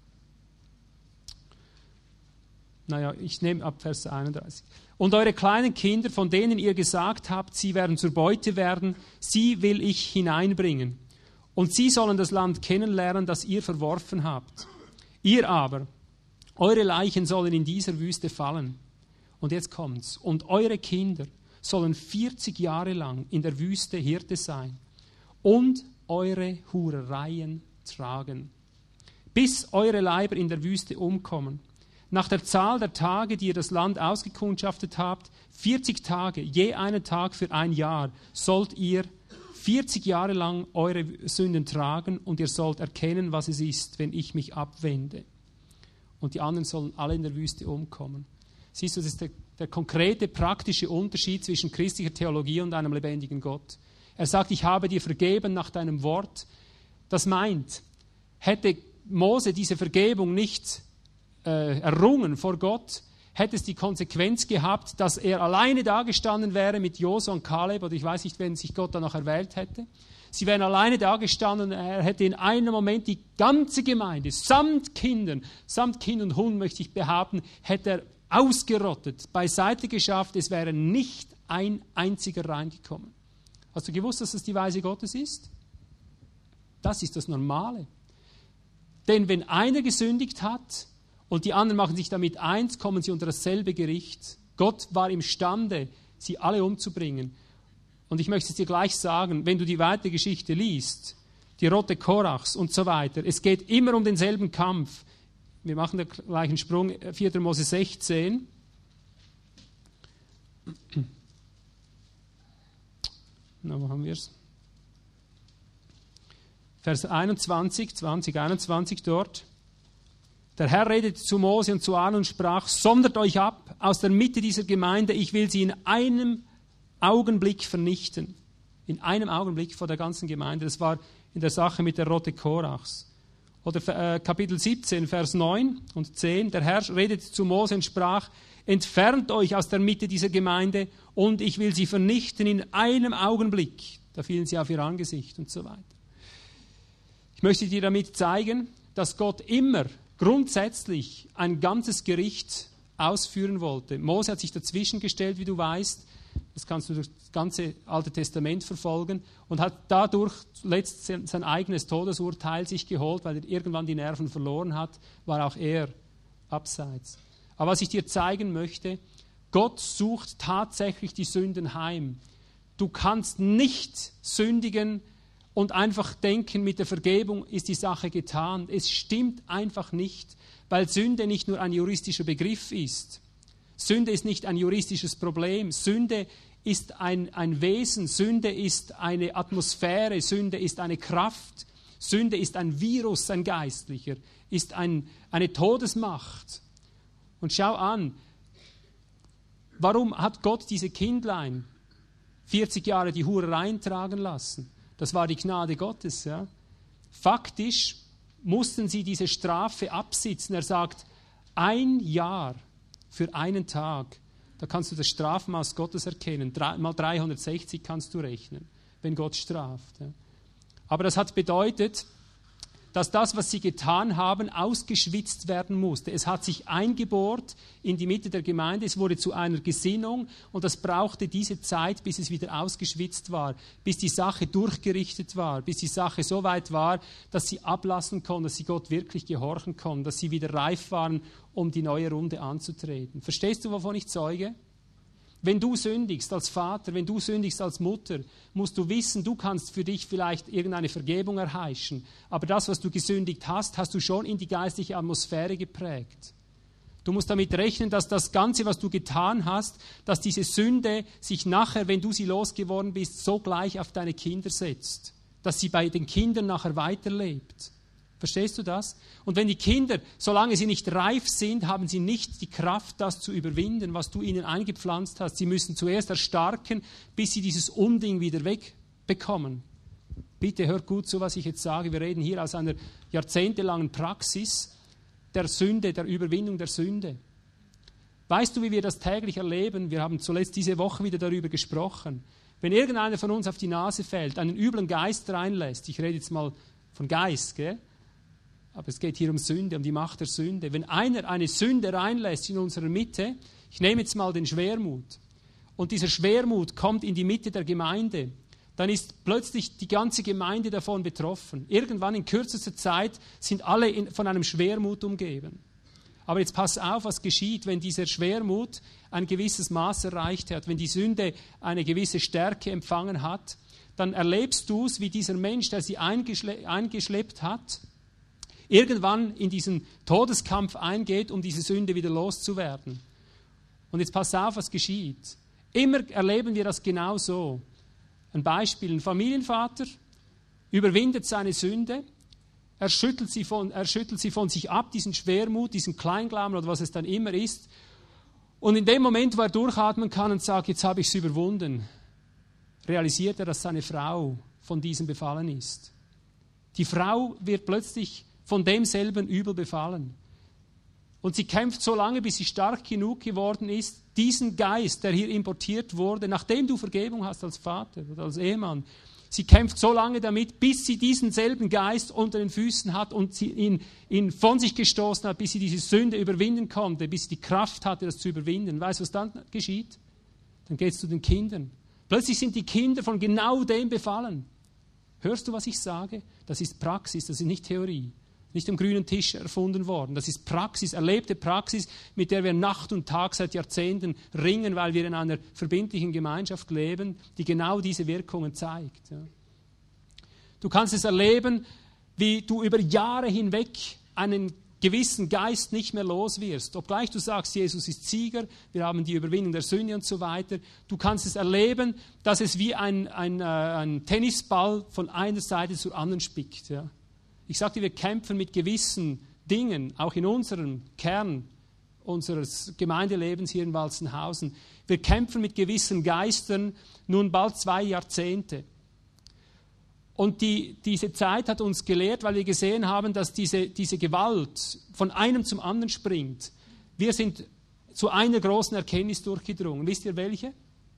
[SPEAKER 1] Naja, ich nehme ab Vers 31. Und eure kleinen Kinder, von denen ihr gesagt habt, sie werden zur Beute werden, sie will ich hineinbringen. Und sie sollen das Land kennenlernen, das ihr verworfen habt. Ihr aber, eure Leichen sollen in dieser Wüste fallen. Und jetzt kommt's. Und eure Kinder sollen 40 Jahre lang in der Wüste Hirte sein und eure Hurereien tragen, bis eure Leiber in der Wüste umkommen. Nach der Zahl der Tage, die ihr das Land ausgekundschaftet habt, 40 Tage, je einen Tag für ein Jahr, sollt ihr 40 Jahre lang eure Sünden tragen und ihr sollt erkennen, was es ist, wenn ich mich abwende. Und die anderen sollen alle in der Wüste umkommen. Siehst du, das ist der konkrete, praktische Unterschied zwischen christlicher Theologie und einem lebendigen Gott. Er sagt, ich habe dir vergeben nach deinem Wort. Das meint, hätte Mose diese Vergebung nicht errungen vor Gott, hätte es die Konsequenz gehabt, dass er alleine dagestanden wäre mit Josua und Kaleb, oder ich weiß nicht, wen sich Gott danach erwählt hätte. Sie wären alleine dagestanden, er hätte in einem Moment die ganze Gemeinde, samt Kind und Hund, möchte ich behaupten, hätte er ausgerottet, beiseite geschafft, es wäre nicht ein einziger reingekommen. Hast du gewusst, dass das die Weise Gottes ist? Das ist das Normale. Denn wenn einer gesündigt hat und die anderen machen sich damit eins, kommen sie unter dasselbe Gericht. Gott war imstande, sie alle umzubringen. Und ich möchte es dir gleich sagen, wenn du die weitere Geschichte liest, die Rote Korachs und so weiter, es geht immer um denselben Kampf. Wir machen den gleichen Sprung, 4. Mose 16. Na, wo haben wir es? Vers 21 dort. Der Herr redete zu Mose und zu Aaron und sprach, sondert euch ab aus der Mitte dieser Gemeinde, ich will sie in einem Augenblick vernichten. In einem Augenblick vor der ganzen Gemeinde. Das war in der Sache mit der Rote Korachs. Oder Kapitel 17, Vers 9 und 10. Der Herr redete zu Mose und sprach, entfernt euch aus der Mitte dieser Gemeinde und ich will sie vernichten in einem Augenblick. Da fielen sie auf ihr Angesicht und so weiter. Ich möchte dir damit zeigen, dass Gott immer grundsätzlich ein ganzes Gericht ausführen wollte. Mose hat sich dazwischen gestellt, wie du weißt. Das kannst du durch das ganze Alte Testament verfolgen und hat dadurch zuletzt sein eigenes Todesurteil sich geholt, weil er irgendwann die Nerven verloren hat, war auch er abseits. Aber was ich dir zeigen möchte, Gott sucht tatsächlich die Sünden heim. Du kannst nicht sündigen und einfach denken, mit der Vergebung ist die Sache getan. Es stimmt einfach nicht, weil Sünde nicht nur ein juristischer Begriff ist. Sünde ist nicht ein juristisches Problem. Sünde ist ein Wesen. Sünde ist eine Atmosphäre. Sünde ist eine Kraft. Sünde ist ein Virus, ein geistlicher. Ist eine Todesmacht. Und schau an, warum hat Gott diese Kindlein 40 Jahre die Hurereien tragen lassen? Das war die Gnade Gottes. Ja. Faktisch mussten sie diese Strafe absitzen. Er sagt, 1 Jahr für einen Tag, da kannst du das Strafmaß Gottes erkennen. Mal 360 kannst du rechnen, wenn Gott straft. Ja. Aber das hat bedeutet, dass das, was sie getan haben, ausgeschwitzt werden musste. Es hat sich eingebohrt in die Mitte der Gemeinde, es wurde zu einer Gesinnung und das brauchte diese Zeit, bis es wieder ausgeschwitzt war, bis die Sache durchgerichtet war, bis die Sache so weit war, dass sie ablassen konnten, dass sie Gott wirklich gehorchen konnten, dass sie wieder reif waren, um die neue Runde anzutreten. Verstehst du, wovon ich zeuge? Wenn du sündigst als Vater, wenn du sündigst als Mutter, musst du wissen, du kannst für dich vielleicht irgendeine Vergebung erheischen. Aber das, was du gesündigt hast, hast du schon in die geistliche Atmosphäre geprägt. Du musst damit rechnen, dass das Ganze, was du getan hast, dass diese Sünde sich nachher, wenn du sie losgeworden bist, so gleich auf deine Kinder setzt. Dass sie bei den Kindern nachher weiterlebt. Verstehst du das? Und wenn die Kinder, solange sie nicht reif sind, haben sie nicht die Kraft, das zu überwinden, was du ihnen eingepflanzt hast. Sie müssen zuerst erstarken, bis sie dieses Unding wieder wegbekommen. Bitte hört gut zu, was ich jetzt sage. Wir reden hier aus einer jahrzehntelangen Praxis der Sünde, der Überwindung der Sünde. Weißt du, wie wir das täglich erleben? Wir haben zuletzt diese Woche wieder darüber gesprochen. Wenn irgendeiner von uns auf die Nase fällt, einen üblen Geist reinlässt, ich rede jetzt mal von Geist, gell? Aber es geht hier um Sünde, um die Macht der Sünde. Wenn einer eine Sünde reinlässt in unserer Mitte, ich nehme jetzt mal den Schwermut, und dieser Schwermut kommt in die Mitte der Gemeinde, dann ist plötzlich die ganze Gemeinde davon betroffen. Irgendwann in kürzester Zeit sind alle von einem Schwermut umgeben. Aber jetzt pass auf, was geschieht, wenn dieser Schwermut ein gewisses Maß erreicht hat, wenn die Sünde eine gewisse Stärke empfangen hat, dann erlebst du es, wie dieser Mensch, der sie eingeschleppt hat, irgendwann in diesen Todeskampf eingeht, um diese Sünde wieder loszuwerden. Und jetzt pass auf, was geschieht. Immer erleben wir das genau so. Ein Beispiel, ein Familienvater überwindet seine Sünde, er schüttelt sie von sich ab, diesen Schwermut, diesen Kleinglauben oder was es dann immer ist. Und in dem Moment, wo er durchatmen kann und sagt, jetzt habe ich es überwunden, realisiert er, dass seine Frau von diesem befallen ist. Die Frau wird plötzlich von demselben Übel befallen. Und sie kämpft so lange, bis sie stark genug geworden ist, diesen Geist, der hier importiert wurde, nachdem du Vergebung hast als Vater oder als Ehemann, sie kämpft so lange damit, bis sie diesen selben Geist unter den Füßen hat und sie ihn von sich gestoßen hat, bis sie diese Sünde überwinden konnte, bis sie die Kraft hatte, das zu überwinden. Weißt du, was dann geschieht? Dann geht es zu den Kindern. Plötzlich sind die Kinder von genau dem befallen. Hörst du, was ich sage? Das ist Praxis, das ist nicht Theorie. Nicht am grünen Tisch erfunden worden. Das ist Praxis, erlebte Praxis, mit der wir Nacht und Tag seit Jahrzehnten ringen, weil wir in einer verbindlichen Gemeinschaft leben, die genau diese Wirkungen zeigt. Ja. Du kannst es erleben, wie du über Jahre hinweg einen gewissen Geist nicht mehr los wirst. Obgleich du sagst, Jesus ist Sieger, wir haben die Überwindung der Sünde und so weiter. Du kannst es erleben, dass es wie ein Tennisball von einer Seite zur anderen spickt. Ja. Ich sagte, wir kämpfen mit gewissen Dingen, auch in unserem Kern unseres Gemeindelebens hier in Walzenhausen. Wir kämpfen mit gewissen Geistern nun bald 2 Jahrzehnte. Und diese Zeit hat uns gelehrt, weil wir gesehen haben, dass diese Gewalt von einem zum anderen springt. Wir sind zu einer großen Erkenntnis durchgedrungen. Wisst ihr welche?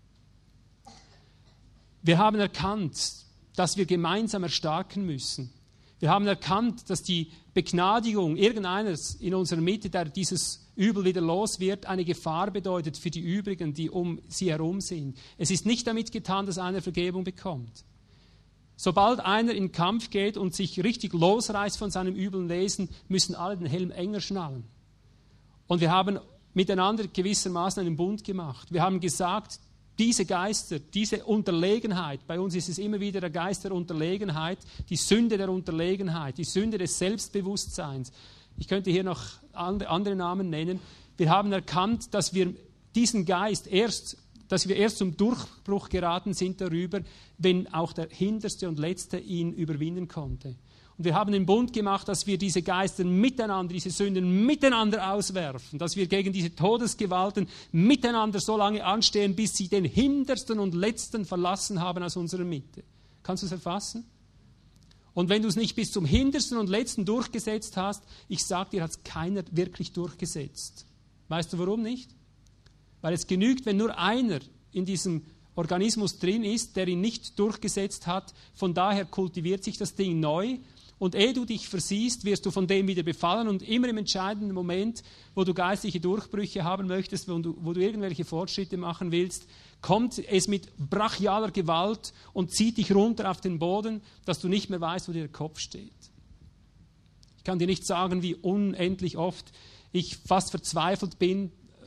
[SPEAKER 1] Wir haben erkannt, dass wir gemeinsam erstarken müssen. Wir haben erkannt, dass die Begnadigung irgendeines in unserer Mitte, der dieses Übel wieder los wird, eine Gefahr bedeutet für die übrigen, die um sie herum sind. Es ist nicht damit getan, dass einer Vergebung bekommt. Sobald einer in den Kampf geht und sich richtig losreißt von seinem üblen Wesen, müssen alle den Helm enger schnallen. Und wir haben miteinander gewissermaßen einen Bund gemacht. Wir haben gesagt, diese Geister, diese Unterlegenheit, bei uns ist es immer wieder der Geist der Unterlegenheit, die Sünde der Unterlegenheit, die Sünde des Selbstbewusstseins. Ich könnte hier noch andere Namen nennen. Wir haben erkannt, dass wir diesen Geist erst zum Durchbruch geraten sind darüber, wenn auch der Hinterste und Letzte ihn überwinden konnte. Und wir haben den Bund gemacht, dass wir diese Geister miteinander, diese Sünden miteinander auswerfen, dass wir gegen diese Todesgewalten miteinander so lange anstehen, bis sie den Hintersten und Letzten verlassen haben aus unserer Mitte. Kannst du es erfassen? Und wenn du es nicht bis zum Hintersten und Letzten durchgesetzt hast, ich sage dir, hat es keiner wirklich durchgesetzt. Weißt du warum nicht? Weil es genügt, wenn nur einer in diesem Organismus drin ist, der ihn nicht durchgesetzt hat. Von daher kultiviert sich das Ding neu. Und ehe du dich versiehst, wirst du von dem wieder befallen. Und immer im entscheidenden Moment, wo du geistliche Durchbrüche haben möchtest, wo du irgendwelche Fortschritte machen willst, kommt es mit brachialer Gewalt und zieht dich runter auf den Boden, dass du nicht mehr weißt, wo dir der Kopf steht. Ich kann dir nicht sagen, wie unendlich oft ich fast verzweifelt bin,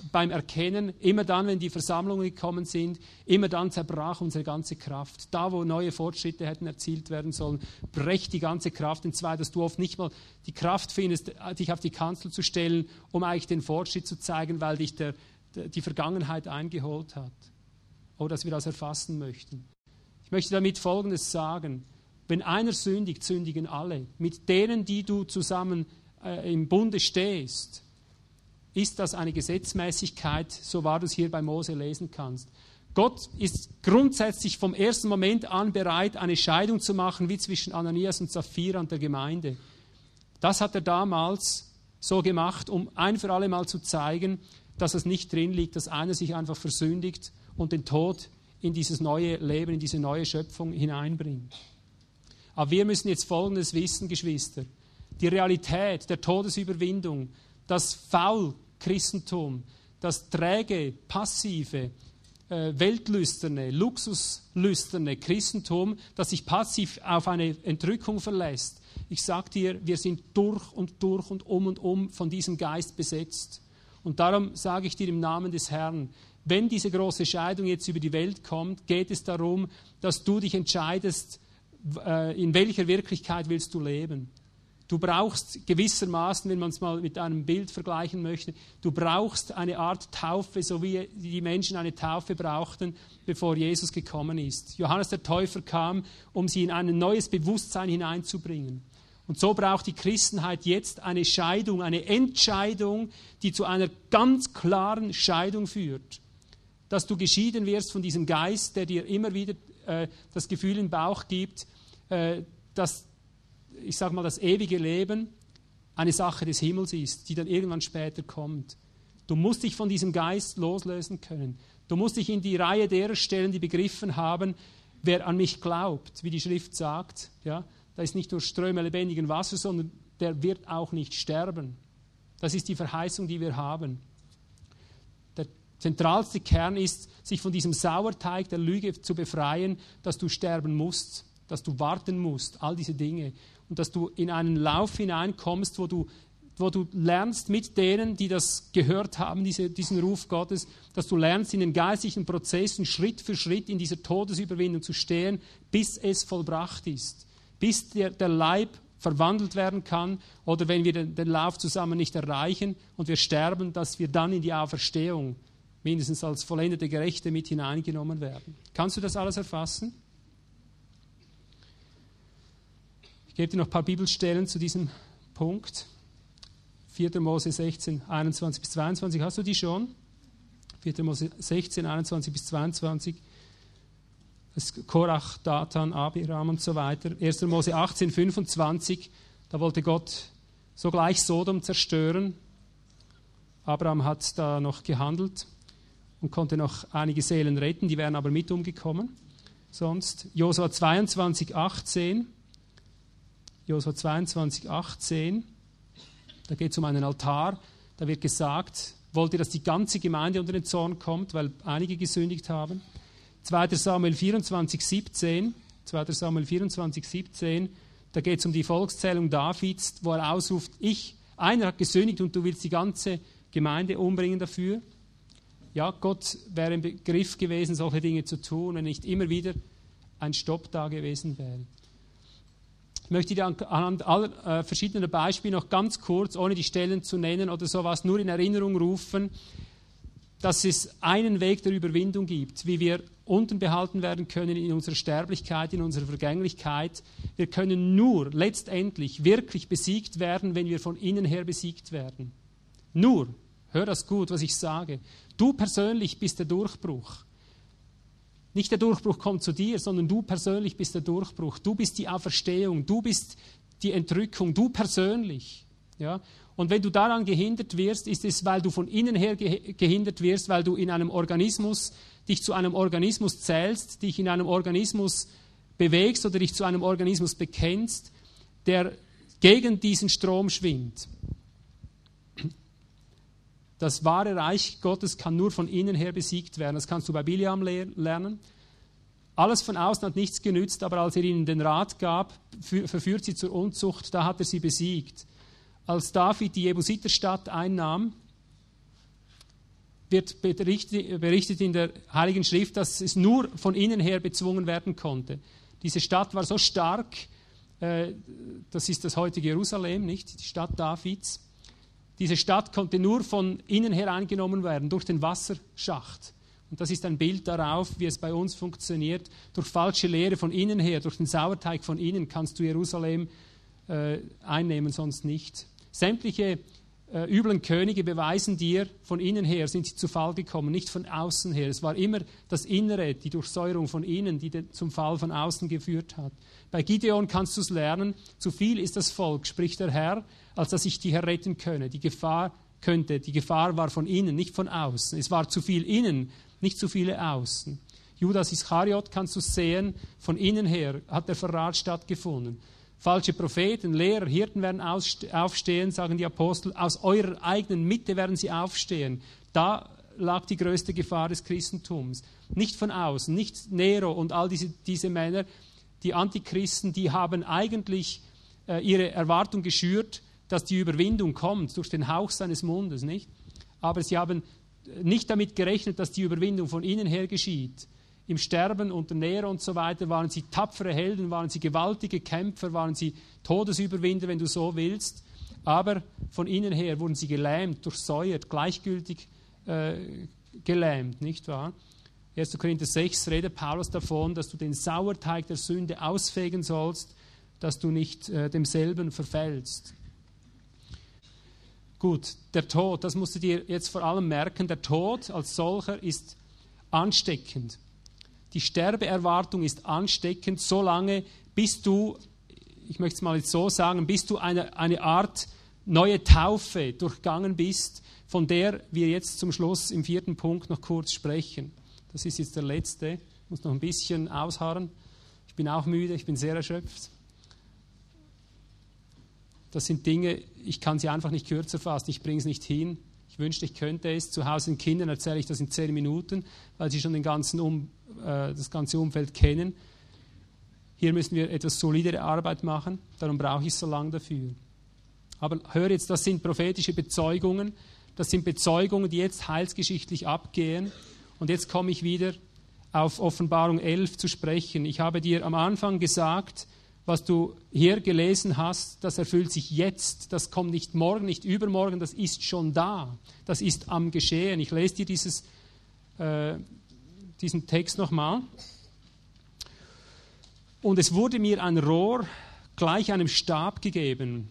[SPEAKER 1] beim Erkennen, immer dann, wenn die Versammlungen gekommen sind, immer dann zerbrach unsere ganze Kraft. Da, wo neue Fortschritte hätten erzielt werden sollen, brecht die ganze Kraft entzwei, dass du oft nicht mal die Kraft findest, dich auf die Kanzel zu stellen, um eigentlich den Fortschritt zu zeigen, weil dich die Vergangenheit eingeholt hat. Oder dass wir das erfassen möchten. Ich möchte damit Folgendes sagen. Wenn einer sündigt, sündigen alle. Mit denen, die du zusammen im Bunde stehst, ist das eine Gesetzmäßigkeit, so wahr du es hier bei Mose lesen kannst. Gott ist grundsätzlich vom ersten Moment an bereit, eine Scheidung zu machen, wie zwischen Ananias und Sapphira und der Gemeinde. Das hat er damals so gemacht, um ein für alle Mal zu zeigen, dass es nicht drin liegt, dass einer sich einfach versündigt und den Tod in dieses neue Leben, in diese neue Schöpfung hineinbringt. Aber wir müssen jetzt Folgendes wissen, Geschwister. Die Realität der Todesüberwindung, das Faul-Christentum, das träge, passive, weltlüsterne, luxuslüsterne Christentum, das sich passiv auf eine Entrückung verlässt. Ich sage dir, wir sind durch und um von diesem Geist besetzt. Und darum sage ich dir im Namen des Herrn, wenn diese große Scheidung jetzt über die Welt kommt, geht es darum, dass du dich entscheidest, in welcher Wirklichkeit willst du leben. Du brauchst gewissermaßen, wenn man es mal mit einem Bild vergleichen möchte, du brauchst eine Art Taufe, so wie die Menschen eine Taufe brauchten, bevor Jesus gekommen ist. Johannes der Täufer kam, um sie in ein neues Bewusstsein hineinzubringen. Und so braucht die Christenheit jetzt eine Scheidung, eine Entscheidung, die zu einer ganz klaren Scheidung führt. Dass du geschieden wirst von diesem Geist, der dir immer wieder das Gefühl im Bauch gibt, dass, ich sage mal, das ewige Leben eine Sache des Himmels ist, die dann irgendwann später kommt. Du musst dich von diesem Geist loslösen können. Du musst dich in die Reihe derer stellen, die begriffen haben, wer an mich glaubt, wie die Schrift sagt, ja, da ist nicht nur Ströme lebendigen Wassers, sondern der wird auch nicht sterben. Das ist die Verheißung, die wir haben. Der zentralste Kern ist, sich von diesem Sauerteig der Lüge zu befreien, dass du sterben musst, dass du warten musst, all diese Dinge. Und dass du in einen Lauf hineinkommst, wo du lernst mit denen, die das gehört haben, diesen Ruf Gottes, dass du lernst, in den geistlichen Prozessen Schritt für Schritt in dieser Todesüberwindung zu stehen, bis es vollbracht ist. Bis der Leib verwandelt werden kann oder wenn wir den Lauf zusammen nicht erreichen und wir sterben, dass wir dann in die Auferstehung mindestens als vollendete Gerechte mit hineingenommen werden. Kannst du das alles erfassen? Ich gebe dir noch ein paar Bibelstellen zu diesem Punkt. 4. Mose 16, 21 bis 22. Hast du die schon? 4. Mose 16, 21 bis 22. Das Korach, Datan, Abiram und so weiter. 1. Mose 18, 25. Da wollte Gott sogleich Sodom zerstören. Abraham hat da noch gehandelt und konnte noch einige Seelen retten. Die wären aber mit umgekommen. Sonst Josua 22, 18. Josua 22, 18, da geht es um einen Altar, da wird gesagt, wollt ihr, dass die ganze Gemeinde unter den Zorn kommt, weil einige gesündigt haben? 2. Samuel 24, 17, da geht es um die Volkszählung Davids, wo er ausruft, einer hat gesündigt und du willst die ganze Gemeinde umbringen dafür. Ja, Gott wäre im Begriff gewesen, solche Dinge zu tun, wenn nicht immer wieder ein Stopp da gewesen wäre. Ich möchte dir anhand aller verschiedener Beispiele noch ganz kurz, ohne die Stellen zu nennen oder sowas, nur in Erinnerung rufen, dass es einen Weg der Überwindung gibt, wie wir unten behalten werden können in unserer Sterblichkeit, in unserer Vergänglichkeit. Wir können nur letztendlich wirklich besiegt werden, wenn wir von innen her besiegt werden. Nur, hör das gut, was ich sage, du persönlich bist der Durchbruch. Nicht der Durchbruch kommt zu dir, sondern du persönlich bist der Durchbruch. Du bist die Auferstehung, du bist die Entrückung, du persönlich. Ja? Und wenn du daran gehindert wirst, ist es, weil du von innen her gehindert wirst, weil du in einem Organismus, dich zu einem Organismus zählst, dich in einem Organismus bewegst oder dich zu einem Organismus bekennst, der gegen diesen Strom schwingt. Das wahre Reich Gottes kann nur von innen her besiegt werden. Das kannst du bei Biliam lernen. Alles von außen hat nichts genützt, aber als er ihnen den Rat gab, verführt sie zur Unzucht, da hat er sie besiegt. Als David die Jebusiterstadt einnahm, wird berichtet in der Heiligen Schrift, dass es nur von innen her bezwungen werden konnte. Diese Stadt war so stark, das ist das heutige Jerusalem, nicht? Die Stadt Davids. Diese Stadt konnte nur von innen her eingenommen werden, durch den Wasserschacht. Und das ist ein Bild darauf, wie es bei uns funktioniert. Durch falsche Lehre von innen her, durch den Sauerteig von innen kannst du Jerusalem einnehmen, sonst nicht. Sämtliche üblen Könige beweisen dir, von innen her sind sie zu Fall gekommen, nicht von außen her. Es war immer das Innere, die Durchsäuerung von innen, die zum Fall von außen geführt hat. Bei Gideon kannst du es lernen, zu viel ist das Volk, spricht der Herr, als dass ich die herretten könne. Die Gefahr war von innen, nicht von außen. Es war zu viel innen, nicht zu viele außen. Judas Iskariot kannst du sehen, von innen her hat der Verrat stattgefunden. Falsche Propheten, Lehrer, Hirten werden aufstehen, sagen die Apostel. Aus eurer eigenen Mitte werden sie aufstehen. Da lag die größte Gefahr des Christentums. Nicht von außen, nicht Nero und all diese Männer, die Antichristen, die haben eigentlich ihre Erwartung geschürt, dass die Überwindung kommt durch den Hauch seines Mundes, nicht? Aber sie haben nicht damit gerechnet, dass die Überwindung von innen her geschieht. Im Sterben unter Nero und so weiter waren sie tapfere Helden, waren sie gewaltige Kämpfer, waren sie Todesüberwinder, wenn du so willst. Aber von innen her wurden sie gelähmt, durchsäuert, gleichgültig gelähmt, nicht wahr? 1. Korinther 6 redet Paulus davon, dass du den Sauerteig der Sünde ausfegen sollst, dass du nicht demselben verfällst. Gut, der Tod, das musst du dir jetzt vor allem merken, der Tod als solcher ist ansteckend. Die Sterbeerwartung ist ansteckend, solange bis du, ich möchte es mal jetzt so sagen, bis du eine Art neue Taufe durchgangen bist, von der wir jetzt zum Schluss im 4. Punkt noch kurz sprechen. Das ist jetzt der letzte, ich muss noch ein bisschen ausharren. Ich bin auch müde, ich bin sehr erschöpft. Das sind Dinge, ich kann sie einfach nicht kürzer fassen, ich bringe es nicht hin. Ich wünschte, ich könnte es. Zu Hause den Kindern erzähle ich das in 10 Minuten, weil sie schon das ganze Umfeld kennen. Hier müssen wir etwas solidere Arbeit machen, darum brauche ich so lange dafür. Aber hör jetzt, das sind prophetische Bezeugungen, das sind Bezeugungen, die jetzt heilsgeschichtlich abgehen. Und jetzt komme ich wieder auf Offenbarung 11 zu sprechen. Ich habe dir am Anfang gesagt, was du hier gelesen hast, das erfüllt sich jetzt, das kommt nicht morgen, nicht übermorgen, das ist schon da, das ist am Geschehen. Ich lese dir diesen Text nochmal. Und es wurde mir ein Rohr gleich einem Stab gegeben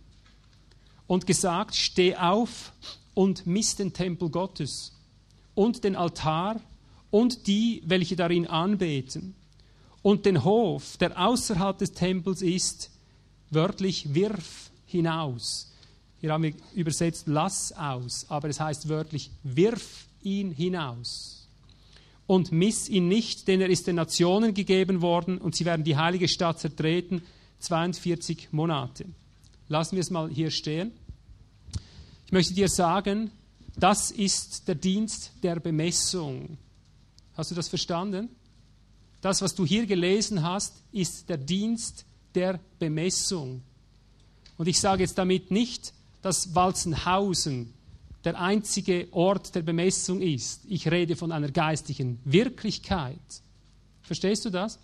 [SPEAKER 1] und gesagt, steh auf und miss den Tempel Gottes und den Altar und die, welche darin anbeten. Und den Hof, der außerhalb des Tempels ist, wörtlich wirf hinaus. Hier haben wir übersetzt, lass aus, aber es heißt wörtlich, wirf ihn hinaus. Und miss ihn nicht, denn er ist den Nationen gegeben worden und sie werden die heilige Stadt zertreten, 42 Monate. Lassen wir es mal hier stehen. Ich möchte dir sagen, das ist der Dienst der Bemessung. Hast du das verstanden? Das, was du hier gelesen hast, ist der Dienst der Bemessung. Und ich sage jetzt damit nicht, dass Walzenhausen der einzige Ort der Bemessung ist. Ich rede von einer geistlichen Wirklichkeit. Verstehst du das?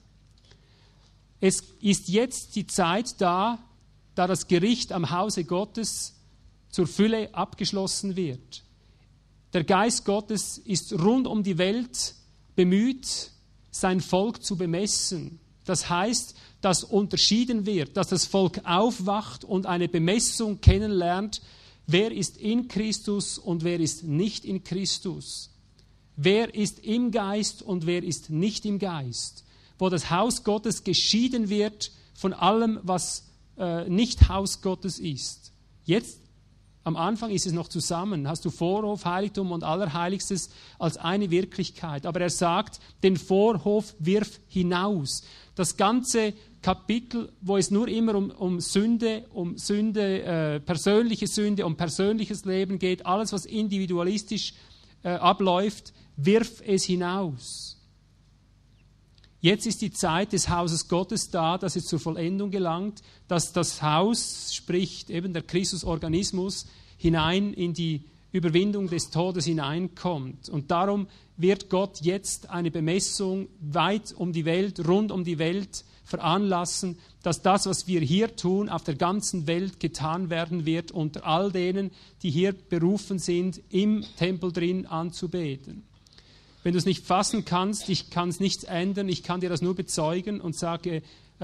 [SPEAKER 1] Es ist jetzt die Zeit da das Gericht am Hause Gottes zur Fülle abgeschlossen wird. Der Geist Gottes ist rund um die Welt bemüht, sein Volk zu bemessen. Das heißt, dass unterschieden wird, dass das Volk aufwacht und eine Bemessung kennenlernt, wer ist in Christus und wer ist nicht in Christus. Wer ist im Geist und wer ist nicht im Geist. Wo das Haus Gottes geschieden wird von allem, was nicht Haus Gottes ist. Jetzt am Anfang ist es noch zusammen, hast du Vorhof, Heiligtum und Allerheiligstes als eine Wirklichkeit. Aber er sagt, den Vorhof wirf hinaus. Das ganze Kapitel, wo es nur immer um Sünde, persönliche Sünde, um persönliches Leben geht, alles, was individualistisch abläuft, wirf es hinaus. Jetzt ist die Zeit des Hauses Gottes da, dass es zur Vollendung gelangt, dass das Haus, sprich eben der Christusorganismus, hinein in die Überwindung des Todes hineinkommt. Und darum wird Gott jetzt eine Bemessung weit um die Welt, rund um die Welt veranlassen, dass das, was wir hier tun, auf der ganzen Welt getan werden wird, unter all denen, die hier berufen sind, im Tempel drin anzubeten. Wenn du es nicht fassen kannst, ich kann es nicht ändern, ich kann dir das nur bezeugen und sage,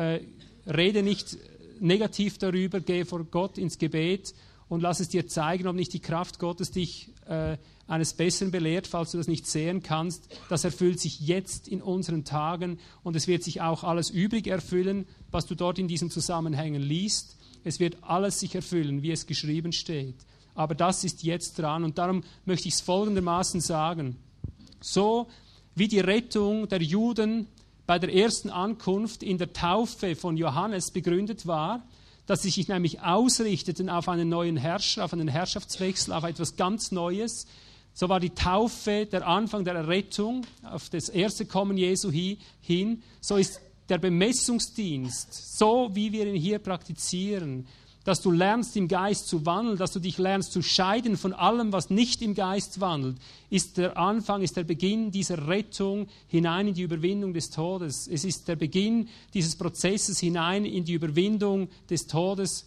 [SPEAKER 1] rede nicht negativ darüber, gehe vor Gott ins Gebet und lass es dir zeigen, ob nicht die Kraft Gottes dich eines Besseren belehrt, falls du das nicht sehen kannst. Das erfüllt sich jetzt in unseren Tagen und es wird sich auch alles übrig erfüllen, was du dort in diesen Zusammenhängen liest. Es wird alles sich erfüllen, wie es geschrieben steht. Aber das ist jetzt dran und darum möchte ich es folgendermaßen sagen. So wie die Rettung der Juden bei der ersten Ankunft in der Taufe von Johannes begründet war, dass sie sich nämlich ausrichteten auf einen neuen Herrscher, auf einen Herrschaftswechsel, auf etwas ganz Neues. So war die Taufe der Anfang der Errettung, auf das erste Kommen Jesu hin. So ist der Bemessungsdienst, so wie wir ihn hier praktizieren, dass du lernst, im Geist zu wandeln, dass du dich lernst zu scheiden von allem, was nicht im Geist wandelt, ist der Anfang, ist der Beginn dieser Rettung hinein in die Überwindung des Todes. Es ist der Beginn dieses Prozesses hinein in die Überwindung des Todes,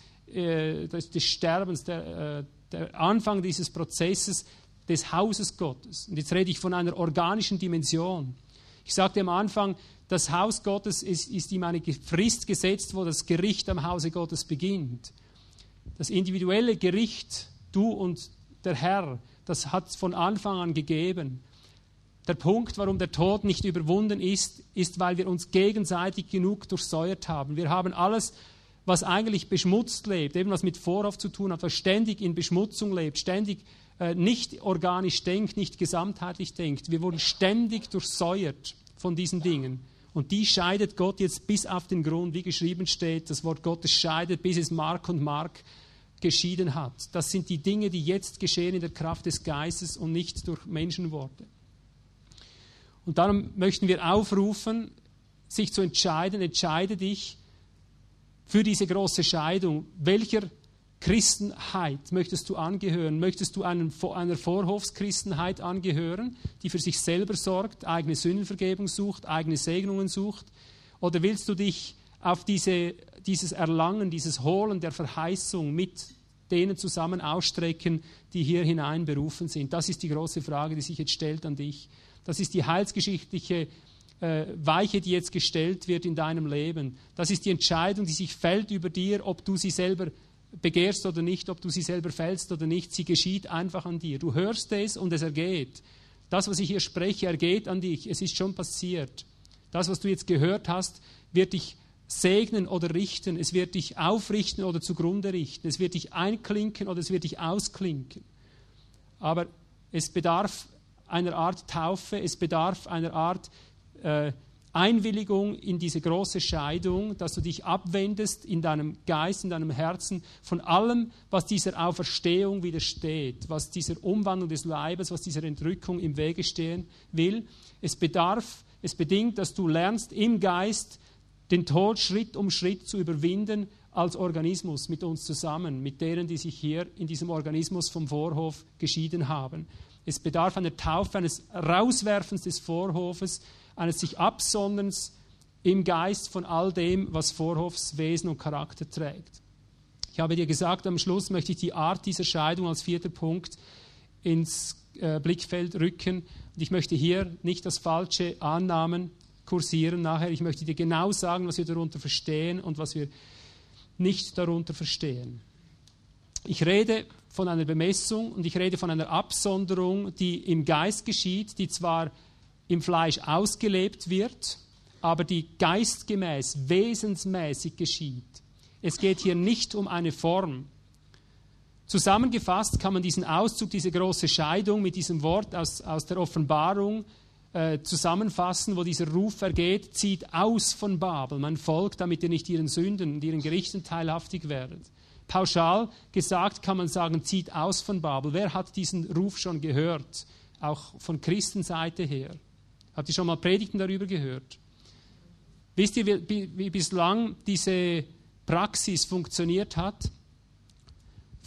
[SPEAKER 1] des Sterbens, der Anfang dieses Prozesses des Hauses Gottes. Und jetzt rede ich von einer organischen Dimension. Ich sagte am Anfang, das Haus Gottes ist ihm eine Frist gesetzt, wo das Gericht am Hause Gottes beginnt. Das individuelle Gericht, du und der Herr, das hat es von Anfang an gegeben. Der Punkt, warum der Tod nicht überwunden ist, ist, weil wir uns gegenseitig genug durchsäuert haben. Wir haben alles, was eigentlich beschmutzt lebt, eben was mit Vorhof zu tun hat, was ständig in Beschmutzung lebt, ständig nicht organisch denkt, nicht gesamtheitlich denkt. Wir wurden ständig durchsäuert von diesen Dingen. Und die scheidet Gott jetzt bis auf den Grund, wie geschrieben steht, das Wort Gottes scheidet, bis es Mark und Mark geschieden hat. Das sind die Dinge, die jetzt geschehen in der Kraft des Geistes und nicht durch Menschenworte. Und darum möchten wir aufrufen, sich zu entscheiden, entscheide dich für diese große Scheidung. Welcher Christenheit möchtest du angehören? Möchtest du einer Vorhofschristenheit angehören, die für sich selber sorgt, eigene Sündenvergebung sucht, eigene Segnungen sucht? Oder willst du dich auf dieses Erlangen, dieses Holen der Verheißung mit denen zusammen ausstrecken, die hier hinein berufen sind? Das ist die große Frage, die sich jetzt stellt an dich. Das ist die heilsgeschichtliche Weiche, die jetzt gestellt wird in deinem Leben. Das ist die Entscheidung, die sich fällt über dir, ob du sie selber begehrst oder nicht, ob du sie selber fällst oder nicht. Sie geschieht einfach an dir. Du hörst es und es ergeht. Das, was ich hier spreche, ergeht an dich. Es ist schon passiert. Das, was du jetzt gehört hast, wird dich segnen oder richten. Es wird dich aufrichten oder zugrunde richten. Es wird dich einklinken oder es wird dich ausklinken. Aber es bedarf einer Art Taufe, es bedarf einer Art Einwilligung in diese große Scheidung, dass du dich abwendest in deinem Geist, in deinem Herzen von allem, was dieser Auferstehung widersteht, was dieser Umwandlung des Leibes, was dieser Entrückung im Wege stehen will. Es bedingt, dass du lernst, im Geist den Tod Schritt um Schritt zu überwinden, als Organismus mit uns zusammen, mit denen, die sich hier in diesem Organismus vom Vorhof geschieden haben. Es bedarf einer Taufe, eines Rauswerfens des Vorhofes, eines sich Absonderns im Geist von all dem, was Vorhofswesen und Charakter trägt. Ich habe dir gesagt, am Schluss möchte ich die Art dieser Scheidung als 4. Punkt ins Blickfeld rücken. Und ich möchte hier nicht das falsche Annahmen kursieren nachher. Ich möchte dir genau sagen, was wir darunter verstehen und was wir nicht darunter verstehen. Ich rede von einer Bemessung und ich rede von einer Absonderung, die im Geist geschieht, die zwar im Fleisch ausgelebt wird, aber die geistgemäß, wesensmäßig geschieht. Es geht hier nicht um eine Form. Zusammengefasst kann man diesen Auszug, diese große Scheidung mit diesem Wort aus der Offenbarung zusammenfassen, wo dieser Ruf ergeht, zieht aus von Babel, mein Volk, damit ihr nicht ihren Sünden und ihren Gerichten teilhaftig werdet. Pauschal gesagt kann man sagen, zieht aus von Babel. Wer hat diesen Ruf schon gehört? Auch von Christenseite her. Habt ihr schon mal Predigten darüber gehört? Wisst ihr, wie bislang diese Praxis funktioniert hat?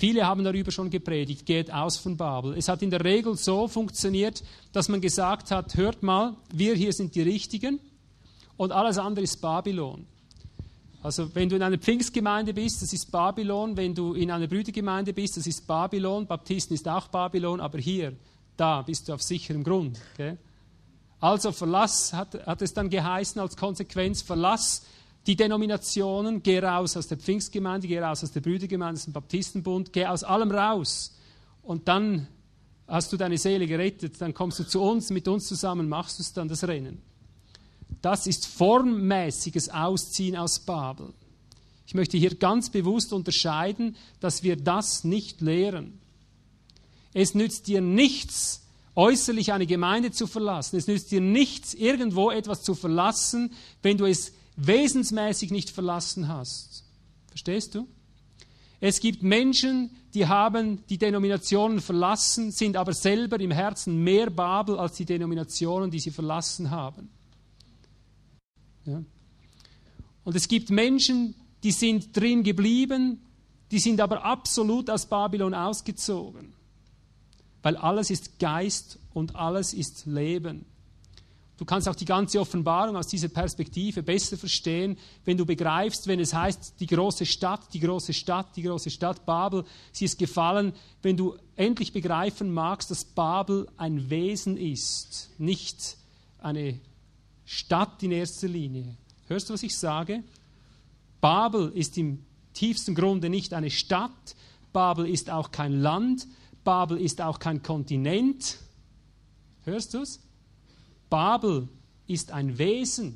[SPEAKER 1] Viele haben darüber schon gepredigt, geht aus von Babel. Es hat in der Regel so funktioniert, dass man gesagt hat, hört mal, wir hier sind die Richtigen und alles andere ist Babylon. Also wenn du in einer Pfingstgemeinde bist, das ist Babylon. Wenn du in einer Brüdergemeinde bist, das ist Babylon. Baptisten ist auch Babylon, aber hier, da bist du auf sicherem Grund. Okay? Also verlass, hat es dann geheißen als Konsequenz, verlass die Denominationen, geh raus aus der Pfingstgemeinde, geh raus aus der Brüdergemeinde, aus dem Baptistenbund, geh aus allem raus. Und dann hast du deine Seele gerettet, dann kommst du zu uns, mit uns zusammen machst du es dann, das Rennen. Das ist formmäßiges Ausziehen aus Babel. Ich möchte hier ganz bewusst unterscheiden, dass wir das nicht lehren. Es nützt dir nichts, äußerlich eine Gemeinde zu verlassen. Es nützt dir nichts, irgendwo etwas zu verlassen, wenn du es wesensmäßig nicht verlassen hast. Verstehst du? Es gibt Menschen, die haben die Denominationen verlassen, sind aber selber im Herzen mehr Babel als die Denominationen, die sie verlassen haben. Ja. Und es gibt Menschen, die sind drin geblieben, die sind aber absolut aus Babylon ausgezogen. Weil alles ist Geist und alles ist Leben. Du kannst auch die ganze Offenbarung aus dieser Perspektive besser verstehen, wenn du begreifst, wenn es heißt, die große Stadt, die große Stadt, die große Stadt Babel, sie ist gefallen, wenn du endlich begreifen magst, dass Babel ein Wesen ist, nicht eine Stadt in erster Linie. Hörst du, was ich sage? Babel ist im tiefsten Grunde nicht eine Stadt, Babel ist auch kein Land, Babel ist auch kein Kontinent. Hörst du es? Babel ist ein Wesen.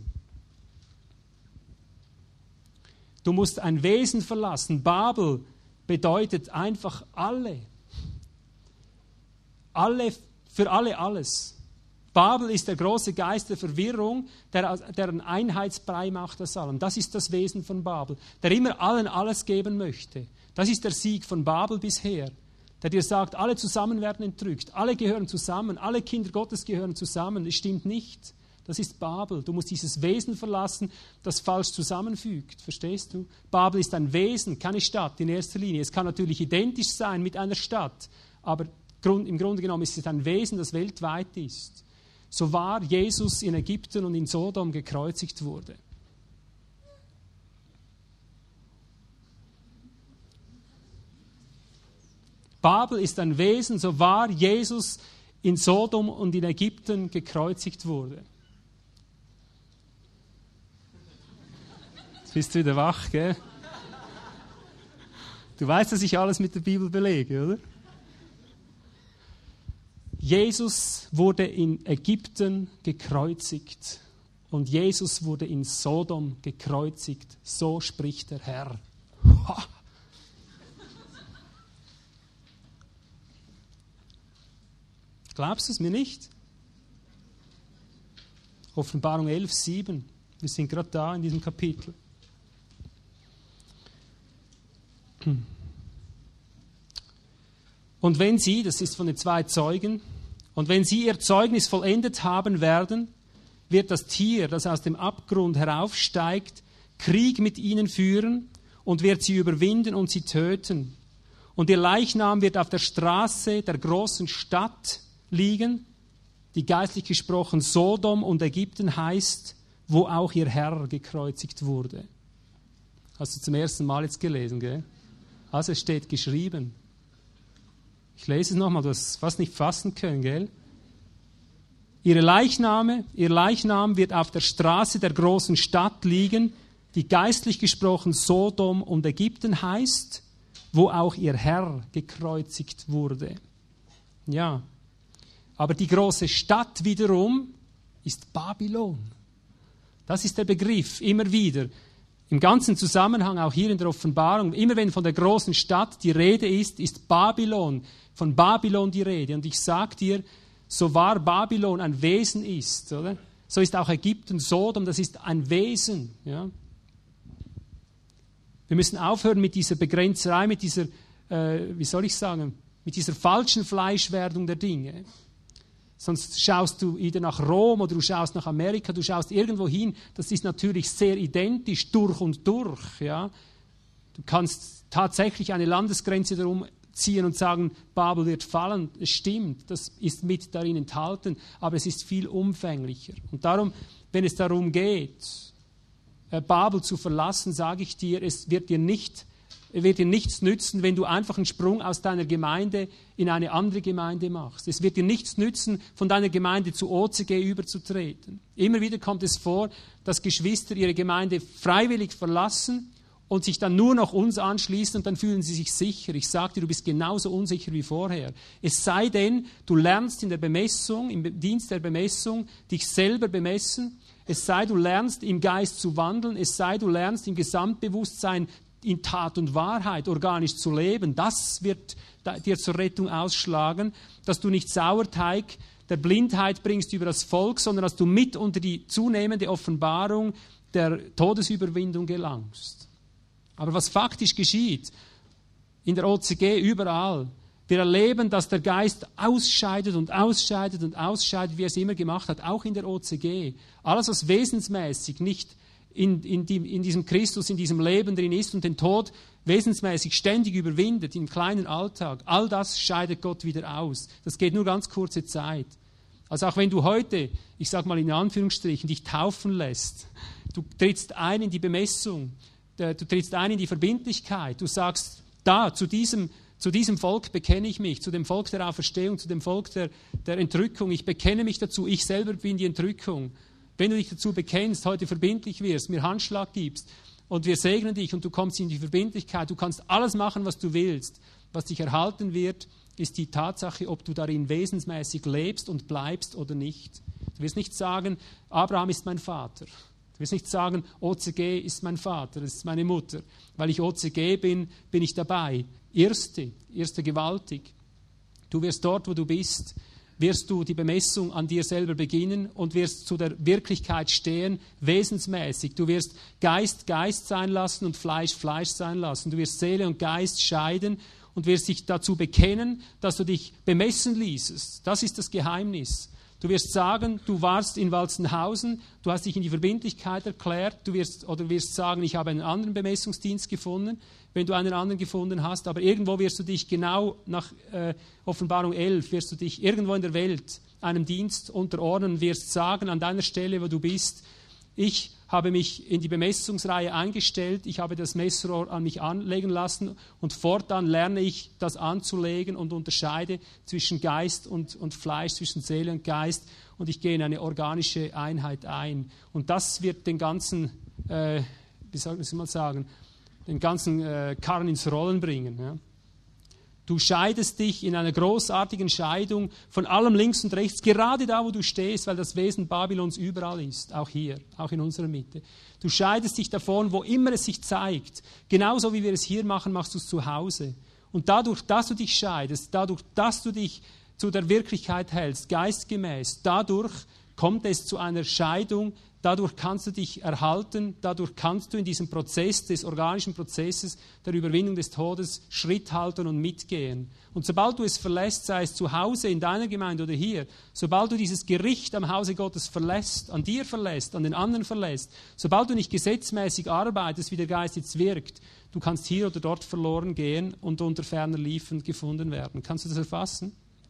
[SPEAKER 1] Du musst ein Wesen verlassen. Babel bedeutet einfach alle. Für alle alles. Babel ist der große Geist der Verwirrung, der einen Einheitsbrei macht aus allem. Das ist das Wesen von Babel, der immer allen alles geben möchte. Das ist der Sieg von Babel bisher, der dir sagt, alle zusammen werden entrückt, alle gehören zusammen, alle Kinder Gottes gehören zusammen. Es stimmt nicht. Das ist Babel. Du musst dieses Wesen verlassen, das falsch zusammenfügt. Verstehst du? Babel ist ein Wesen, keine Stadt in erster Linie. Es kann natürlich identisch sein mit einer Stadt, aber im Grunde genommen ist es ein Wesen, das weltweit ist. So wahr Jesus in Ägypten und in Sodom gekreuzigt wurde. Babel ist ein Wesen, so wahr Jesus in Sodom und in Ägypten gekreuzigt wurde. Jetzt bist du wieder wach, gell? Du weißt, dass ich alles mit der Bibel belege, oder? Jesus wurde in Ägypten gekreuzigt und Jesus wurde in Sodom gekreuzigt. So spricht der Herr. Ha! Glaubst du es mir nicht? Offenbarung 11,7. Wir sind gerade da in diesem Kapitel. Und wenn sie, das ist von den 2 Zeugen, und wenn sie ihr Zeugnis vollendet haben werden, wird das Tier, das aus dem Abgrund heraufsteigt, Krieg mit ihnen führen und wird sie überwinden und sie töten. Und ihr Leichnam wird auf der Straße der großen Stadt liegen, die geistlich gesprochen Sodom und Ägypten heißt, wo auch ihr Herr gekreuzigt wurde. Hast du zum ersten Mal jetzt gelesen, gell? Also es steht geschrieben. Ich lese es nochmal, du hast es fast nicht fassen können, gell? Ihr Leichnam wird auf der Straße der großen Stadt liegen, die geistlich gesprochen Sodom und Ägypten heißt, wo auch ihr Herr gekreuzigt wurde. Ja, aber die große Stadt wiederum ist Babylon. Das ist der Begriff, immer wieder. Im ganzen Zusammenhang, auch hier in der Offenbarung, immer wenn von der großen Stadt die Rede ist Babylon, von Babylon die Rede. Und ich sage dir, so wahr Babylon ein Wesen ist, oder? So ist auch Ägypten, Sodom, das ist ein Wesen. Ja? Wir müssen aufhören mit dieser Begrenzerei, mit dieser, mit dieser falschen Fleischwerdung der Dinge. Sonst schaust du wieder nach Rom oder du schaust nach Amerika, du schaust irgendwo hin. Das ist natürlich sehr identisch, durch und durch. Ja? Du kannst tatsächlich eine Landesgrenze darum ziehen und sagen, Babel wird fallen. Es stimmt, das ist mit darin enthalten, aber es ist viel umfänglicher. Und darum, wenn es darum geht, Babel zu verlassen, sage ich dir, es wird dir nichts nützen, wenn du einfach einen Sprung aus deiner Gemeinde in eine andere Gemeinde machst. Es wird dir nichts nützen, von deiner Gemeinde zu OCG überzutreten. Immer wieder kommt es vor, dass Geschwister ihre Gemeinde freiwillig verlassen und sich dann nur noch uns anschließen und dann fühlen sie sich sicher. Ich sage dir, du bist genauso unsicher wie vorher. Es sei denn, du lernst in der Bemessung, im Dienst der Bemessung, dich selber bemessen. Es sei, du lernst im Geist zu wandeln. Es sei, du lernst im Gesamtbewusstsein in Tat und Wahrheit organisch zu leben. Das wird dir zur Rettung ausschlagen, dass du nicht Sauerteig der Blindheit bringst über das Volk, sondern dass du mit unter die zunehmende Offenbarung der Todesüberwindung gelangst. Aber was faktisch geschieht, in der OCG überall, wir erleben, dass der Geist ausscheidet und ausscheidet und ausscheidet, wie er es immer gemacht hat, auch in der OCG. Alles, was wesensmäßig nicht in diesem Christus, in diesem Leben drin ist und den Tod wesensmäßig ständig überwindet, im kleinen Alltag, all das scheidet Gott wieder aus. Das geht nur ganz kurze Zeit. Also auch wenn du heute, ich sage mal in Anführungsstrichen, dich taufen lässt, du trittst ein in die Bemessung, du trittst ein in die Verbindlichkeit, du sagst, zu diesem Volk bekenne ich mich, zu dem Volk der Auferstehung, zu dem Volk der Entrückung, ich bekenne mich dazu, ich selber bin die Entrückung. Wenn du dich dazu bekennst, heute verbindlich wirst, mir Handschlag gibst und wir segnen dich und du kommst in die Verbindlichkeit, du kannst alles machen, was du willst. Was dich erhalten wird, ist die Tatsache, ob du darin wesensmäßig lebst und bleibst oder nicht. Du wirst nicht sagen, Abraham ist mein Vater. Du wirst nicht sagen, OCG ist mein Vater, das ist meine Mutter. Weil ich OCG bin, bin ich dabei. Erste gewaltig. Du wirst dort, wo du bist, wirst du die Bemessung an dir selber beginnen und wirst zu der Wirklichkeit stehen, wesensmäßig. Du wirst Geist Geist sein lassen und Fleisch Fleisch sein lassen. Du wirst Seele und Geist scheiden und wirst dich dazu bekennen, dass du dich bemessen ließest. Das ist das Geheimnis. Du wirst sagen, du warst in Walzenhausen, du hast dich in die Verbindlichkeit erklärt, du wirst sagen, ich habe einen anderen Bemessungsdienst gefunden, wenn du einen anderen gefunden hast, aber irgendwo wirst du dich genau nach Offenbarung 11, wirst du dich irgendwo in der Welt einem Dienst unterordnen und wirst sagen, an deiner Stelle, wo du bist, ich habe mich in die Bemessungsreihe eingestellt, ich habe das Messrohr an mich anlegen lassen und fortan lerne ich, das anzulegen und unterscheide zwischen Geist und Fleisch, zwischen Seele und Geist und ich gehe in eine organische Einheit ein. Und das wird den ganzen, den ganzen Karren ins Rollen bringen. Ja. Du scheidest dich in einer großartigen Scheidung von allem links und rechts, gerade da, wo du stehst, weil das Wesen Babylons überall ist, auch hier, auch in unserer Mitte. Du scheidest dich davon, wo immer es sich zeigt. Genauso wie wir es hier machen, machst du es zu Hause. Und dadurch, dass du dich scheidest, dadurch, dass du dich zu der Wirklichkeit hältst, geistgemäß, dadurch kommt es zu einer Scheidung, dadurch kannst du dich erhalten, dadurch kannst du in diesem Prozess des organischen Prozesses der Überwindung des Todes Schritt halten und mitgehen. Und sobald du es verlässt, sei es zu Hause, in deiner Gemeinde oder hier, sobald du dieses Gericht am Hause Gottes verlässt, an dir verlässt, an den anderen verlässt, sobald du nicht gesetzmäßig arbeitest, wie der Geist jetzt wirkt, du kannst hier oder dort verloren gehen und unter ferner Liefen gefunden werden. Kannst du das erfassen?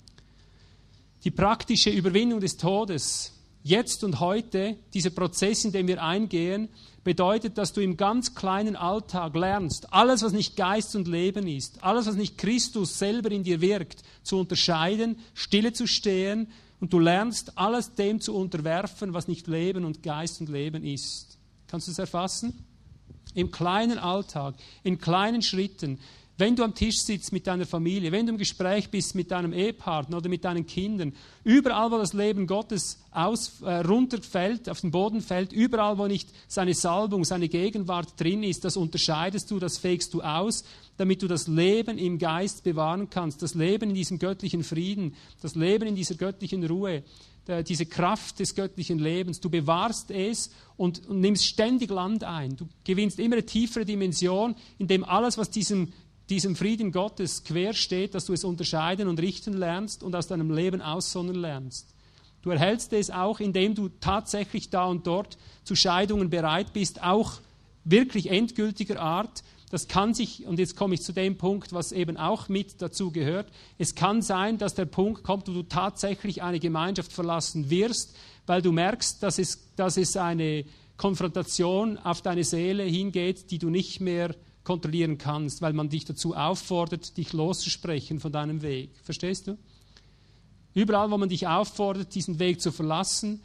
[SPEAKER 1] Die praktische Überwindung des Todes, jetzt und heute, dieser Prozess, in den wir eingehen, bedeutet, dass du im ganz kleinen Alltag lernst, alles, was nicht Geist und Leben ist, alles, was nicht Christus selber in dir wirkt, zu unterscheiden, stille zu stehen und du lernst, alles dem zu unterwerfen, was nicht Leben und Geist und Leben ist. Kannst du das erfassen? Im kleinen Alltag, in kleinen Schritten. Wenn du am Tisch sitzt mit deiner Familie, wenn du im Gespräch bist mit deinem Ehepartner oder mit deinen Kindern, überall, wo das Leben Gottes runterfällt, auf den Boden fällt, überall, wo nicht seine Salbung, seine Gegenwart drin ist, das unterscheidest du, das fegst du aus, damit du das Leben im Geist bewahren kannst, das Leben in diesem göttlichen Frieden, das Leben in dieser göttlichen Ruhe, diese Kraft des göttlichen Lebens. Du bewahrst es und nimmst ständig Land ein. Du gewinnst immer eine tiefere Dimension, in dem alles, was diesem Frieden Gottes quer steht, dass du es unterscheiden und richten lernst und aus deinem Leben aussonnen lernst. Du erhältst es auch, indem du tatsächlich da und dort zu Scheidungen bereit bist, auch wirklich endgültiger Art, das kann sich, und jetzt komme ich zu dem Punkt, was eben auch mit dazu gehört, es kann sein, dass der Punkt kommt, wo du tatsächlich eine Gemeinschaft verlassen wirst, weil du merkst, dass es eine Konfrontation auf deine Seele hingeht, die du nicht mehr kontrollieren kannst, weil man dich dazu auffordert, dich loszusprechen von deinem Weg. Verstehst du? Überall, wo man dich auffordert, diesen Weg zu verlassen,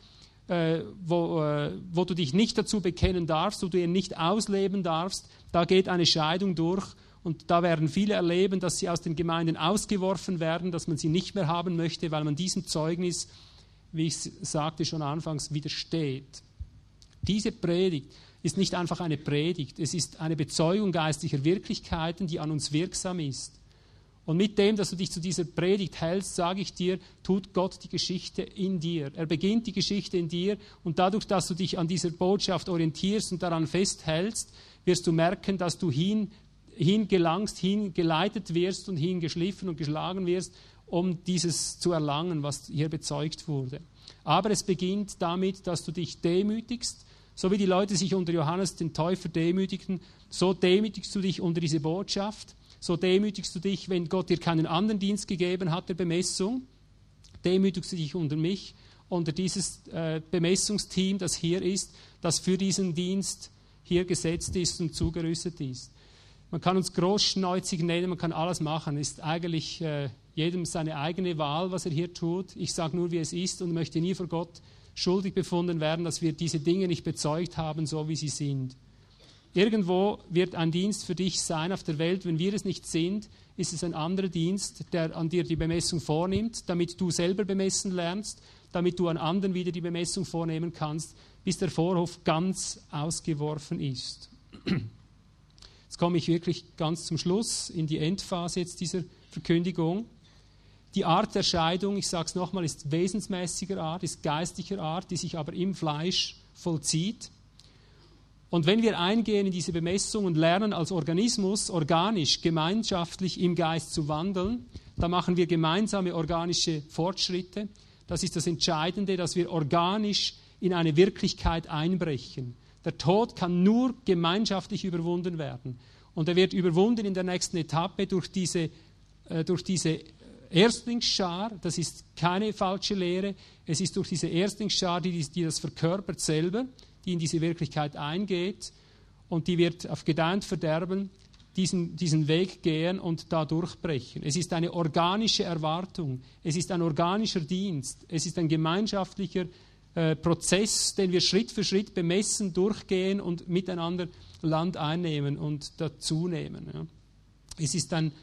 [SPEAKER 1] wo du dich nicht dazu bekennen darfst, wo du ihn nicht ausleben darfst, da geht eine Scheidung durch und da werden viele erleben, dass sie aus den Gemeinden ausgeworfen werden, dass man sie nicht mehr haben möchte, weil man diesem Zeugnis, wie ich sagte schon anfangs, widersteht. Diese Predigt ist nicht einfach eine Predigt, es ist eine Bezeugung geistlicher Wirklichkeiten, die an uns wirksam ist. Und mit dem, dass du dich zu dieser Predigt hältst, sage ich dir, tut Gott die Geschichte in dir. Er beginnt die Geschichte in dir und dadurch, dass du dich an dieser Botschaft orientierst und daran festhältst, wirst du merken, dass du hingelangst, hingeleitet wirst und hingeschliffen und geschlagen wirst, um dieses zu erlangen, was hier bezeugt wurde. Aber es beginnt damit, dass du dich demütigst, so wie die Leute sich unter Johannes den Täufer demütigten, so demütigst du dich unter diese Botschaft. So demütigst du dich, wenn Gott dir keinen anderen Dienst gegeben hat, der Bemessung, demütigst du dich unter mich, unter dieses Bemessungsteam, das hier ist, das für diesen Dienst hier gesetzt ist und zugerüstet ist. Man kann uns großschnäuzig nennen, man kann alles machen, ist eigentlich jedem seine eigene Wahl, was er hier tut. Ich sage nur, wie es ist und möchte nie vor Gott schuldig befunden werden, dass wir diese Dinge nicht bezeugt haben, so wie sie sind. Irgendwo wird ein Dienst für dich sein auf der Welt. Wenn wir es nicht sind, ist es ein anderer Dienst, der an dir die Bemessung vornimmt, damit du selber bemessen lernst, damit du an anderen wieder die Bemessung vornehmen kannst, bis der Vorhof ganz ausgeworfen ist. Jetzt komme ich wirklich ganz zum Schluss, in die Endphase jetzt dieser Verkündigung. Die Art der Scheidung, ich sage es nochmal, ist wesensmäßiger Art, ist geistlicher Art, die sich aber im Fleisch vollzieht. Und wenn wir eingehen in diese Bemessung und lernen als Organismus organisch, gemeinschaftlich im Geist zu wandeln, dann machen wir gemeinsame organische Fortschritte. Das ist das Entscheidende, dass wir organisch in eine Wirklichkeit einbrechen. Der Tod kann nur gemeinschaftlich überwunden werden. Und er wird überwunden in der nächsten Etappe durch diese Erstlingsschar. Das ist keine falsche Lehre. Es ist durch diese Erstlingsschar, die das verkörpert selber, die in diese Wirklichkeit eingeht und die wird auf Gedeih und Verderben diesen Weg gehen und da durchbrechen. Es ist eine organische Erwartung, es ist ein organischer Dienst, es ist ein gemeinschaftlicher Prozess, den wir Schritt für Schritt bemessen, durchgehen und miteinander Land einnehmen und dazunehmen. Ja. Es ist ein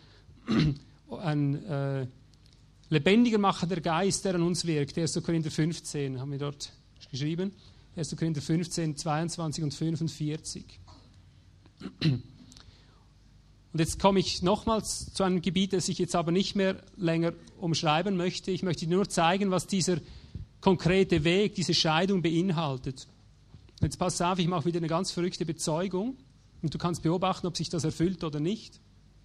[SPEAKER 1] lebendiger machender Geist, der an uns wirkt. 1. Korinther 15 haben wir dort geschrieben. 1. Korinther 15, 22 und 45. Und jetzt komme ich nochmals zu einem Gebiet, das ich jetzt aber nicht mehr länger umschreiben möchte. Ich möchte nur zeigen, was dieser konkrete Weg, diese Scheidung beinhaltet. Jetzt pass auf, ich mache wieder eine ganz verrückte Bezeugung und du kannst beobachten, ob sich das erfüllt oder nicht.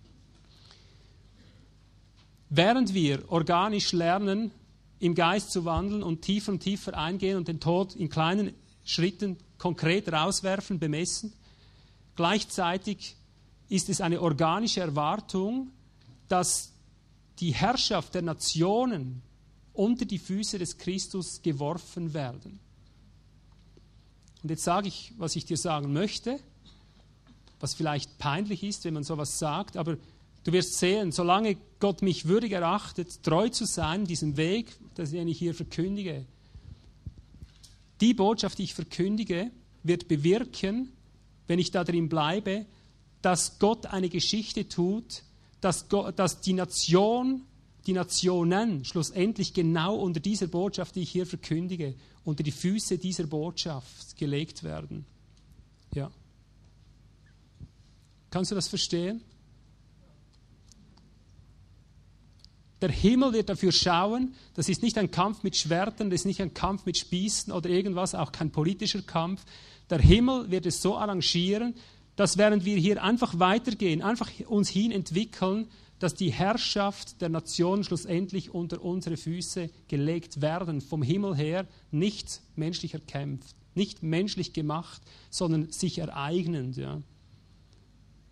[SPEAKER 1] Während wir organisch lernen, im Geist zu wandeln und tiefer eingehen und den Tod in kleinen Schritten konkret rauswerfen, bemessen. Gleichzeitig ist es eine organische Erwartung, dass die Herrschaft der Nationen unter die Füße des Christus geworfen werden. Und jetzt sage ich, was ich dir sagen möchte, was vielleicht peinlich ist, wenn man sowas sagt, aber du wirst sehen, solange Gott mich würdig erachtet, treu zu sein, diesem Weg, den ich hier verkündige, die Botschaft, die ich verkündige, wird bewirken, wenn ich da drin bleibe, dass Gott eine Geschichte tut, dass die Nationen schlussendlich genau unter dieser Botschaft, die ich hier verkündige, unter die Füße dieser Botschaft gelegt werden. Ja. Kannst du das verstehen? Der Himmel wird dafür schauen, das ist nicht ein Kampf mit Schwertern, das ist nicht ein Kampf mit Spießen oder irgendwas, auch kein politischer Kampf. Der Himmel wird es so arrangieren, dass während wir hier einfach weitergehen, einfach uns hin entwickeln, dass die Herrschaft der Nation schlussendlich unter unsere Füße gelegt werden, vom Himmel her, nicht menschlich erkämpft, nicht menschlich gemacht, sondern sich ereignend. Ja.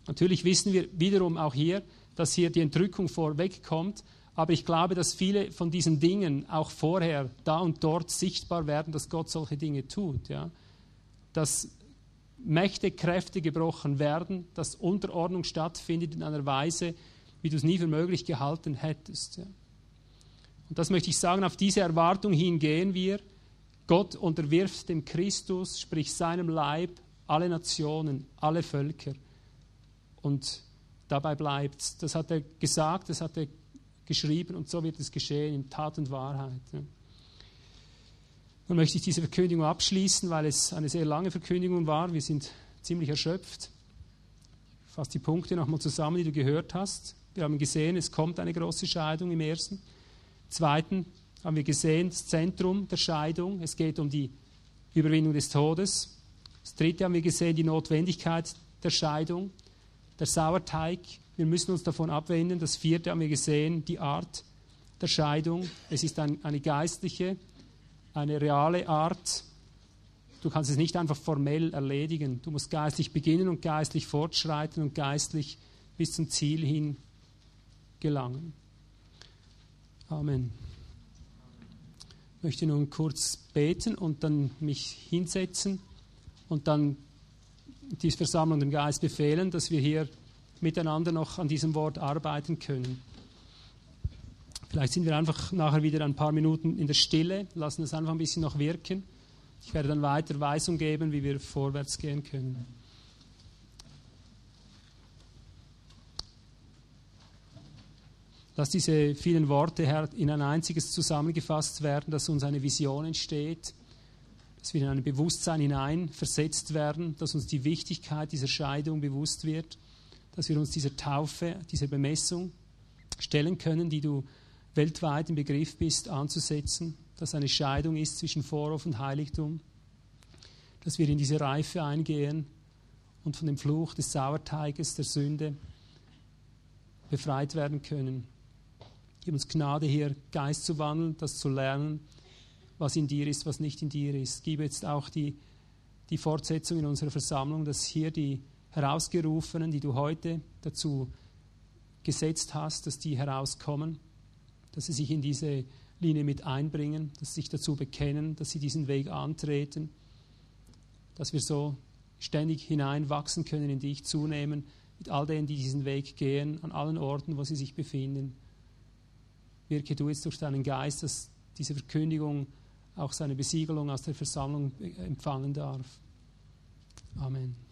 [SPEAKER 1] Natürlich wissen wir wiederum auch hier, dass hier die Entrückung vorwegkommt, aber ich glaube, dass viele von diesen Dingen auch vorher da und dort sichtbar werden, dass Gott solche Dinge tut. Ja? Dass Mächte, Kräfte gebrochen werden, dass Unterordnung stattfindet in einer Weise, wie du es nie für möglich gehalten hättest. Ja? Und das möchte ich sagen, auf diese Erwartung hin gehen wir. Gott unterwirft dem Christus, sprich seinem Leib, alle Nationen, alle Völker. Und dabei bleibt es. Das hat er gesagt, das hat er geschrieben und so wird es geschehen in Tat und Wahrheit. Ja. Nun möchte ich diese Verkündigung abschließen, weil es eine sehr lange Verkündigung war. Wir sind ziemlich erschöpft. Ich fasse die Punkte nochmal zusammen, die du gehört hast. Wir haben gesehen, es kommt eine große Scheidung im ersten. Zweiten haben wir gesehen, das Zentrum der Scheidung. Es geht um die Überwindung des Todes. Das dritte haben wir gesehen, die Notwendigkeit der Scheidung. Der Sauerteig, wir müssen uns davon abwenden. Das vierte haben wir gesehen, die Art der Scheidung. Es ist eine geistliche, eine reale Art. Du kannst es nicht einfach formell erledigen. Du musst geistlich beginnen und geistlich fortschreiten und geistlich bis zum Ziel hin gelangen. Amen. Ich möchte nun kurz beten und dann mich hinsetzen und dann die Versammlung dem Geist befehlen, dass wir hier miteinander noch an diesem Wort arbeiten können. Vielleicht sind wir einfach nachher wieder ein paar Minuten in der Stille, lassen es einfach ein bisschen noch wirken. Ich werde dann weiter Weisung geben, wie wir vorwärts gehen können. Lass diese vielen Worte, Herr, in ein einziges zusammengefasst werden, dass uns eine Vision entsteht, dass wir in ein Bewusstsein hineinversetzt werden, dass uns die Wichtigkeit dieser Scheidung bewusst wird, dass wir uns dieser Taufe, dieser Bemessung stellen können, die du weltweit im Begriff bist anzusetzen, dass eine Scheidung ist zwischen Vorhof und Heiligtum, dass wir in diese Reife eingehen und von dem Fluch des Sauerteiges, der Sünde befreit werden können. Gib uns Gnade, hier Geist zu wandeln, das zu lernen, was in dir ist, was nicht in dir ist. Gib jetzt auch die Fortsetzung in unserer Versammlung, dass hier die Herausgerufenen, die du heute dazu gesetzt hast, dass die herauskommen, dass sie sich in diese Linie mit einbringen, dass sie sich dazu bekennen, dass sie diesen Weg antreten, dass wir so ständig hineinwachsen können in dich, zunehmen, mit all denen, die diesen Weg gehen, an allen Orten, wo sie sich befinden. Wirke du jetzt durch deinen Geist, dass diese Verkündigung auch seine Besiegelung aus der Versammlung empfangen darf. Amen.